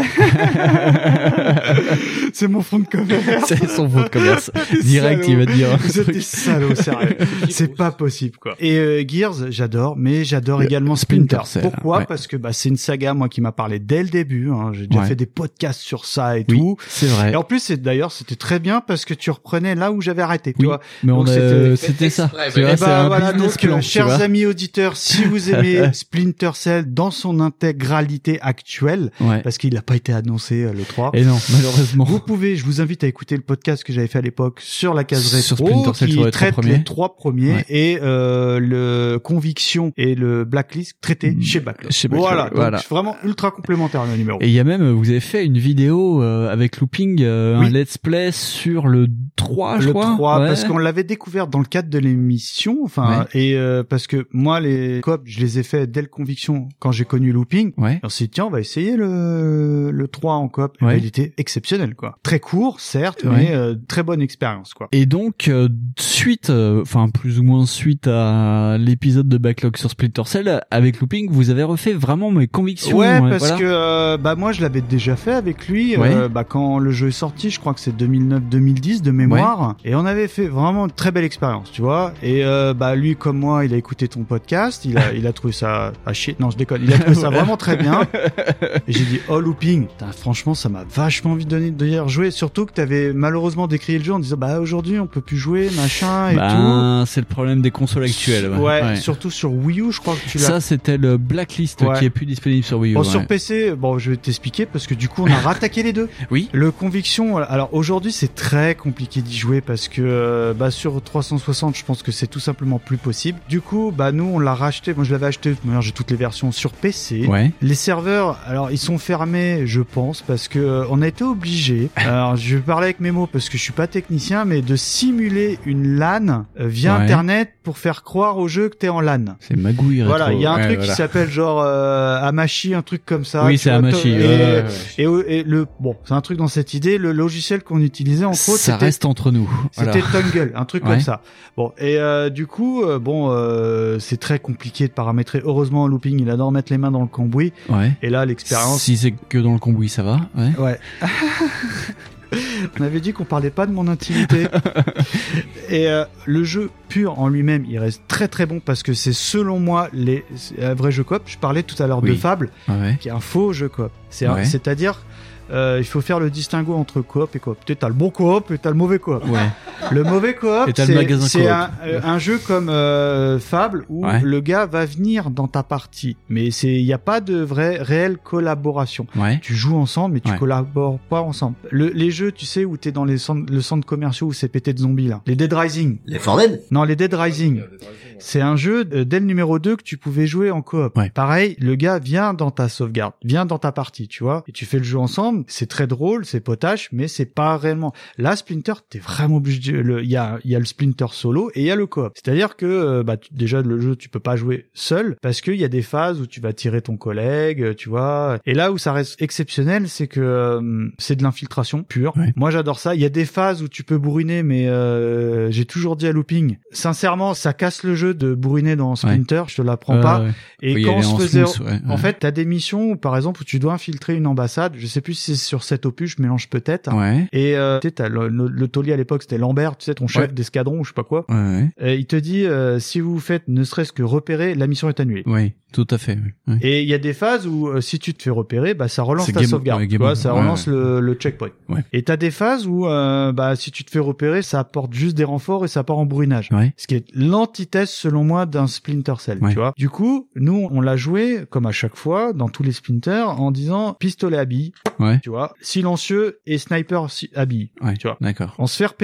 C'est mon fond de commerce. C'est son fond de commerce. Direct, il va te dire. Vous êtes des salauds, sérieux. C'est pas possible, quoi. Et Gears, j'adore, mais j'adore également Splinter. Pourquoi? Parce que c'est une saga, moi, qui m'a parlé dès le début. Hein. J'ai déjà fait des podcasts sur ça et tout. C'est vrai. Et en plus, c'était très bien parce que tu reprenais là où j'avais arrêté. Tu vois. Mais c'était ça. C'est un business plan. Chers amis auditeurs, si vous aimez Splinter Cell dans son intégralité actuelle, parce qu'il n'a pas été annoncé le 3. Et non, malheureusement. Je vous invite à écouter le podcast que j'avais fait à l'époque sur la case rétro, sur Splinter Cell, qui traite les 3 premiers et le Conviction et le Blacklist traités chez Backlog. Voilà. Donc, vraiment ultra complémentaire le numéro. Et il y a même, vous avez fait une vidéo avec Looping, un let's play sur le 3, je crois. Le 3, parce qu'on l'avait découvert dans le cadre de l'émission, et parce que moi les coop, je les ai fait dès le Conviction quand j'ai connu Looping. On s'est dit tiens, on va essayer le 3 en coop. Il était exceptionnel, quoi. Très court, certes, mais très bonne expérience, quoi. Et donc plus ou moins suite à l'épisode de Backlog sur Splinter Cell avec Looping, vous avez refait vraiment mes convictions. Parce que moi je l'avais déjà fait avec lui quand le jeu est sorti, je crois que c'est 2009-2010 de mémoire, et on avait fait vraiment une très belle expérience, tu vois. Et lui comme moi, il a écouté ton podcast, il a trouvé ça à chier. Non, je déconne. Il a trouvé ça vraiment très bien. Et j'ai dit Looping, franchement ça m'a vachement envie de y rejouer, surtout que t'avais malheureusement décrié le jeu en disant aujourd'hui on peut plus jouer machin et tout. C'est le problème des consoles actuelles. Surtout sur Wii U, je crois que tu l'as. Ça c'était le Blacklist qui est plus disponible sur Wii U. Sur PC, je vais t'expliquer parce que du coup on a rattaqué les deux. Le Conviction, alors aujourd'hui c'est très compliqué d'y jouer parce que sur 360 je pense que c'est tout simplement plus possible. Du coup nous on l'a racheté, moi je l'avais acheté, d'ailleurs j'ai toutes les versions sur PC. Les serveurs, alors ils sont fermés je pense parce que on a été obligé, alors je vais parler avec mes mots parce que je suis pas technicien, mais de simuler une LAN via internet pour faire croire au jeu que t'es en LAN. C'est magouille. Voilà, il y a un truc qui s'appelle genre Hamachi, un truc comme ça. Oui, c'est Hamachi. Et c'est un truc dans cette idée. Le logiciel qu'on utilisait en faute, ça reste entre nous. C'était Tungle, un truc comme ça. Du coup, c'est très compliqué de paramétrer. Heureusement, Looping, il adore mettre les mains dans le cambouis. Et là, l'expérience. Si c'est que dans le cambouis, ça va. On avait dit qu'on parlait pas de mon intimité. Et le jeu pur en lui-même, il reste très très bon parce que c'est selon moi un vrai jeu coop. Je parlais tout à l'heure de Fable, qui est un faux jeu coop. C'est-à-dire il faut faire le distinguo entre coop et coop. T'as le bon coop et t'as le mauvais coop. Le mauvais coop, c'est un jeu comme Fable où le gars va venir dans ta partie, mais il y a pas de réelle collaboration. Tu joues ensemble, mais tu collabores pas ensemble. Les jeux, tu sais, où t'es dans le centre commerciaux où c'est pété de zombies là. Les Dead Rising. Les For Dead? Non, les Dead Rising. C'est un jeu dès le numéro 2 que tu pouvais jouer en coop. Pareil, le gars vient dans ta sauvegarde, vient dans ta partie, tu vois, et tu fais le jeu ensemble. C'est très drôle, c'est potache, mais c'est pas réellement. Là, Splinter, t'es vraiment obligé. Il y a le Splinter solo et il y a le coop. C'est-à-dire que déjà le jeu, tu peux pas jouer seul parce qu'il y a des phases où tu vas tirer ton collègue, tu vois. Et là où ça reste exceptionnel, c'est que c'est de l'infiltration pure. Moi, j'adore ça. Il y a des phases où tu peux bourriner, mais j'ai toujours dit à Looping, sincèrement, ça casse le jeu de bourriner dans Splinter. Je te l'apprends pas. Et quand on se faisait, en fait, t'as des missions où, par exemple, où tu dois infiltrer une ambassade. Je sais plus si c'est sur cet opus, je mélange peut-être. Et tu sais, t'as le taulier à l'époque, c'était Lambert, tu sais, ton chef d'escadron ou je sais pas quoi. Et il te dit, si vous faites ne serait-ce que repérer, la mission est annulée. Tout à fait. Et il y a des phases où si tu te fais repérer, ça relance ta sauvegarde. Tu vois, ça relance le checkpoint. Et t'as des phases où si tu te fais repérer, ça apporte juste des renforts et ça part en bourrinage. Ce qui est l'antithèse selon moi d'un Splinter Cell. Tu vois. Du coup, nous on l'a joué comme à chaque fois dans tous les Splinter en disant pistolet à billes. Tu vois, silencieux et sniper à billes. Tu vois. D'accord. On se fait repérer.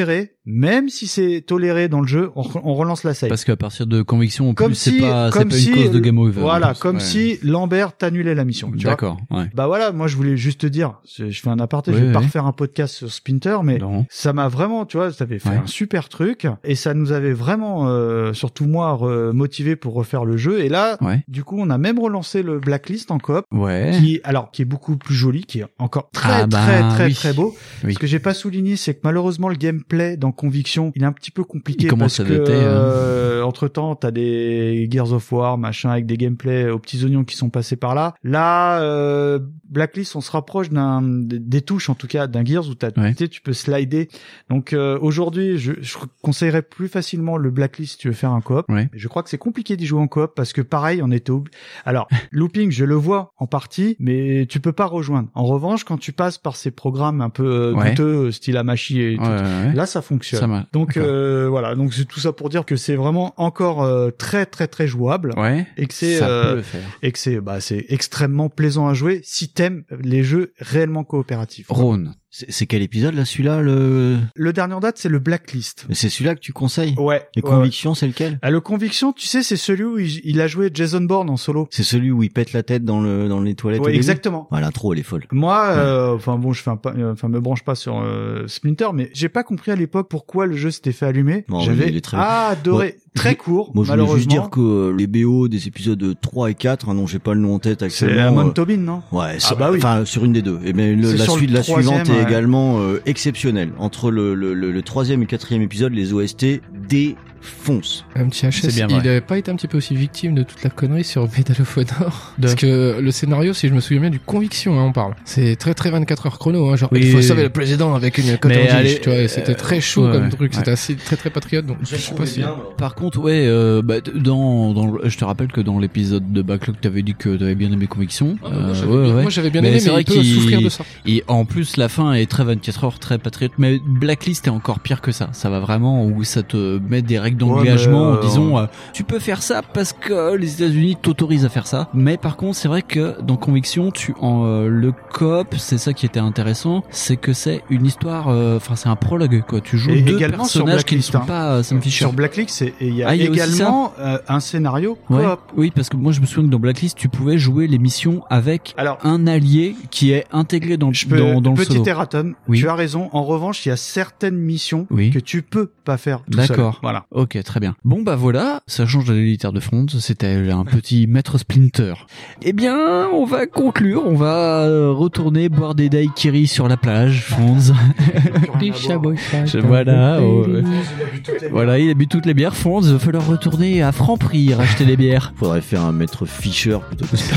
même si c'est toléré dans le jeu, on relance la save. Parce qu'à partir de conviction, en plus, c'est pas une cause de game over. Voilà, comme si Lambert t'annulait la mission. D'accord. Ouais. Bah voilà, moi je voulais juste te dire, je fais un aparté, je vais pas refaire un podcast sur Splinter, mais ça m'a vraiment, tu vois, ça avait fait un super truc et ça nous avait vraiment, surtout moi, motivé pour refaire le jeu. Et là, du coup, on a même relancé le Blacklist en coop, qui est beaucoup plus joli, qui est encore très beau. Ce que j'ai pas souligné, c'est que malheureusement le gameplay dans Conviction, il est un petit peu compliqué parce que entre temps, t'as des Gears of War, machin, avec des gameplays aux petits oignons qui sont passés par là. Là, Blacklist, on se rapproche des touches, en tout cas, d'un Gears où tu peux slider. Donc aujourd'hui, je conseillerais plus facilement le Blacklist si tu veux faire un coop. Mais je crois que c'est compliqué d'y jouer en coop parce que pareil, on était alors looping, je le vois en partie, mais tu peux pas rejoindre. En revanche, quand tu passes par ces programmes un peu douteux, style Amashi et tout, là ça fonctionne. Donc voilà, donc c'est tout ça pour dire que c'est vraiment encore très jouable et que c'est c'est extrêmement plaisant à jouer si t'aimes les jeux réellement coopératifs. Ron, c'est quel épisode là, celui-là, le dernier en date, c'est le Blacklist. C'est celui-là que tu conseilles? Et Conviction, c'est lequel? Le Conviction, tu sais, c'est celui où il a joué Jason Bourne en solo. C'est celui où il pète la tête dans les toilettes. Ouais, exactement. Voilà, l'intro, elle est folle. Moi, enfin bon, me branche pas sur Splinter, mais j'ai pas compris à l'époque pourquoi le jeu s'était fait allumer. J'avais adoré. Très court, moi, malheureusement. Je voulais juste dire que les BO des épisodes 3 et 4, non, j'ai pas le nom en tête actuellement. C'est Amon Tobin, non? Ouais, enfin, sur une des deux. Et mais la suivante est également exceptionnelle. Entre le troisième et quatrième épisode, les OST défoncent. Un petit HS, il avait pas été un petit peu aussi victime de toute la connerie sur Medal of Honor? Parce que le scénario, si je me souviens bien, du Conviction, on parle. C'est très 24 heures chrono, genre, il faut sauver le président avec une coton tige, tu vois, c'était très chaud comme truc, c'était assez très patriote, donc je sais pas si... Par contre, je te rappelle que dans l'épisode de Backlog, t'avais dit que t'avais bien aimé Conviction. Moi, j'avais bien aimé, mais il peut souffrir de ça. Et en plus, la fin est très 24 heures, très patriote, mais Blacklist est encore pire que ça. Ça va vraiment où ça te met des règles d'engagement, disons, tu peux faire ça parce que les États-Unis t'autorisent à faire ça. Mais par contre, c'est vrai que dans Conviction, le coop, c'est ça qui était intéressant, c'est que c'est une histoire, c'est un prologue, quoi. Tu joues deux personnages qui ne sont pas Sam Fisher. Sur Blacklist, il y a également un scénario coop. Oui, parce que moi je me souviens que dans Blacklist, tu pouvais jouer les missions avec un allié qui est intégré dans le solo. Petit erratum, tu as raison. En revanche, il y a certaines missions que tu peux pas faire tout seul. D'accord. Voilà. Ok, très bien. Bon bah voilà, ça change de l'élitaire de Front. C'était un petit maître Splinter. Eh bien, on va conclure. On va retourner boire des daiquiris sur la plage, Front. Voilà. Voilà, il a bu toutes les bières. Front, il va falloir retourner à Franprix racheter les bières. Faudrait faire un maître Fischer plutôt que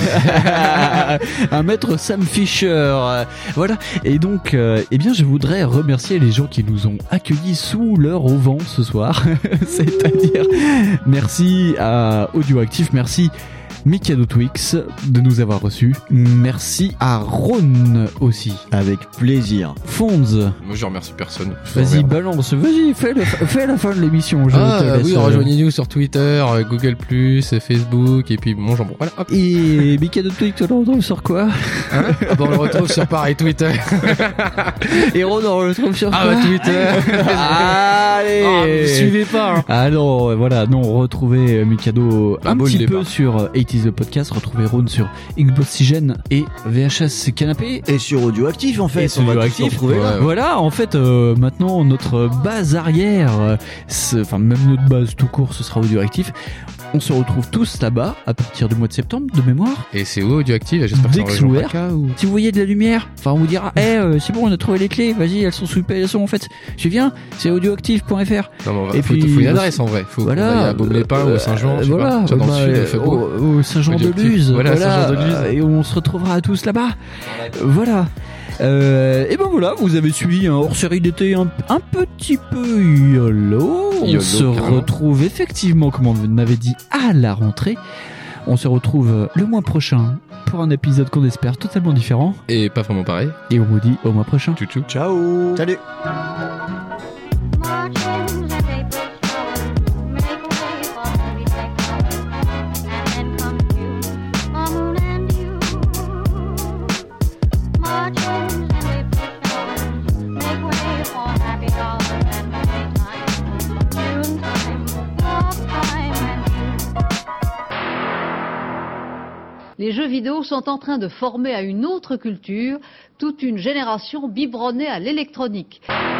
un maître Sam Fisher. Voilà. Et donc, eh bien, je voudrais remercier les gens qui nous ont accueillis sous leur auvent ce soir. C'est-à-dire, merci à Audioactif, merci Mikado Twix de nous avoir reçus. Merci à Ron aussi. Avec plaisir. Fonz. Moi je remercie personne. Vas-y, balance. Vas-y, fais la fin de l'émission. Oui, rejoignez-nous sur Twitter, Google+, Facebook, et puis bon, j'en voilà. Hop. Et Mikado Twix, on le retrouve sur quoi? On le retrouve sur pareil Twitter. Et Ron, on le retrouve sur quoi? Twitter. Allez. Vous suivez pas. Ah non, voilà, non, retrouvez Mikado un petit peu sur 80's le podcast, retrouvez Ron sur Xboxygène et VHS Canapé. Et sur Audioactif en fait. Et sur Audioactif. Voilà, en fait, maintenant notre base arrière, même notre base tout court, ce sera Audioactif. On se retrouve tous là-bas à partir du mois de septembre, de mémoire. Et c'est où Audioactif? J'espère que ça rejoindra ou... Si vous voyez de la lumière, on vous dira c'est bon, on a trouvé les clés, vas-y, elles sont sous PLSO en fait. Tu viens, c'est audioactif.fr. Et puis faut une adresse en vrai. Faut qu'on aille à Baume-les-Pins ou Saint-Jean, voilà, dans le sud, il fait beau. Au Saint-Jean-de-Luz. Voilà, Saint-Jean-de-Luz. Et on se retrouvera tous là-bas. Voilà. Et ben voilà, vous avez suivi un hors-série d'été un petit peu YOLO. On se retrouve effectivement, comme on m'avait dit, à la rentrée. On se retrouve le mois prochain pour un épisode qu'on espère totalement différent. Et pas vraiment pareil. Et on vous dit au mois prochain. Tchou. Ciao. Salut. Make way for happy hours and Les jeux vidéo sont en train de former à une autre culture toute une génération biberonnée à l'électronique.